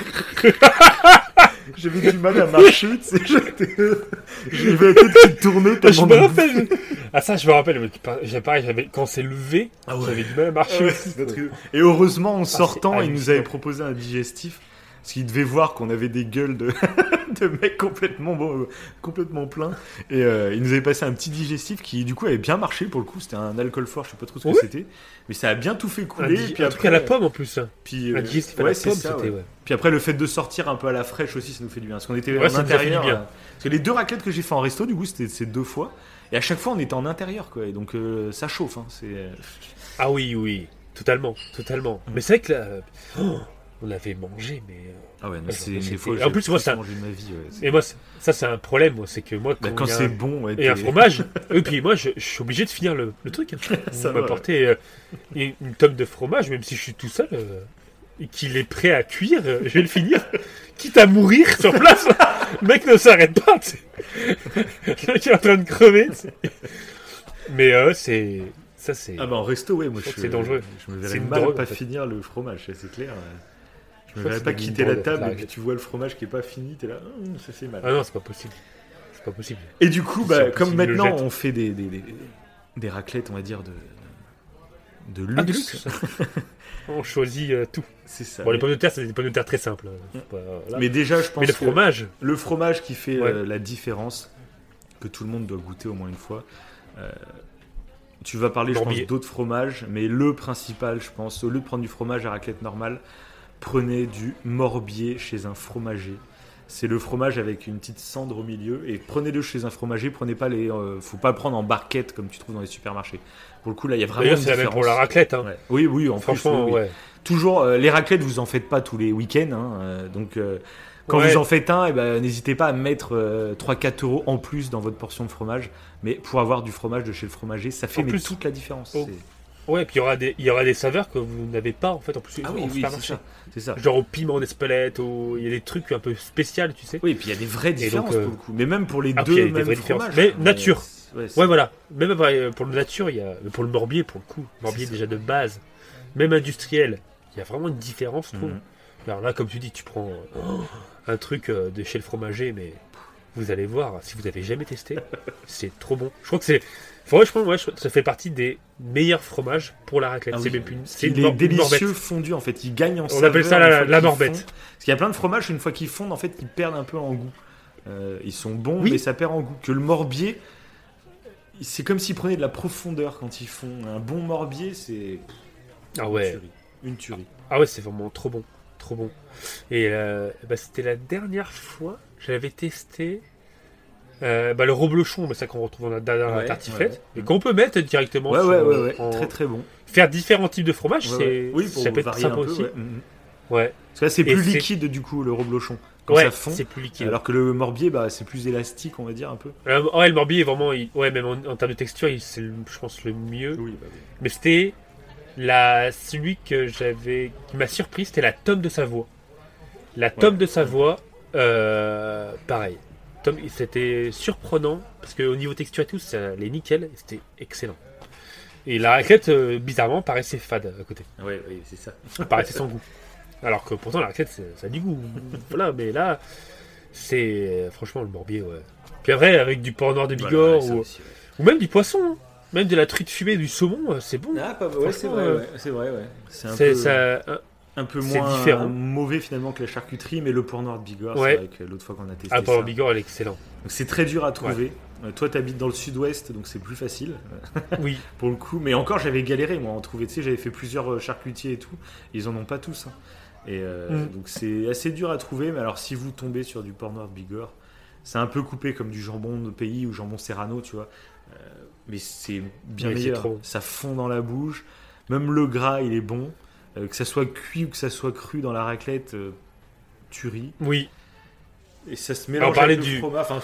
J'avais du mal à marcher, tu sais. J'avais la tête qui tournait. Je me rappelle. Ça, je me rappelle. Pareil, quand c'est levé, j'avais du mal à marcher aussi. Et heureusement, en sortant, il nous avait proposé un digestif. Parce qu'il devait voir qu'on avait des gueules de mecs complètement pleins. Et il nous avait passé un petit digestif qui, du coup, avait bien marché pour le coup. C'était un alcool fort, je sais pas trop ce que c'était. Mais ça a bien tout fait couler. Un truc à la pomme en plus. Puis, un digestif à la pomme, c'était. Ouais. Puis après, le fait de sortir un peu à la fraîche aussi, ça nous fait du bien. Parce qu'on était en intérieur. Parce que les 2 raclettes que j'ai fait en resto, du coup, c'était ces 2 fois. Et à chaque fois, on était en intérieur, quoi. Et donc, ça chauffe. Hein. Ah oui. Totalement. Mais c'est vrai que là. On avait mangé, mais. Ah ouais, c'est des fois. En plus, moi, ça. Mangé de ma vie, et moi, ça, c'est un problème, moi. C'est que moi, quand c'est bon. Et un fromage. Et puis moi, je suis obligé de finir le truc. Ça va m'apporter une tome de fromage, même si je suis tout seul, et qu'il est prêt à cuire, je vais le finir. Quitte à mourir sur place. Le mec ne s'arrête pas, tu sais. Le mec est en train de crever, tu sais. Mais c'est. Ça, c'est. Ah bah en resto, ouais, moi c'est dangereux. Je me verrais mal pas finir le fromage, c'est clair. Je me verrais pas quitter la table et puis tu vois le fromage qui est pas fini, t'es là, ça fait mal. Ah non, c'est pas possible. Et du coup, comme maintenant on fait des raclettes, on va dire, de luxe. De luxe. On choisit tout. C'est ça. Bon, les pommes de terre, c'est des pommes de terre très simples. Mais déjà, je pense que le fromage qui fait la différence, que tout le monde doit goûter au moins une fois. Tu vas parler, je pense, d'autres fromages, mais le principal, je pense, au lieu de prendre du fromage à raclette normale, prenez du morbier chez un fromager. C'est le fromage avec une petite cendre au milieu, et prenez-le chez un fromager. Prenez pas faut pas le prendre en barquette comme tu trouves dans les supermarchés. Pour le coup, là, il y a vraiment une différence. C'est la même pour la raclette. Hein. Ouais. Oui, franchement, plus, oui. Toujours, les raclettes, vous en faites pas tous les week-ends, hein, donc. Quand vous en faites un, n'hésitez pas à mettre 3-4 euros en plus dans votre portion de fromage. Mais pour avoir du fromage de chez le fromager, ça fait toute la différence. Ouais, puis il y aura des saveurs que vous n'avez pas en fait en plus au supermarché. C'est ça. Genre au piment d'Espelette, il y a des trucs un peu spéciaux, tu sais. Oui, et puis il y a des vraies différences pour le coup. Mais même pour les deux, il y a des vraies différences. Mais nature. Voilà. Même pour le nature, pour le morbier, pour le coup, morbier déjà de base, même industriel, il y a vraiment une différence, je trouve. Alors là, comme tu dis, tu prends un truc de chez le fromager, mais vous allez voir, si vous avez jamais testé, c'est trop bon. Je crois que c'est... Franchement, ça fait partie des meilleurs fromages pour la raclette. C'est délicieux fondu, en fait. Ils gagnent en saveur. On appelle ça la morbette. Parce qu'il y a plein de fromages, une fois qu'ils fondent, en fait, ils perdent un peu en goût. Ils sont bons, mais ça perd en goût. Que le morbier, c'est comme s'ils prenaient de la profondeur quand ils font. Un bon morbier, c'est... Une tuerie. Ah ouais, c'est vraiment trop bon. Trop bon. Et c'était la dernière fois j'avais testé le reblochon, ça qu'on retrouve dans la tartiflette, et qu'on peut mettre directement très très bon. Faire différents types de fromage, ça peut être sympa aussi. Parce que là, c'est plus liquide du coup le reblochon quand ça fond. C'est plus liquide. Alors que le morbier, c'est plus élastique, on va dire un peu. Le morbier est vraiment, même en termes de texture, c'est je pense le mieux. Mais c'était celui qui m'a surpris, c'était la tome de Savoie. La tome de Savoie, pareil. C'était surprenant parce qu'au niveau texture et tout, ça allait nickel. Et c'était excellent. Et la raclette, bizarrement, paraissait fade à côté. Oui, c'est ça. Elle paraissait sans goût. Alors que pourtant, la raclette, ça a du goût. Voilà, mais là, c'est franchement le morbier. Puis après, avec du porc noir de Bigorre ou même du poisson. Hein. Même de la truite fumée, du saumon, c'est bon. C'est vrai. C'est un peu moins différent. Mauvais finalement que la charcuterie, mais le porc noir de Bigorre, c'est vrai que l'autre fois qu'on a testé le porc noir de Bigorre, elle est excellent. Donc c'est très dur à trouver. Toi, t'habites dans le sud-ouest, donc c'est plus facile. Oui. Pour le coup, mais encore, j'avais galéré moi à en trouver. Tu sais, j'avais fait plusieurs charcutiers et tout. Ils en ont pas tous. Hein. Et donc c'est assez dur à trouver. Mais alors, si vous tombez sur du porc noir de Bigorre, c'est un peu coupé comme du jambon de pays ou jambon serrano, tu vois. Mais c'est bien meilleur. Ça fond dans la bouche. Même le gras, il est bon. Que ça soit cuit ou que ça soit cru dans la raclette, tuerie. Oui. Et ça se mélange avec le fromage. Enfin,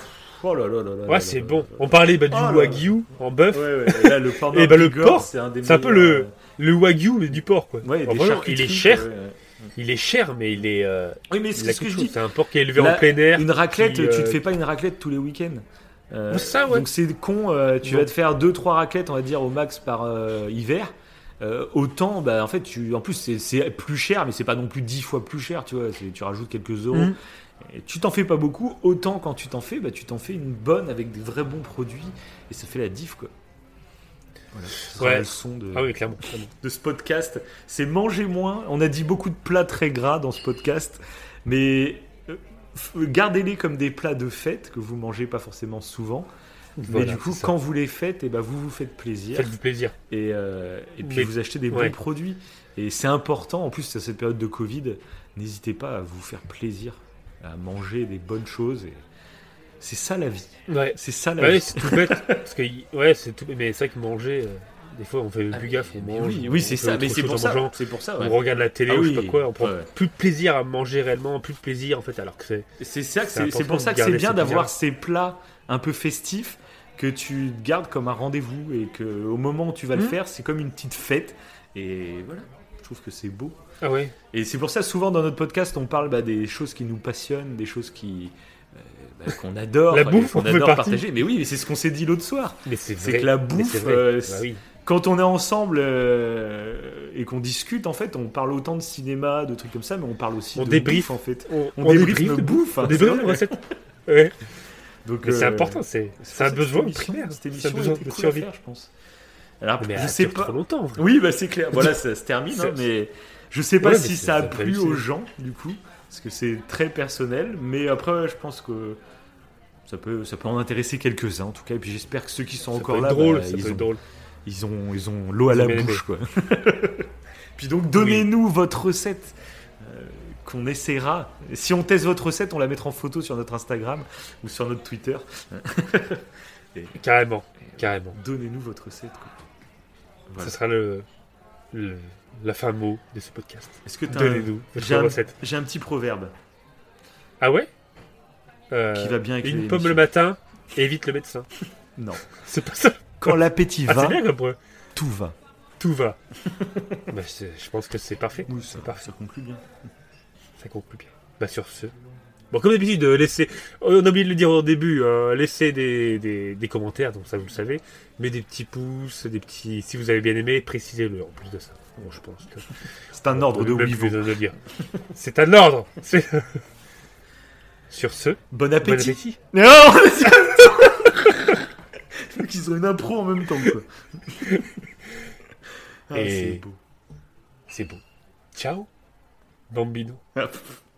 c'est bon. On parlait du wagyu en bœuf. Et là, le porc noir de Bigorre, c'est un des meilleurs. C'est un peu le wagyu mais du porc, quoi. Il est cher. Il est cher, mais il est. Oui, mais c'est ce que je dis. C'est un porc qui est élevé en plein air. Une raclette, tu te fais pas une raclette tous les week-ends. Donc c'est con. Tu vas te faire 2-3 raclettes, on va dire au max par hiver. Autant, en fait, en plus c'est plus cher, mais c'est pas non plus 10 fois plus cher, tu vois. Tu rajoutes quelques euros. Et tu t'en fais pas beaucoup. Autant quand tu t'en fais, tu t'en fais une bonne avec des vrais bons produits, et ça fait la diff, quoi. Voilà, ce sera la leçon clairement. De ce podcast. C'est manger moins. On a dit beaucoup de plats très gras dans ce podcast, mais gardez-les comme des plats de fête que vous mangez pas forcément souvent. Mais du coup, quand vous les faites, vous vous faites plaisir. Faites-vous plaisir. Et puis vous achetez des bons produits. Et c'est important, en plus, à cette période de Covid, n'hésitez pas à vous faire plaisir, à manger des bonnes choses. Et c'est ça la vie. C'est ça la vie. C'est tout bête. Parce que, c'est tout... Mais c'est vrai que manger, des fois, on fait plus gaffe, on mange. Oui, c'est ça. Mais c'est pour ça. On regarde la télé ou je sais pas quoi. On prend plus de plaisir à manger réellement, plus de plaisir, en fait, alors que c'est pour ça que c'est bien d'avoir ces plats un peu festifs que tu gardes comme un rendez-vous et qu'au moment où tu vas le faire, c'est comme une petite fête. Et voilà, je trouve que c'est beau. Ah ouais. Et c'est pour ça, souvent dans notre podcast, on parle des choses qui nous passionnent, des choses qu'on adore, la bouffe, qu'on adore partager. Mais oui, mais c'est ce qu'on s'est dit l'autre soir. Mais c'est que la bouffe, quand on est ensemble et qu'on discute, en fait, on parle autant de cinéma, de trucs comme ça, mais on parle aussi de bouffe, en fait. On débriefe de bouffe. On débriefe de recettes. Donc, mais c'est important, c'est un besoin primaire. Cette émission était cool à faire, je pense. Alors, mais je sais pas. Trop longtemps. Oui, bah c'est clair. Voilà, ça se termine, hein, mais je sais pas si ça a plu aux gens du coup, parce que c'est très personnel. Mais après, je pense que ça peut en intéresser quelques-uns en tout cas. Et puis j'espère que ceux qui sont encore là, drôle, ils ont l'eau à la bouche, quoi. Puis donc, donnez-nous votre recette. Qu'on essaiera. Si on teste votre recette, on la mettra en photo sur notre Instagram ou sur notre Twitter. Carrément. Donnez-nous votre recette. Quoi. Voilà. Ce sera la fin mot de ce podcast. Est-ce que donnez-nous votre recette. J'ai un petit proverbe. Ah ouais qui va bien avec une pomme le matin, évite le médecin. Non. C'est pas ça. Quand l'appétit va, c'est bien comme tout va. Tout va. Bah, je pense que c'est parfait. Oui, ça conclut bien. Ça conclut bien. Bah sur ce. Bon, comme d'habitude, laissez. On a oublié de le dire au début. Laissez des commentaires, donc ça vous le savez. Mais des petits pouces, des petits. Si vous avez bien aimé, précisez-le en plus de ça. Bon, je pense que. C'est un ordre de niveau. C'est un ordre. Sur ce. Bon appétit. Non. Donc ils ont une impro en même temps, quoi. Et c'est beau. Ciao, Bambino.